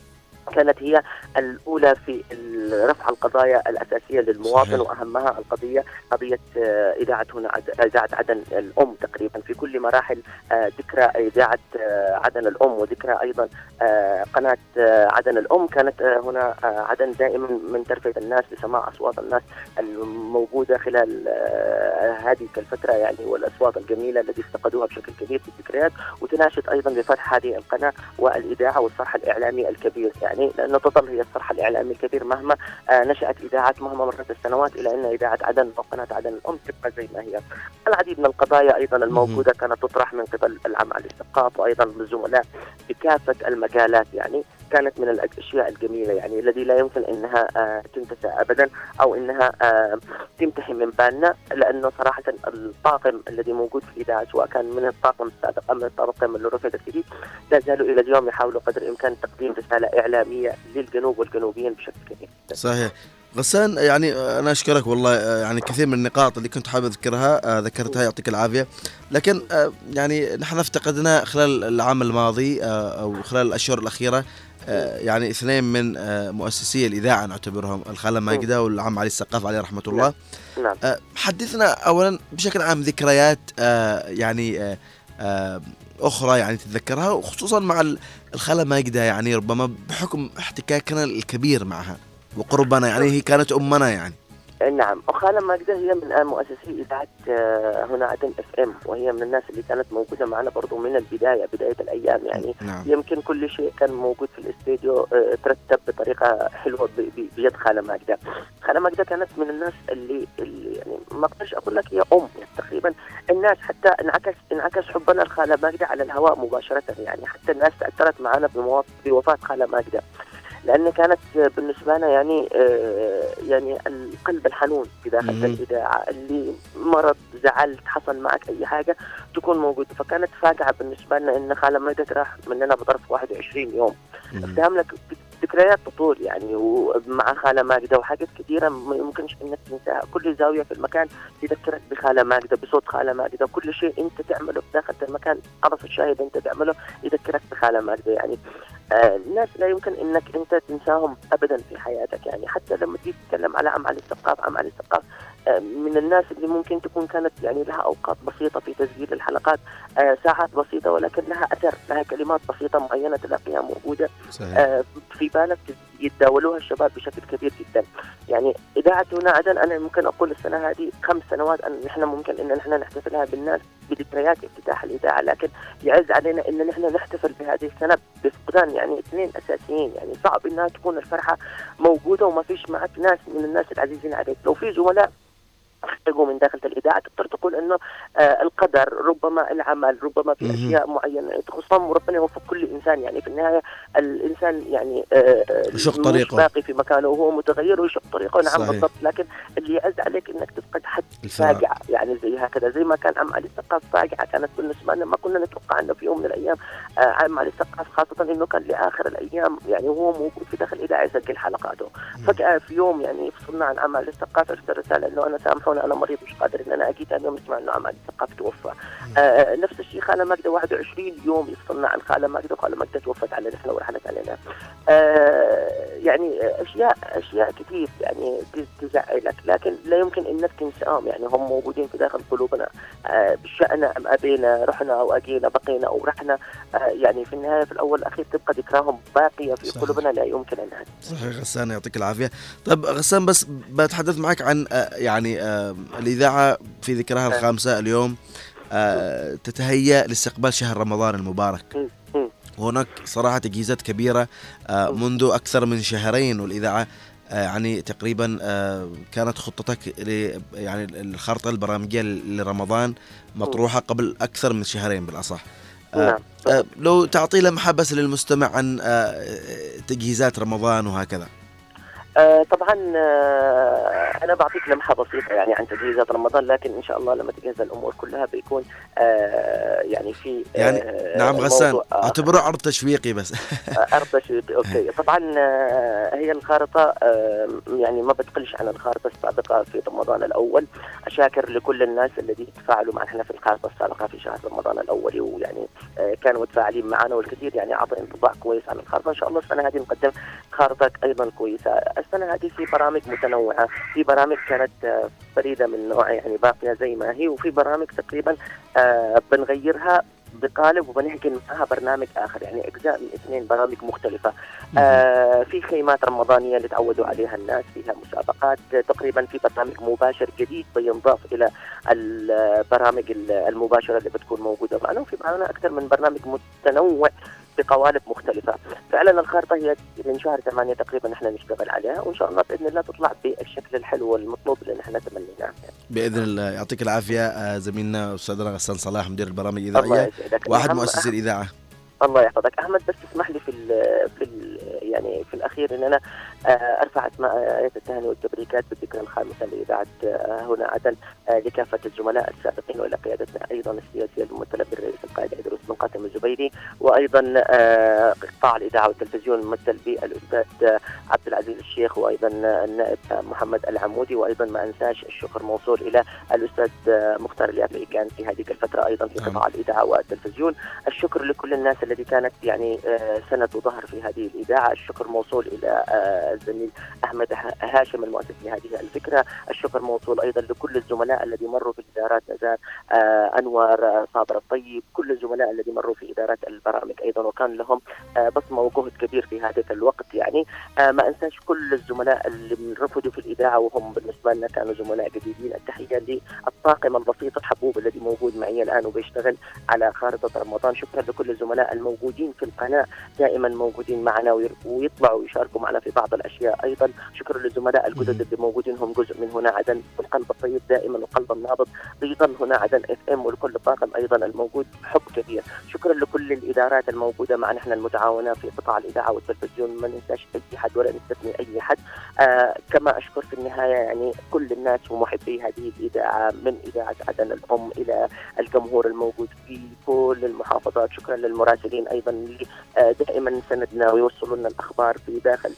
كانت هي الأولى في رفع القضايا الأساسية للمواطن. صحيح. وأهمها القضية قضية إذاعة هنا إذاعة عدن الأم تقريبا في كل مراحل ذكرى إذاعة عدن الأم وذكرى أيضا قناة عدن الأم. كانت هنا عدن دائما من ترفيه الناس لسماع أصوات الناس الموجودة خلال هذه الفترة يعني، والأصوات الجميلة التي افتقدوها بشكل كبير في الذكريات، وتناشد أيضا بفتح هذه القناة والإذاعة والصرح الإعلامي الكبير يعني، لأنه تظل هي الصرح الإعلامي الكبير مهما آه نشأت إذاعات، مهما مرت السنوات، إلى أن إذاعة عدن وقناة عدن الأم تبقى زي ما هي. العديد من القضايا أيضا الموجودة كانت تطرح من قبل العم علي السقاف وأيضا الزملاء بكافة المجالات يعني، كانت من الأشياء الجميلة يعني الذي لا يمكن أنها آه تنتسى أبدا أو أنها آه تمتحي من بالنا، لأنه صراحة الطاقم الذي موجود في الإذاعة سواء كان من الطاقم السابق أم من الطاقم اللي رفض الجديد لا زالوا إلى اليوم يحاولوا قدر الإمكان تقديم رسالة إعلامية للجنوب والجنوبيين بشكل كبير. صحيح. غسان يعني أنا أشكرك والله، يعني كثير من النقاط اللي كنت حابب أذكرها ذكرتها يعطيك العافية، لكن يعني نحن افتقدنا خلال العام الماضي أو خلال الأشهر الأخيرة يعني اثنين من مؤسسي الإذاعة نعتبرهم، الخالة ماجدة والعم علي السقاف عليه رحمة الله. نعم. حدثنا أولا بشكل عام ذكريات يعني أخرى يعني تتذكرها، وخصوصا مع الخالة ماجدة يعني ربما بحكم احتكاكنا الكبير معها وقربنا يعني، هي كانت أمنا يعني. نعم. وخالة ماجدة هي من مؤسسي إذاعة هنا عدن اف ام، وهي من الناس اللي كانت موجودة معنا برضو من البداية بداية الأيام يعني. نعم. يمكن كل شيء كان موجود في الاستديو ترتب بطريقة حلوة بيد خالة ماجدة. خالة ماجدة كانت من الناس اللي, اللي يعني ما أقدرش أقول لك هي أم يعني، تقريبا الناس حتى انعكس انعكس حبنا لخالة ماجدة على الهواء مباشرة يعني، حتى الناس تأثرت معنا بوفاة خالة ماجدة، لأن كانت بالنسبة لنا يعني آه يعني القلب الحنون في داخل الإذاعة، اللي مرض زعلت حصل معك أي حاجة تكون موجودة. فكانت فاجعة بالنسبة لنا إن خالة ماجدة راح مننا بظرف واحد وعشرين يوم. افتهم لك ذكريات تطول يعني، ومع خالة ماجدة وحاجات كثيرة ما يمكنش إنك تنساها. كل زاوية في المكان تذكرك بخالة ماجدة، بصوت خالة ماجدة، كل شيء أنت تعمله في داخل المكان عرف الشاهد أنت تعمله يذكرك بخالة ماجدة يعني. آه الناس لا يمكن انك انت تنساهم ابدا في حياتك يعني. حتى لما تيجي تتكلم على عم علي السقاف، عم علي السقاف آه من الناس اللي ممكن تكون كانت يعني لها اوقات بسيطه في تسجيل الحلقات، آه ساعات بسيطه ولكن لها اثر، لها كلمات بسيطه معينه تلاقيها موجوده آه في بالك يتداولوها الشباب بشكل كبير جدا يعني. اذاعه هنا عدن انا ممكن اقول السنه هذه خمس سنوات ان نحن ممكن ان نحن نحتفلها بالناس بذكريات افتتاح الاذاعه، لكن يعز علينا ان نحن نحتفل بهذه السنه بفقدان يعني اثنين اساسيين يعني. صعب انها تكون الفرحه موجوده وما فيش معك ناس من الناس العزيزين عليك. لو في زملاء اخرجوا من داخل الإذاعة تقدر تقول إنه آه القدر، ربما العمل، ربما في أشياء معينة تخصهم، وربنا يوفق كل إنسان يعني. في النهاية الإنسان يعني آه يشق طريقه، باقي في مكانه وهو متغير ويشق طريقه. نعم بالضبط. لكن اللي يعز عليك إنك تفقد حد فاجعة يعني زي هكذا، زي ما كان عم علي السقاف فاجعة كانت بالنسبة لنا، ما كنا نتوقع أنه في يوم من الأيام آه عم علي السقاف خاصة إنه كان لآخر الأيام يعني وهو موجود في داخل الإذاعة يسجل حلقاته. فجأة في يوم يعني فصلنا عن عم علي السقاف أرسل رسالة إنه أنا سامحوني أنا مريض مش قادر إن أنا أجي ثاني يوم نسمع إنه عم علي السقاف توفى. آه نفس الشيء خالة ماجدة واحد وعشرين يوم يفصلنا عن خالة ماجدة، وخالة ماجدة توفت على نحن ورحلت علينا. آه يعني أشياء أشياء كثير يعني تزعلك، لكن لا يمكن إنك تنساهم يعني، هم موجودين في داخل قلوبنا. آه بشأنا أم أبينا، رحنا أو أجينا، بقينا أو رحنا، آه يعني في النهاية في الأول والأخير تبقى ذكراهم باقية في صحيح. قلوبنا لا يمكن أنها. صحيح غسان يعطيك العافية. طب غسان بس بتحدث معك عن آه يعني آه الإذاعة في ذكرها الخامسة اليوم، آه تتهيأ لاستقبال شهر رمضان المبارك. هناك صراحة تجهيزات كبيرة آه منذ أكثر من شهرين، والإذاعة آه يعني تقريبا آه كانت خطتك يعني الخارطة البرامجية لرمضان مطروحة قبل أكثر من شهرين بالأصح. آه آه لو تعطي لمحة بس للمستمع عن آه تجهيزات رمضان وهكذا. آه طبعا آه انا بعطيك لمحه بسيطه يعني عن تجهيزات رمضان، لكن ان شاء الله لما تجهز الامور كلها بيكون آه يعني في آه يعني نعم غسان اعتبره عرض تشويقي بس. عرض تشويقي اوكي. طبعا آه هي الخارطه آه يعني ما بتقلش عن الخارطه السابقه في رمضان الاول. اشاكر لكل الناس الذين تفاعلوا معنا في الخارطه السابقه في شهر رمضان الاول، ويعني آه كانوا متفاعلين معنا، والكثير يعني اعطى انطباع كويس عن الخارطه. ان شاء الله السنه هذه نقدم خارطه ايضا كويسه. السنه هذه في برامج متنوعه، في برامج كانت فريده من نوعها يعني باقيه زي ما هي، وفي برامج تقريبا آه بنغيرها بقالب وبنحكي معها برنامج اخر، يعني اجزاء من اثنين برامج مختلفه. آه في خيمات رمضانيه اللي تعودوا عليها الناس، فيها مسابقات، تقريبا في برنامج مباشر جديد بينضاف الى البرامج المباشره اللي بتكون موجوده معنا، وفي معنا اكثر من برنامج متنوع بقوالب مختلفة. فعلا الخارطة هي من شهر ثمانية تقريبا نحن نشتغل عليها، وإن شاء الله بإذن الله تطلع بالشكل الحلو والمطلوب اللي نحن تمنيناه. بإذن الله. يعطيك العافية زميلنا أستاذنا غسان صلاح مدير البرامج الإذاعية واحد مؤسسي الإذاعة. الله يحفظك أحمد. بس تسمح لي في ال في ال يعني في الأخير إن أنا أرفع أسماء آيات التهاني والتبريكات بالذكرى الخامسة لإذاعة هنا عدن لكافة الزملاء السابقين، وإلى قيادتنا أيضا السياسية الممثلة بالرئيس القائد عيدروس بن قاسم الزبيدي، وأيضا قطاع الإذاعة والتلفزيون الممثل بالأستاذ عبد العزيز الشيخ، وأيضا النائب محمد العمودي، وأيضا ما أنساش الشكر موصول إلى الأستاذ مختار اليافعي كان في هذه الفترة أيضا في قطاع الإذاعة والتلفزيون. الشكر لكل الناس التي كانت يعني سند وظهر في هذه الإذاعة. الشكر موصول إلى الزميل أحمد هاشم المؤسس لهذه الفكرة. الشكر موصول أيضا لكل الزملاء الذين مروا في إدارات نزار أنور صابر الطيب، كل الزملاء الذين مروا في إدارات البرامج أيضا وكان لهم بصمة وجهد كبير في هذا الوقت. يعني ما أنساش كل الزملاء اللي رفضوا في الإذاعة وهم بالنسبة لنا كانوا زملاء جديدين. التحية للطاقم البسيط الحبوب الذي موجود معي الآن وبيشتغل على خارطة رمضان. شكرا لكل الزملاء الموجودين في القناة دائما موجودين معنا ويطلعوا ويشاركوا معنا في بعض الأشياء. أيضا شكرا للزملاء الجدد اللي موجودين هم جزء من هنا عدن، والقلب الطيب دائما والقلب النابض بيضل هنا عدن اف ام، ولكل الطاقم أيضا الموجود حب كبير. شكرا لكل الإدارات الموجودة معنا احنا المتعاونة في قطاع الإذاعة والتلفزيون، ما ننساش أي حد ولا نستثني أي حد. آه كما أشكر في النهاية يعني كل الناس ومحبي هذه الإذاعة من إذاعة عدن الأم إلى الجمهور الموجود في كل المحافظات. شكرا للمراسلين أيضا اللي دائما سندنا ويوصلوا لنا الأخبار في داخل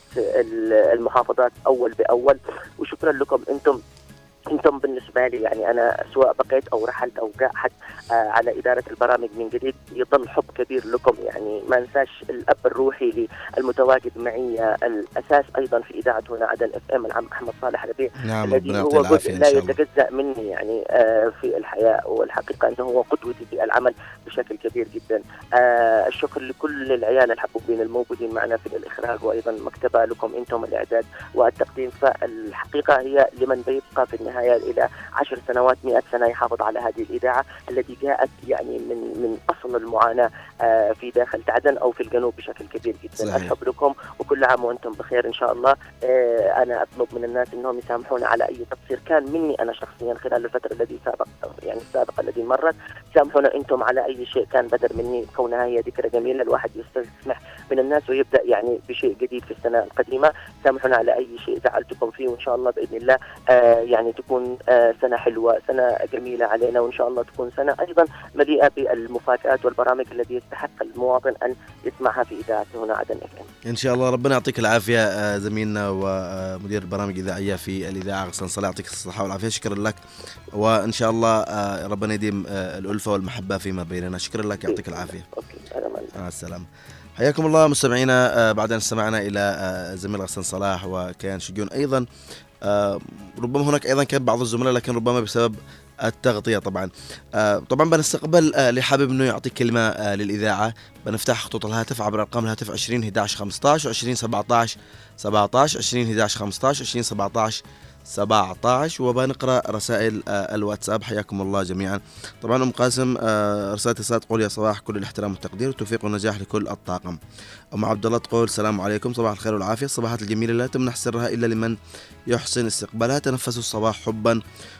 المحافظات أول بأول. وشكرا لكم أنتم انتم بالنسبه لي، يعني انا سواء بقيت او رحلت او قاعد آه على اداره البرامج من جديد يظل حب كبير لكم. يعني ما انساش الاب الروحي المتواجد معي الاساس ايضا في اذاعه هنا عدن اف ام العم احمد صالح ربيع، نعم الذي هو جزء لا يتجزا مني يعني آه في الحياه، والحقيقه انه هو قدوتي في العمل بشكل كبير جدا. آه الشكر لكل العيال الحبوبين الموجودين معنا في الاخراج، وايضا مكتبه لكم انتم الاعداد والتقديم. فالحقيقه هي لمن بيبقى في النهايه إلى عشر سنوات مئة سنة يحافظ على هذه الإذاعة التي جاءت يعني من من أصل المعاناة في داخل عدن أو في الجنوب بشكل كبير جدا. صحيح. أحب لكم وكل عام وأنتم بخير إن شاء الله. أنا أطلب من الناس أنهم يسامحونا على أي تقصير كان مني أنا شخصيا خلال الفترة التي سابق يعني السابقة التي مرت. سامحونا أنتم على أي شيء كان بدر مني، كونها هي ذكرى جميلة الواحد يستسمح من الناس ويبدأ يعني بشيء جديد في السنة القديمة. سامحونا على أي شيء زعلتكم فيه، وإن شاء الله بإذن الله آه يعني تكون آه سنة حلوة، سنة جميلة علينا، وإن شاء الله تكون سنة أيضا مليئة بالمفاجآت والبرامج التي يستحق المواطن أن يسمعها في إذاعة هنا عدن اف ام. إن شاء الله. ربنا يعطيك العافية زميلنا ومدير برامج إذاعية في الإذاعة غسان صلاح، يعطيك الصحة والعافية. شكرا لك، وإن شاء الله ربنا يديم الألفة والمحبة فيما بيننا. شكرا لك، يعطيك العافية. مع السلامة. حياكم الله مستمعينا. بعد أن استمعنا إلى زميل غسان صلاح وكان شجون أيضا، آه ربما هناك أيضا كان بعض الزملاء لكن ربما بسبب التغطية. طبعا آه طبعا بنستقبل آه لحابب أنه يعطي كلمة آه للإذاعة. بنفتح خطوط الهاتف عبر أرقام الهاتف عشرين إحدى عشر خمسة عشر وعشرين سبعة عشر سبعة عشر عشرين إحدى عشر خمسة عشر عشرين سبعة عشر سبعة عشر، وبنقرأ رسائل آه الواتساب. حياكم الله جميعا. طبعا أم قاسم آه رسالة رسالة تقول يا صباح كل الاحترام والتقدير والتوفيق والنجاح لكل الطاقم. أم عبد الله تقول السلام عليكم، صباح الخير والعافية. الصباحات الجميلة لا تمنح سرها إلا لمن يحسن استقبالها. تنفسوا الصباح حبا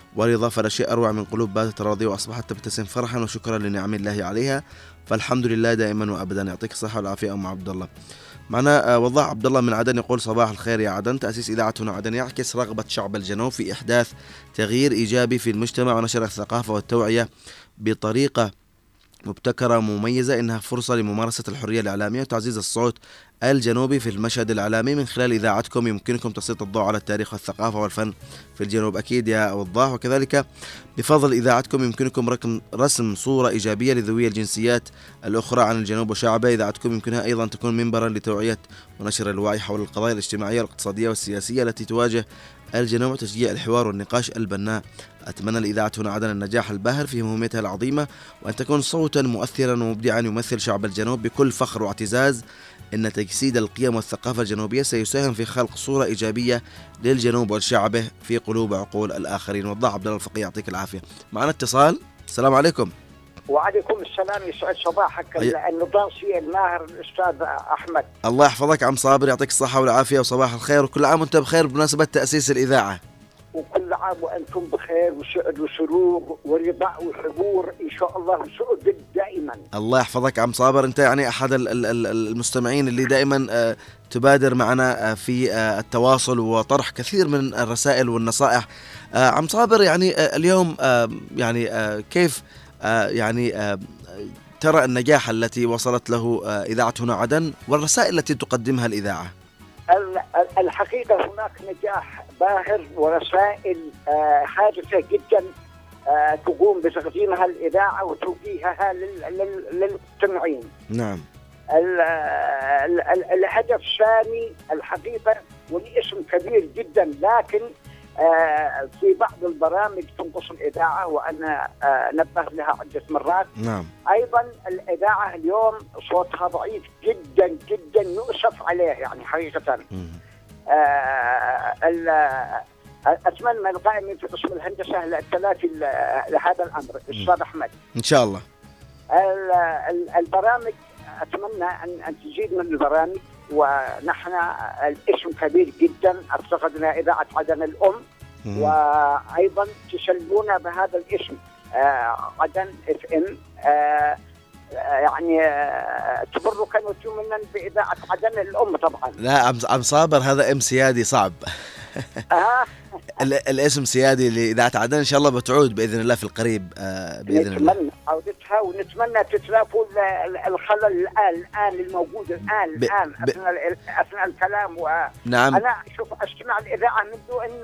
والإضافة لا شيء أروع من قلوب باتت راضية وأصبحت تبتسم فرحا وشكرا لنعم الله عليها، فالحمد لله دائما وأبدا. يعطيك الصحة والعافية أم عبد الله. معنا وضاح عبد الله من عدن يقول صباح الخير يا عدن، تأسيس إذاعة هنا عدن يعكس رغبة شعب الجنوب في إحداث تغيير إيجابي في المجتمع ونشر الثقافة والتوعية بطريقة مبتكرة مميزة، إنها فرصة لممارسة الحرية الإعلامية وتعزيز الصوت الجنوبي في المشهد الإعلامي. من خلال إذاعتكم يمكنكم تسليط الضوء على التاريخ والثقافة والفن في الجنوب أكيد يا وضاح، وكذلك بفضل إذاعتكم يمكنكم رسم صورة إيجابية لذوي الجنسيات الأخرى عن الجنوب وشعبه. إذاعتكم يمكنها أيضا تكون منبرا لتوعية ونشر الوعي حول القضايا الاجتماعية والاقتصادية والسياسية التي تواجه الجنوب وتشجيع الحوار والنقاش البناء. أتمنى لإذاعة هنا عدن النجاح الباهر في مهمتها العظيمة، وأن تكون صوتا مؤثرا ومبدعا يمثل شعب الجنوب بكل فخر واعتزاز. إن تجسيد القيم والثقافة الجنوبية سيساهم في خلق صورة إيجابية للجنوب وشعبه في قلوب وعقول الآخرين. وضاح عبد الله الفقيه يعطيك العافية. معنا اتصال. السلام عليكم. وعليكم السلام، يسعد صباحك النضاصي الماهر الأستاذ أحمد. الله يحفظك عم صابر، يعطيك الصحة والعافية وصباح الخير، وكل عام وأنت بخير بمناسبة تأسيس الإذاعة. وكل عام وأنتم بخير وسعد وسرور ورضا وحبور إن شاء الله وسعد دائما. الله يحفظك عم صابر، أنت يعني أحد المستمعين اللي دائما تبادر معنا في التواصل وطرح كثير من الرسائل والنصائح. عم صابر، يعني اليوم يعني كيف يعني ترى النجاح التي وصلت له إذاعة هنا عدن والرسائل التي تقدمها الإذاعة؟ الحقيقة هناك نجاح باهر ورسائل حادثة جدا تقوم بتقديمها الإذاعة وتوجيهها للمستمعين. نعم. الهدف سامي الحقيقة والاسم كبير جدا، لكن في بعض البرامج تنقص الإذاعة وأنا نبه لها عدة مرات. نعم. أيضا الإذاعة اليوم صوتها ضعيف جدا جدا يؤسف عليه يعني حقيقة. أتمنى القائمين في قسم الهندسة التلافي لهذا الأمر أستاذ أحمد إن شاء الله. البرامج أتمنى أن أن تزيد من البرامج، ونحن الاسم كبير جدا، افتقدنا إذاعة عدن الأم مم. وأيضا تسلونا بهذا الاسم عدن اف ام، يعني تبركا وتمنا بإذاعة عدن الأم. طبعا لا عم صابر، هذا ام سيادي صعب. آه. الاسم سيادي لإذاعة عدن، إن شاء الله بتعود بإذن الله في القريب بإذن الله. نتمنى عودتها ونتمنى تتلافوا الخلل الآن الآن الموجود الآن ب... الآن ب... أثناء أثناء الكلام. و... نعم. أنا أشوف أستمع الإذاعة منذ أن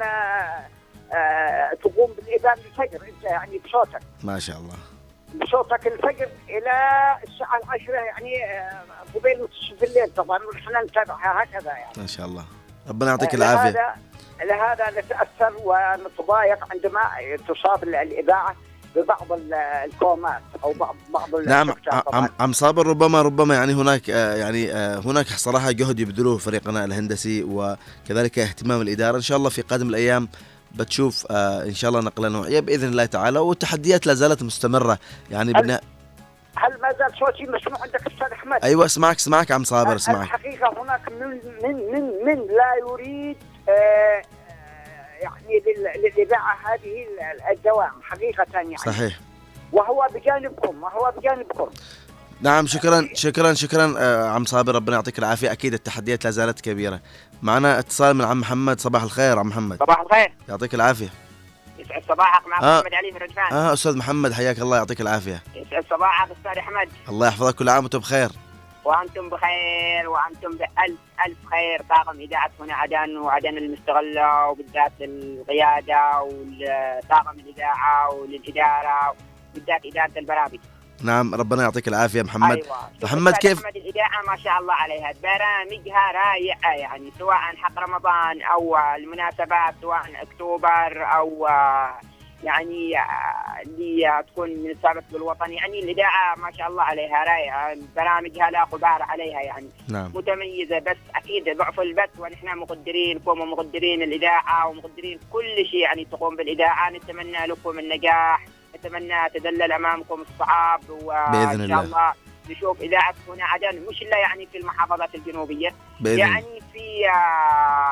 آه تقوم بالإذاعة الفجر أنت يعني بصوتك. ما شاء الله. بصوتك الفجر إلى الساعة العاشرة يعني قبيل نصف الليل طبعا، ونحن نتابعها هكذا يعني. ما شاء الله، ربنا يعطيك العافية. لهذا لهذا نتأثر ونتضايق عندما تصاب الإذاعة ببعض الكومات أو بعض بعض. نعم عم, عم صابر، ربما ربما يعني هناك يعني هناك صراحة جهد يبذلوه فريقنا الهندسي وكذلك اهتمام الإدارة. إن شاء الله في قادم الأيام بتشوف إن شاء الله نقلة نوعية بإذن الله تعالى، والتحديات لا زالت مستمرة يعني. هل, بنا... هل ما زال صوتي مسموع عندك أستاذ أحمد؟ أيوة اسمعك اسمعك عم صابر اسمعك. الحقيقة هناك من من من من لا يريد آه يعني للإذاعة هذه الدوام حقيقة يعني. صحيح. وهو بجانبكم وهو بجانبكم. نعم شكرا شكرا شكرا آه عم صابر، ربنا يعطيك العافية. أكيد التحديات لا زالت كبيرة. معنا اتصال من عم محمد. صباح الخير عم محمد. صباح الخير. يعطيك العافية. يسعد صباحك مع آه. محمد علي من رجفان. اه أستاذ محمد حياك الله، يعطيك العافية. يسعد صباحك أستاذ أحمد. الله يحفظك، كل عام وأنتم بخير. وأنتم بخير وأنتم بألف ألف خير. طاقم إذاعة هنا عدن وعدن المستغلة وبالذات القيادة وطاقم الإذاعة وللإدارة وبالذات إدارة البرامج. نعم ربنا يعطيك العافية محمد. أيوة. محمد كيف؟ محمد الإذاعة ما شاء الله عليها برامجها رائعة يعني، سواء حق رمضان أو المناسبات، سواء أكتوبر أو يعني اللي تكون مناسبة بالوطن، يعني الإذاعة ما شاء الله عليها رائعة، برامجها لا غبار عليها يعني. نعم. متميزة، بس أكيد ضعف البث ونحن مقدرين كم مقدرين الإذاعة ومقدرين كل شيء يعني تقوم بالإذاعة. نتمنى لكم النجاح، نتمنى تدلل أمامكم الصعاب، وإن شاء الله نشوف إذاعة هنا عدن مش إلا يعني في المحافظات الجنوبية، يعني في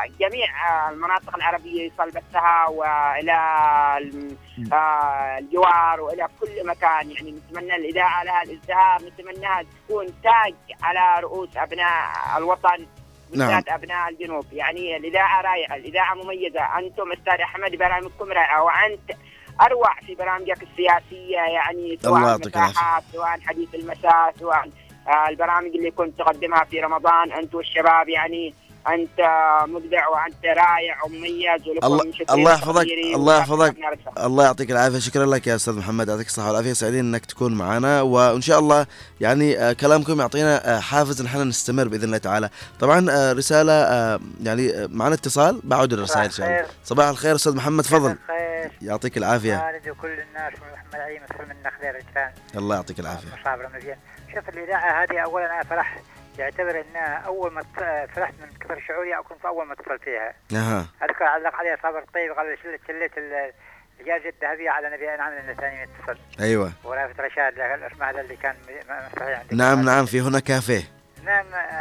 جميع المناطق العربية يصل بثها وإلى الجوار وإلى كل مكان. يعني نتمنى الإذاعة لها الازدهار، نتمناها تكون تاج على رؤوس أبناء الوطن بالذات نعم. أبناء الجنوب. يعني الإذاعة رائعة، الإذاعة مميزة. أنتم أستاذ أحمد برامجكم رائعة، وأنت أروع في برامجك السياسية، يعني سواء المساحات سواء حديث المساء سواء البرامج اللي كنت تقدمها في رمضان أنت والشباب. يعني أنت مبدع وأنت رائع ومميز ولكم شكرا. الله يحفظك الله يحفظك الله يعطيك العافية. شكرا لك يا أستاذ محمد، يعطيك الصحة والعافية، سعيدين أنك تكون معنا، وإن شاء الله يعني كلامكم يعطينا حافز نحن نستمر بإذن الله تعالى. طبعا رسالة يعني معنا اتصال، بعد الرسائل إن شاء الله. صباح الخير أستاذ محمد، تفضل. يعطيك العافية. والد وكل الناس محمد علي مسؤول من النخلة الرجفان. الله يعطيك العافية. مصابر مزيان. شوف الإذاعة هذه أولا أنا فرح يعتبر إنها أول ما فرحت من كثر شعوري أكون في أول ما اتصلت فيها. أها. أذكر علق عليها صابر طيب قال شلت شلت الجائزة الذهبية على نبي أنعم من الثاني متصل. أيوة. ورافت رشاد الاسم هذا اللي كان مستحيل عندي. نعم نعم في هنا كافيه. نعم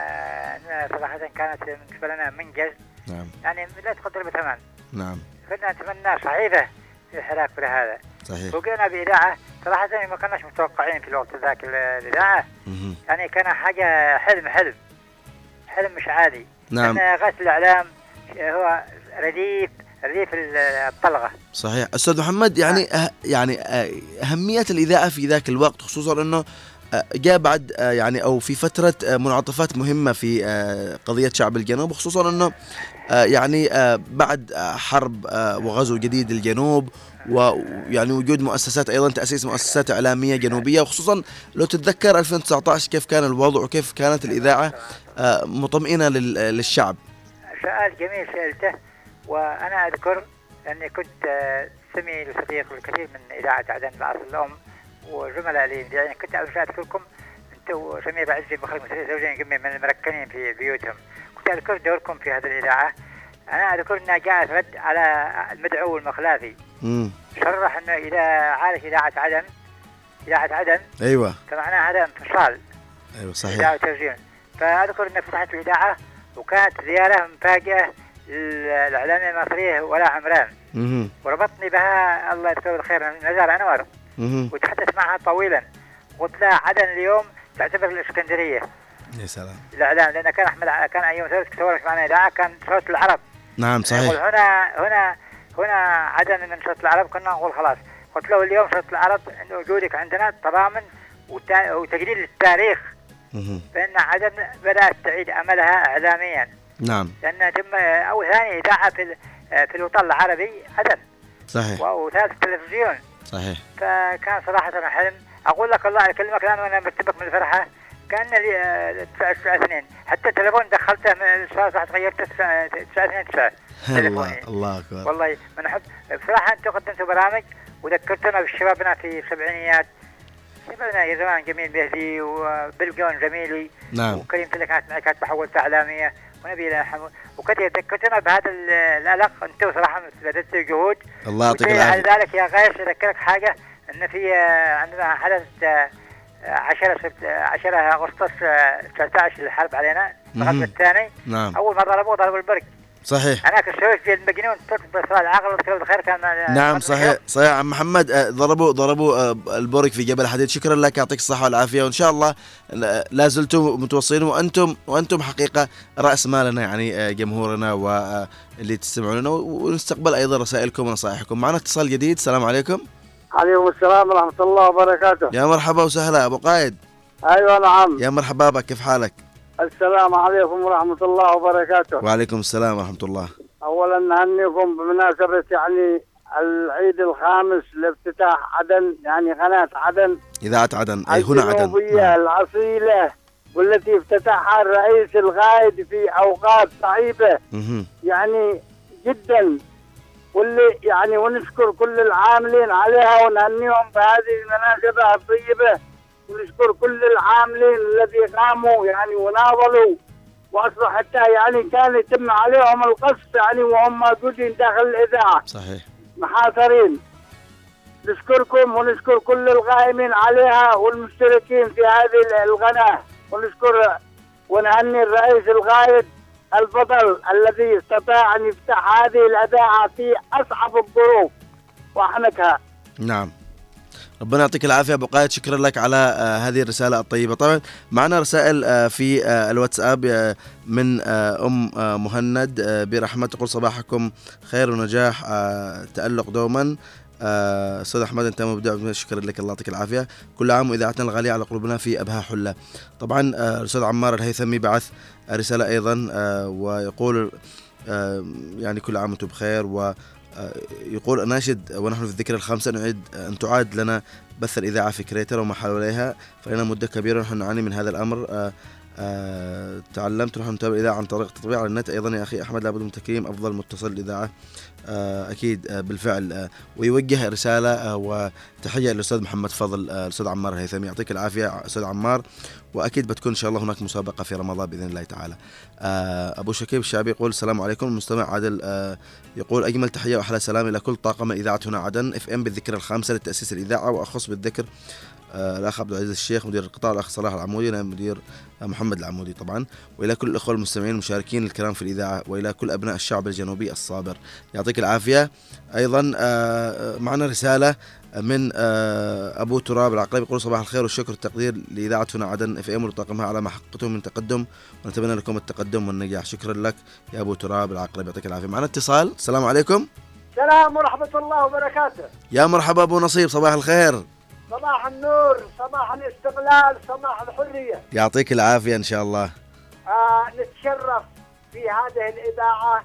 آه صراحة كانت بالنسبة لنا منجز. نعم. يعني لا تقدر بثمن. نعم. كنا نتمنى صحيفة في الحراك في هذا. صحيح. وقينا بإذاعة صراحة ما كناش متوقعين في الوقت ذاك الإذاعة. يعني كان حاجة حلم حلم حلم مش عادي. نعم. لأن غسل الإعلام هو رديف رديف الطلقة. صحيح أستاذ محمد. يعني أه يعني أهمية الإذاعة في ذاك الوقت، خصوصا أنه جاء بعد يعني أو في فترة منعطفات مهمة في قضية شعب الجنوب، خصوصا أنه يعني بعد حرب وغزو جديد الجنوب، ويعني وجود مؤسسات أيضا تأسيس مؤسسات إعلامية جنوبية، وخصوصا لو تتذكر ألفين وتسعة عشر كيف كان الوضع وكيف كانت الإذاعة مطمئنة للشعب. سؤال جميل سألته، وأنا أذكر أني كنت سمي لصديق الكثير من إذاعة عدن الأصل الأم وزملاء لي، يعني كنت أذكركم أنتم سمية بعزي بخير زوجين جميع من المركنين في بيوتهم، كنت أذكر دوركم في هذه الإذاعة. أنا أذكر أنها جاءت رد على المدعو المخلافي. امم صرح أنه إذا عالج إذاعة عدن إذاعة عدن أيوة فمعناه هذا انفصال. أيوة صحيح. إذاعة تلفزيون. فأذكر أن فتحت الإذاعة وكانت زيارة مفاجئة للإعلامية المصرية ولا عمران. امم وربطني بها الله يذكره بالخير نزار أنور. امم وتحدث معها طويلا، قلت لها عدن اليوم تعتبر الإسكندرية. يا سلام. الإعلام لأن كان أحمد كان أيام ثورة ثورة معنا إذاعة كان صوت العرب. نعم صحيح. يقول هنا هنا هنا عدن من صوت العرب، كنا نقول خلاص. قلت له اليوم صوت العرب أن وجودك عندنا تضامن وتجديد للتاريخ. امم فإن عدن بدأت تعيد أملها إعلاميا. نعم. لأن تم أو ثاني إذاعة في في الوطن العربي عدن. صحيح. وثالث تلفزيون. صحيح. فكان صراحة حلم. أقول لك الله أكلمك الآن وأنا مرتبك من الفرحة، كأن لي تسعة تسعة اثنين، حتى التليفون دخلته من السؤال صح غيرته تسعة اثنين تسعة. الله الله أكبر. والله من أحب بصراحة أنتم قدمتوا برامج وذكرتنا بشبابنا في السبعينيات. شبابنا يا زمان جميل مهدي وبلقون زميلي. نعم. وكريم تلك كانت معي كانت بحولت إعلامية ونبي لها حمود وكثير ذكرتنا بهذا الألق. أنتم صراحة بذلتوا جهود. الله يعطيك العافية. على ذلك يا غايش أذكرك حاجة إن في عندنا حدث عشرة عشرة أغسطس تسعة عشر الحرب علينا الغزو الثاني. نعم. أول ما ضربوه ضربوا البرق. صحيح. أنا كسويت في المجنون تطبع صلاة العقل وذكره بالخير كان. نعم صحيح صحيح عم محمد. ضربوا ضربوا البرق في جبل حديد. شكرا لك، يعطيك الصحة والعافية، وإن شاء الله لا زلتم متوصلين، وأنتم وأنتم حقيقة رأس مالنا يعني جمهورنا واللي تستمعون لنا، ونستقبل أيضا رسائلكم ونصائحكم. معنا اتصال جديد. السلام عليكم. عليكم السلام ورحمة الله وبركاته. يا مرحبا وسهلا أبو قائد. أيوة نعم. يا مرحبا بك، كيف حالك؟ السلام عليكم ورحمة الله وبركاته. وعليكم السلام ورحمة الله. أولا نهنيكم بمناسبة يعني العيد الخامس لافتتاح عدن، يعني قناة عدن إذاعة عدن أي هنا عدن الجنوبية الأصيلة، والتي افتتحها الرئيس الغائد في أوقات صعيبة يعني جدا، واللي يعني ونشكر كل العاملين عليها ونهنيهم بهذه المناسبة الطيبة، ونشكر كل العاملين الذي قاموا يعني وناضلوا، واصبح حتى يعني كان يتم عليهم القصف يعني وهم موجودين داخل الإذاعة صحيح محاصرين. نشكركم ونشكر كل القائمين عليها والمشتركين في هذه القناة، ونشكر ونهني الرئيس الغائد الفضل الذي استطاع أن يفتح هذه الإذاعة في أصعب الظروف وأحمدها. نعم، ربنا يعطيك العافية أبو قائد، شكرا لك على آه هذه الرسالة الطيبة. طبعا معنا رسائل آه في آه الواتساب آه من آه أم آه مهند آه برحمة، تقول صباحكم خير ونجاح، آه تألق دوما. أستاذ أحمد أنت مبدع، شكرا لك، الله يعطيك العافية. كل عام وإذاعتنا الغالية على قلوبنا في أبها حلة. طبعا الأستاذ عمار الهيثمي بعث رسالة أيضا ويقول يعني كل عام وأنتم بخير، ويقول أناشد ونحن في الذكرى الخامسة نعيد أن تعاد لنا بث الإذاعة في كريتر وما حواليها، فإننا مدة كبيرة ونحن نعاني من هذا الأمر. أه تعلمت نحن نتابع الإذاعة عن طريق تطبيق على النت. أيضا يا أخي أحمد لابد من تكريم أفضل متصل الإذاعة. أه أكيد أه بالفعل. أه ويوجه رسالة أه وتحية للأستاذ محمد فضل أه الأستاذ عمار الهيثمي، يعطيك العافية أستاذ عمار، وأكيد بتكون إن شاء الله هناك مسابقة في رمضان بإذن الله تعالى. أه أبو شكيب الشعبي يقول السلام عليكم. المستمع عادل أه يقول أجمل تحية وأحلى سلام إلى كل طاقم إذاعة هنا عدن اف ام بالذكرى الخامسة لتأسيس الإذاعة، وأخص بالذكر آه الأخ عبد العزيز الشيخ مدير القطاع، الأخ صلاح العمودي نائب مدير آه محمد العمودي طبعا، وإلى كل الأخوة المستمعين المشاركين الكرام في الإذاعة، وإلى كل أبناء الشعب الجنوبي الصابر، يعطيك العافية. أيضا آه معنا رسالة من آه أبو تراب العقربي يقول صباح الخير والشكر والتقدير لإذاعة هنا عدن اف ام وطاقمها على ما حققته من تقدم، ونتمنى لكم التقدم والنجاح. شكرا لك يا أبو تراب العقربي، يعطيك العافية. معنا اتصال. السلام عليكم. السلام ورحمة الله وبركاته. يا مرحبا أبو نصيب، صباح الخير. صباح النور، صباح الاستقلال، صباح الحرية. يعطيك العافية إن شاء الله. آه نتشرف في هذه الإذاعة،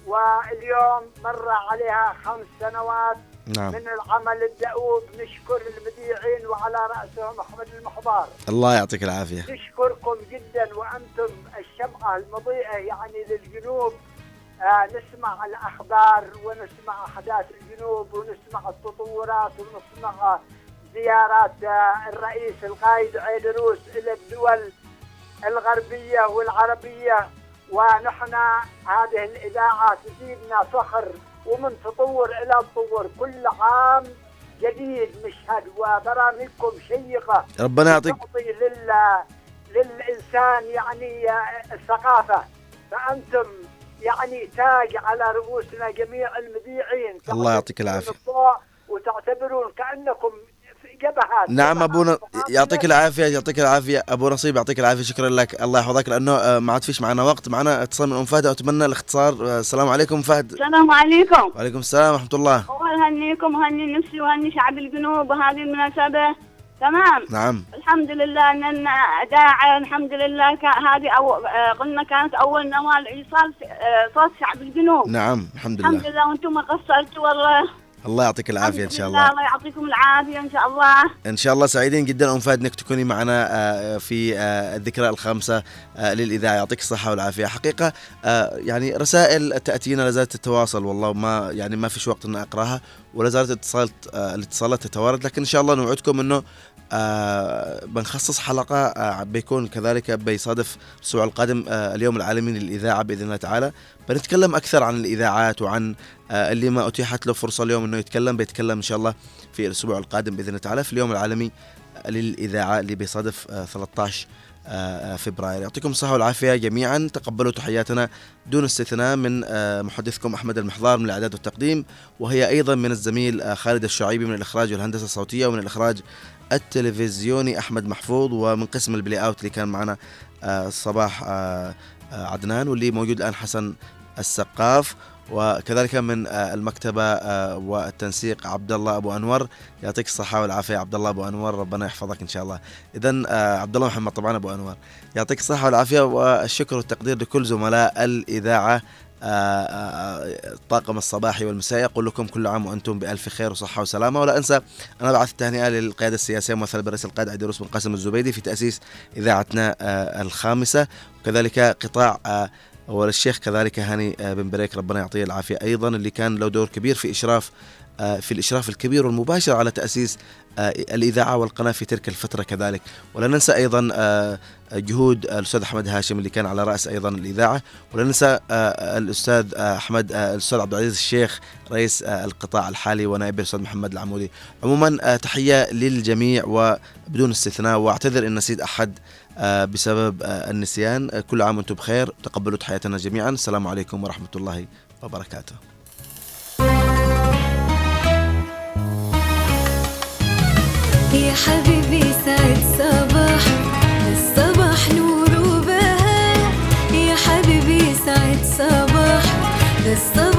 واليوم مر عليها خمس سنوات نعم. من العمل الدؤوب. نشكر المذيعين وعلى رأسهم أحمد المحضار. الله يعطيك العافية. نشكركم جدا، وأنتم الشمعة المضيئة يعني للجنوب. آه نسمع الأخبار ونسمع أحداث الجنوب ونسمع التطورات ونسمع زيارات آه الرئيس القائد عيدروس إلى الدول الغربية والعربية، ونحن هذه الإذاعة تزيدنا فخر ومن تطور إلى تطور، كل عام جديد نشهد وبرامجكم شيقة. ربنا يعطيك. تعطي لل للإنسان يعني الثقافة، فأنتم يعني تاج على رؤوسنا جميع المذيعين. الله يعطيك العافية. وتعتبرون كأنكم جبهات. نعم أبونا يعطيك العافية، يعطيك العافية أبو نصيب، يعطيك العافية، شكرا لك، الله يحفظك، لأنه ما عاد فيش معنا وقت. معنا اتصال من أم فهد، أتمنى الاختصار. السلام عليكم فهد. السلام عليكم. وعليكم السلام ورحمة الله. أول هنيكم وهني نفسي وهني شعب الجنوب بهذه المناسبة. تمام. نعم. الحمد لله أن إذاعة الحمد لله هذه أو قلنا كانت أول نواة لإيصال صوت شعب الجنوب. نعم الحمد لله. الحمد لله، وأنتم ما قصرتوا والله. الله يعطيك العافية إن شاء الله. الله يعطيكم العافية إن شاء الله. إن شاء الله سعيدين جدا أم فهد إنك تكوني معنا في الذكرى الخامسة للإذاعة، يعطيك الصحة والعافية. حقيقة يعني رسائل تأتينا لا زالت تتواصل، والله ما يعني ما فيش وقت إن أقراها، ولا زالت الاتصالات الاتصالات تتوارد، لكن إن شاء الله نوعدكم إنه آه بنخصص حلقة آه بيكون كذلك بيصادف الأسبوع القادم آه اليوم العالمي للإذاعة بإذن الله تعالى، بنتكلم أكثر عن الإذاعات وعن آه اللي ما أتيحت له فرصة اليوم إنه يتكلم، بيتكلم إن شاء الله في الأسبوع القادم بإذن الله تعالى في اليوم العالمي للإذاعة اللي بيصادف آه ثلاثة عشر آه فبراير. يعطيكم الصحة والعافية جميعا، تقبلوا تحياتنا دون استثناء من آه محدثكم أحمد المحضار من الإعداد والتقديم، وهي أيضا من الزميل آه خالد الشعيبي من الإخراج والهندسة الصوتية، ومن الإخراج التلفزيوني أحمد محفوظ، ومن قسم البلاي أوت اللي كان معنا آه صباح آه آه عدنان، واللي موجود الآن حسن السقاف، وكذلك من آه المكتبة آه والتنسيق عبد الله أبو أنور. يعطيك الصحة والعافية عبد الله أبو أنور، ربنا يحفظك إن شاء الله. إذن آه عبد الله محمد طبعا أبو أنور، يعطيك الصحة والعافية، والشكر والتقدير لكل زملاء الإذاعة الطاقم الصباحي والمسائي. أقول لكم كل عام وأنتم بألف خير وصحة وسلامة. ولا أنسى أنا بعث التهنئة للقيادة السياسية ممثلة برئيس القائد عيدروس بن قاسم الزبيدي في تأسيس إذاعتنا الخامسة، وكذلك قطاع والشيخ كذلك هاني بن بريك ربنا يعطيه العافية أيضا، اللي كان له دور كبير في إشراف في الإشراف الكبير والمباشر على تأسيس الإذاعة والقناة في تلك الفترة كذلك. ولا ننسى أيضا جهود الأستاذ أحمد هاشم اللي كان على رأس أيضا الإذاعة. ولا ننسى الأستاذ أحمد الأستاذ عبد العزيز الشيخ رئيس القطاع الحالي ونائب الأستاذ محمد العمودي. عموما تحية للجميع وبدون استثناء، واعتذر إن نسيت أحد بسبب النسيان. كل عام وانتم بخير، تقبلوا تحياتنا جميعا. السلام عليكم ورحمة الله وبركاته. يا حبيبي سعد صباح، الصباح نور وبهاء. يا حبيبي سعد صباح، الصباح